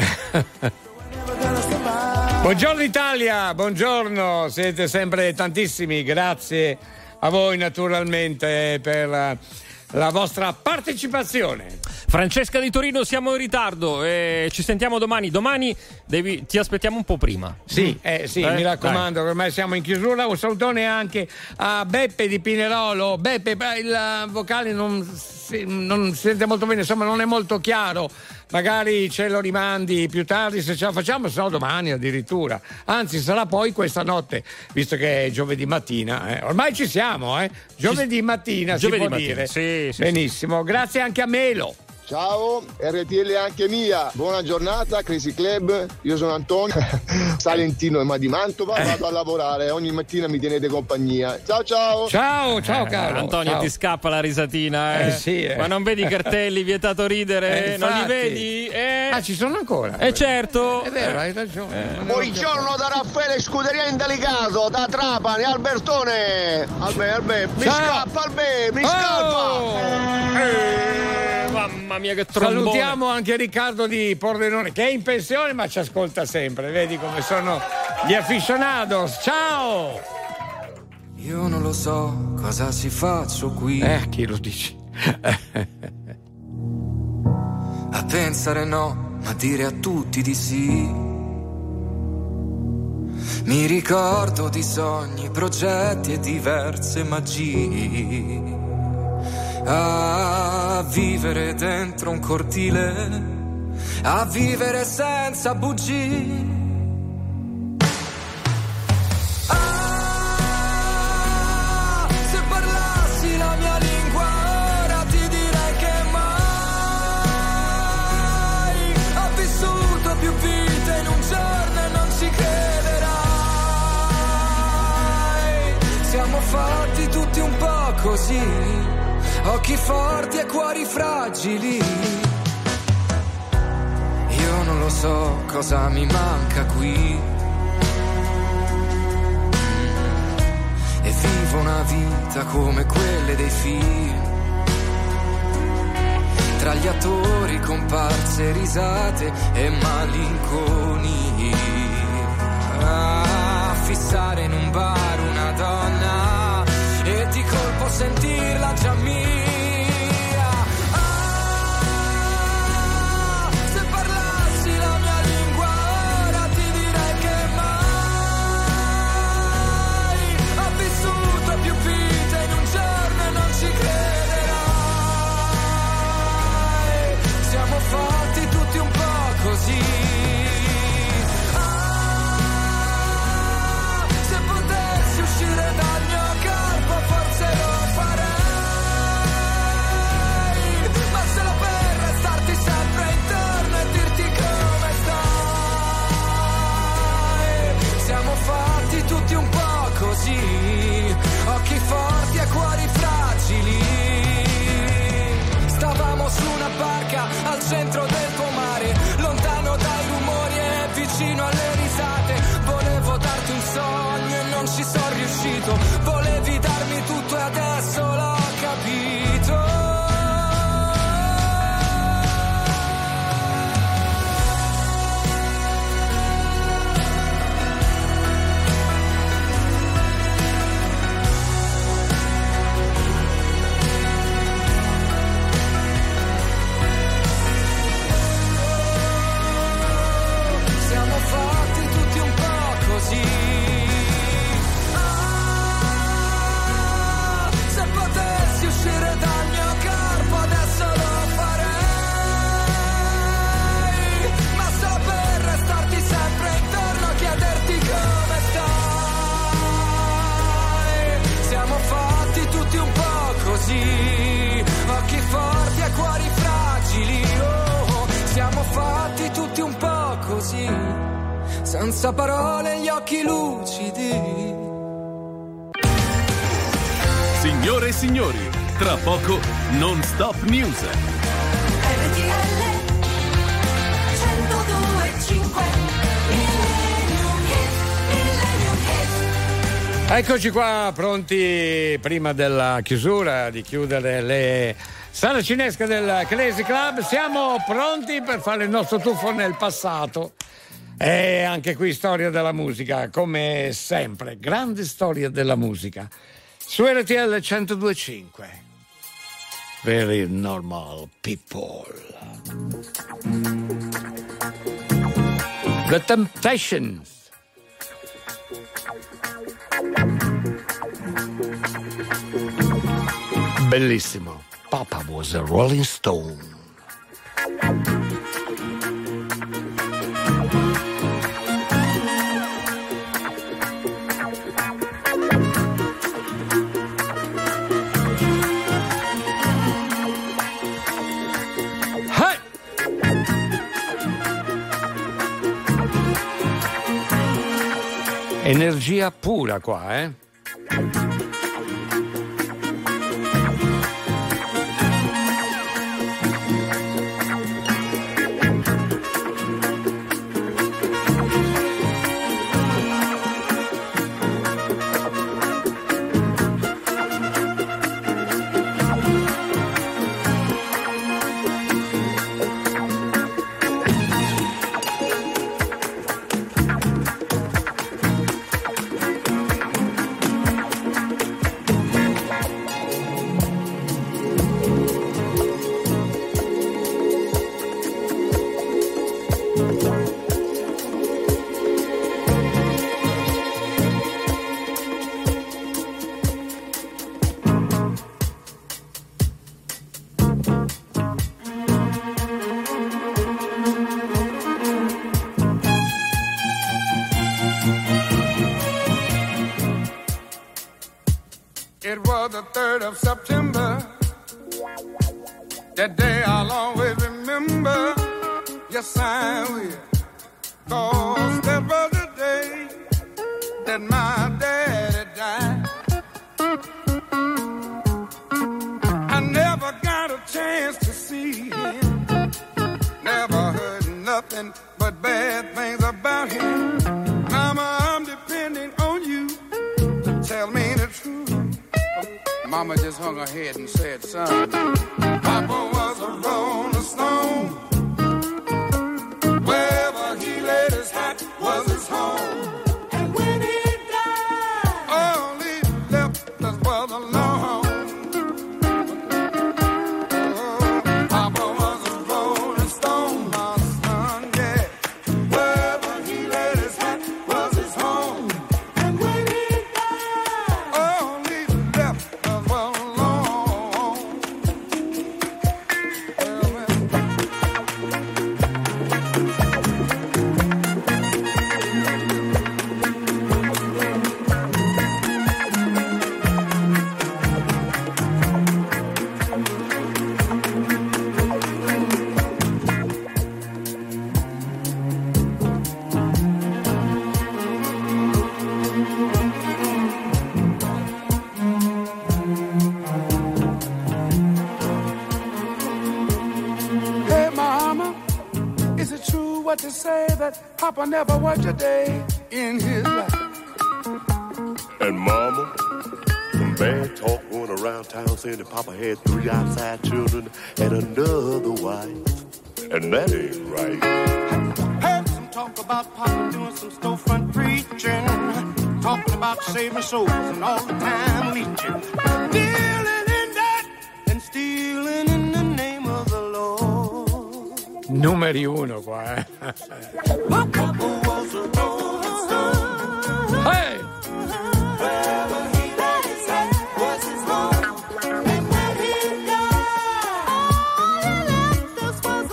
Buongiorno Italia, buongiorno, siete sempre tantissimi, grazie a voi naturalmente per la vostra partecipazione. Francesca di Torino, siamo in ritardo, ci sentiamo domani. Domani ti aspettiamo un po' prima. Sì, mi raccomando, ormai siamo in chiusura. Un salutone anche a Beppe di Pinerolo. Beppe, il vocale non si sente molto bene, insomma non è molto chiaro. Magari ce lo rimandi più tardi se ce la facciamo, se no domani addirittura. Anzi, sarà poi questa notte, visto che è giovedì mattina. Ormai ci siamo, Giovedì mattina si può dire. Sì, benissimo, grazie anche a Melo. Ciao, RTL anche mia, buona giornata, Crazy Club, io sono Antonio, salentino ma di Mantova, vado a lavorare, ogni mattina mi tenete compagnia. Ciao caro. Antonio, ciao. Ti scappa la risatina, Sì. Ma non vedi i cartelli, vietato ridere, non li vedi? Ci sono ancora? Certo. È vero, hai ragione. Buongiorno da Raffaele Scuderia Indelicato, da Trapani, Albertone. Albè, mi scappa, mi scappa. Mamma mia, che trombone. Salutiamo anche Riccardo di Pordenone che è in pensione ma ci ascolta sempre, vedi come sono gli aficionados. Ciao. Io non lo so cosa si faccio qui. Chi lo dici? A pensare no, ma dire a tutti di sì. Mi ricordo di sogni, progetti e diverse magie. A vivere dentro un cortile, a vivere senza bugie. Se parlassi la mia lingua ora ti direi che mai ho vissuto più vite in un giorno e non ci crederai. Siamo fatti tutti un po' così, occhi forti e cuori fragili. Io non lo so cosa mi manca qui. E vivo una vita come quelle dei film, tra gli attori, comparse, risate e malinconia. Fissare in un bar una donna e di colpo sentirla già mia. Se parlassi la mia lingua ora ti direi che mai ho vissuto più vite in un giorno e non ci crederai. Siamo fatti tutti un po' così. Se potessi uscire dal mio corpo forse lo farei, ma solo per restarti sempre intorno e dirti come stai. Siamo fatti tutti un po' così, occhi forti e cuori fragili. Stavamo su una barca al centro del pomare, lontano dai rumori e vicino alle risate. Volevo darti un sogno e non ci sono riuscito. Volevi darmi tutto e adesso l'ho capito. Siamo fatti tutti un po' così. Se potessi uscire dal mio corpo adesso lo farei, ma solo per restarti sempre intorno a chiederti come stai. Siamo fatti tutti un po' così, occhi forti e cuori fragili. Oh, siamo fatti tutti un po' così, senza parole e gli occhi lucidi. Signore e signori, tra poco Non Stop News. Eccoci qua, pronti prima della chiusura, di chiudere le sala cinesca del Crazy Club. Siamo pronti per fare il nostro tuffo nel passato. E anche qui storia della musica, come sempre, grande storia della musica. Su RTL 102.5. Very normal people. The Temptations. Bellissimo. Papa was a Rolling Stone. Hey! Energia pura qua, eh? It was the 3rd of September. That day I'll always remember. Yes, I will. 'Cause that was the day that my daddy died. I never got a chance to see him. Never heard nothing but bad things about him. Mama, I'm depending on you to tell me the truth. Mama just hung her head and said, son, Papa was a Rolling Stone. Wherever he laid his hat was his home. And when he died, all he left us was alone. Oh, Papa was a Rolling Stone, my son, yeah. Wherever he laid his hat was his home. And when he died, all he left us was alone. Hey, Mama, is it true what they say that Papa never worked a day in his life? And Mama, some bad talk going around town saying that Papa had 3 outside children and another wife. And that ain't right. Heard some talk about Papa doing some storefront preaching, talking about saving souls and all the time leeching, dealing in that and stealing in the name of the Lord. Numeri uno qua, eh. Papa was a Rolling Stone. Hey! Wherever he laid his hat was his home. And when he died, all he left us was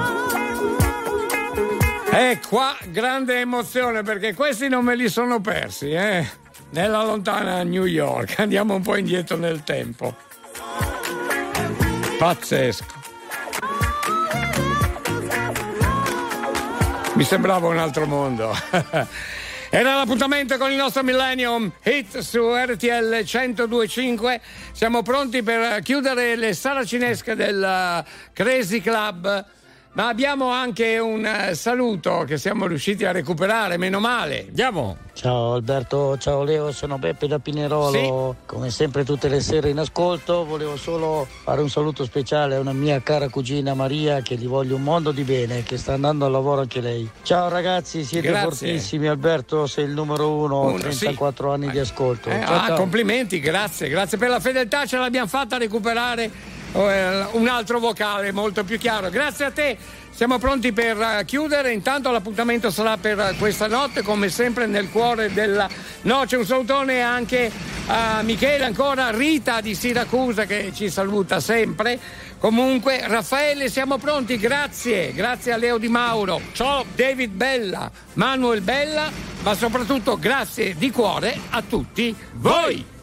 alone. E qua grande emozione perché questi non me li sono persi, eh? Nella lontana New York. Andiamo un po' indietro nel tempo. Pazzesco. Mi sembrava un altro mondo. Era l'appuntamento con il nostro Millennium Hit su RTL 102.5. Siamo pronti per chiudere le saracinesche del Crazy Club. ma abbiamo anche un saluto che siamo riusciti a recuperare, meno male. Andiamo. Ciao Alberto, ciao Leo, sono Beppe da Pinerolo, come sempre tutte le sere in ascolto. Volevo solo fare un saluto speciale a una mia cara cugina Maria, che gli voglio un mondo di bene, che sta andando al lavoro anche lei. Ciao ragazzi, siete fortissimi. Alberto, sei il numero uno, 34 anni di ascolto. Ciao. Complimenti, grazie per la fedeltà, ce l'abbiamo fatta recuperare un altro vocale molto più chiaro. Grazie a te. Siamo pronti per chiudere, intanto l'appuntamento sarà per questa notte come sempre nel cuore della noce. Un salutone anche a Michele, ancora Rita di Siracusa che ci saluta sempre. Comunque Raffaele, siamo pronti, grazie a Leo Di Mauro, ciao David Bella, Manuel Bella, ma soprattutto grazie di cuore a tutti voi.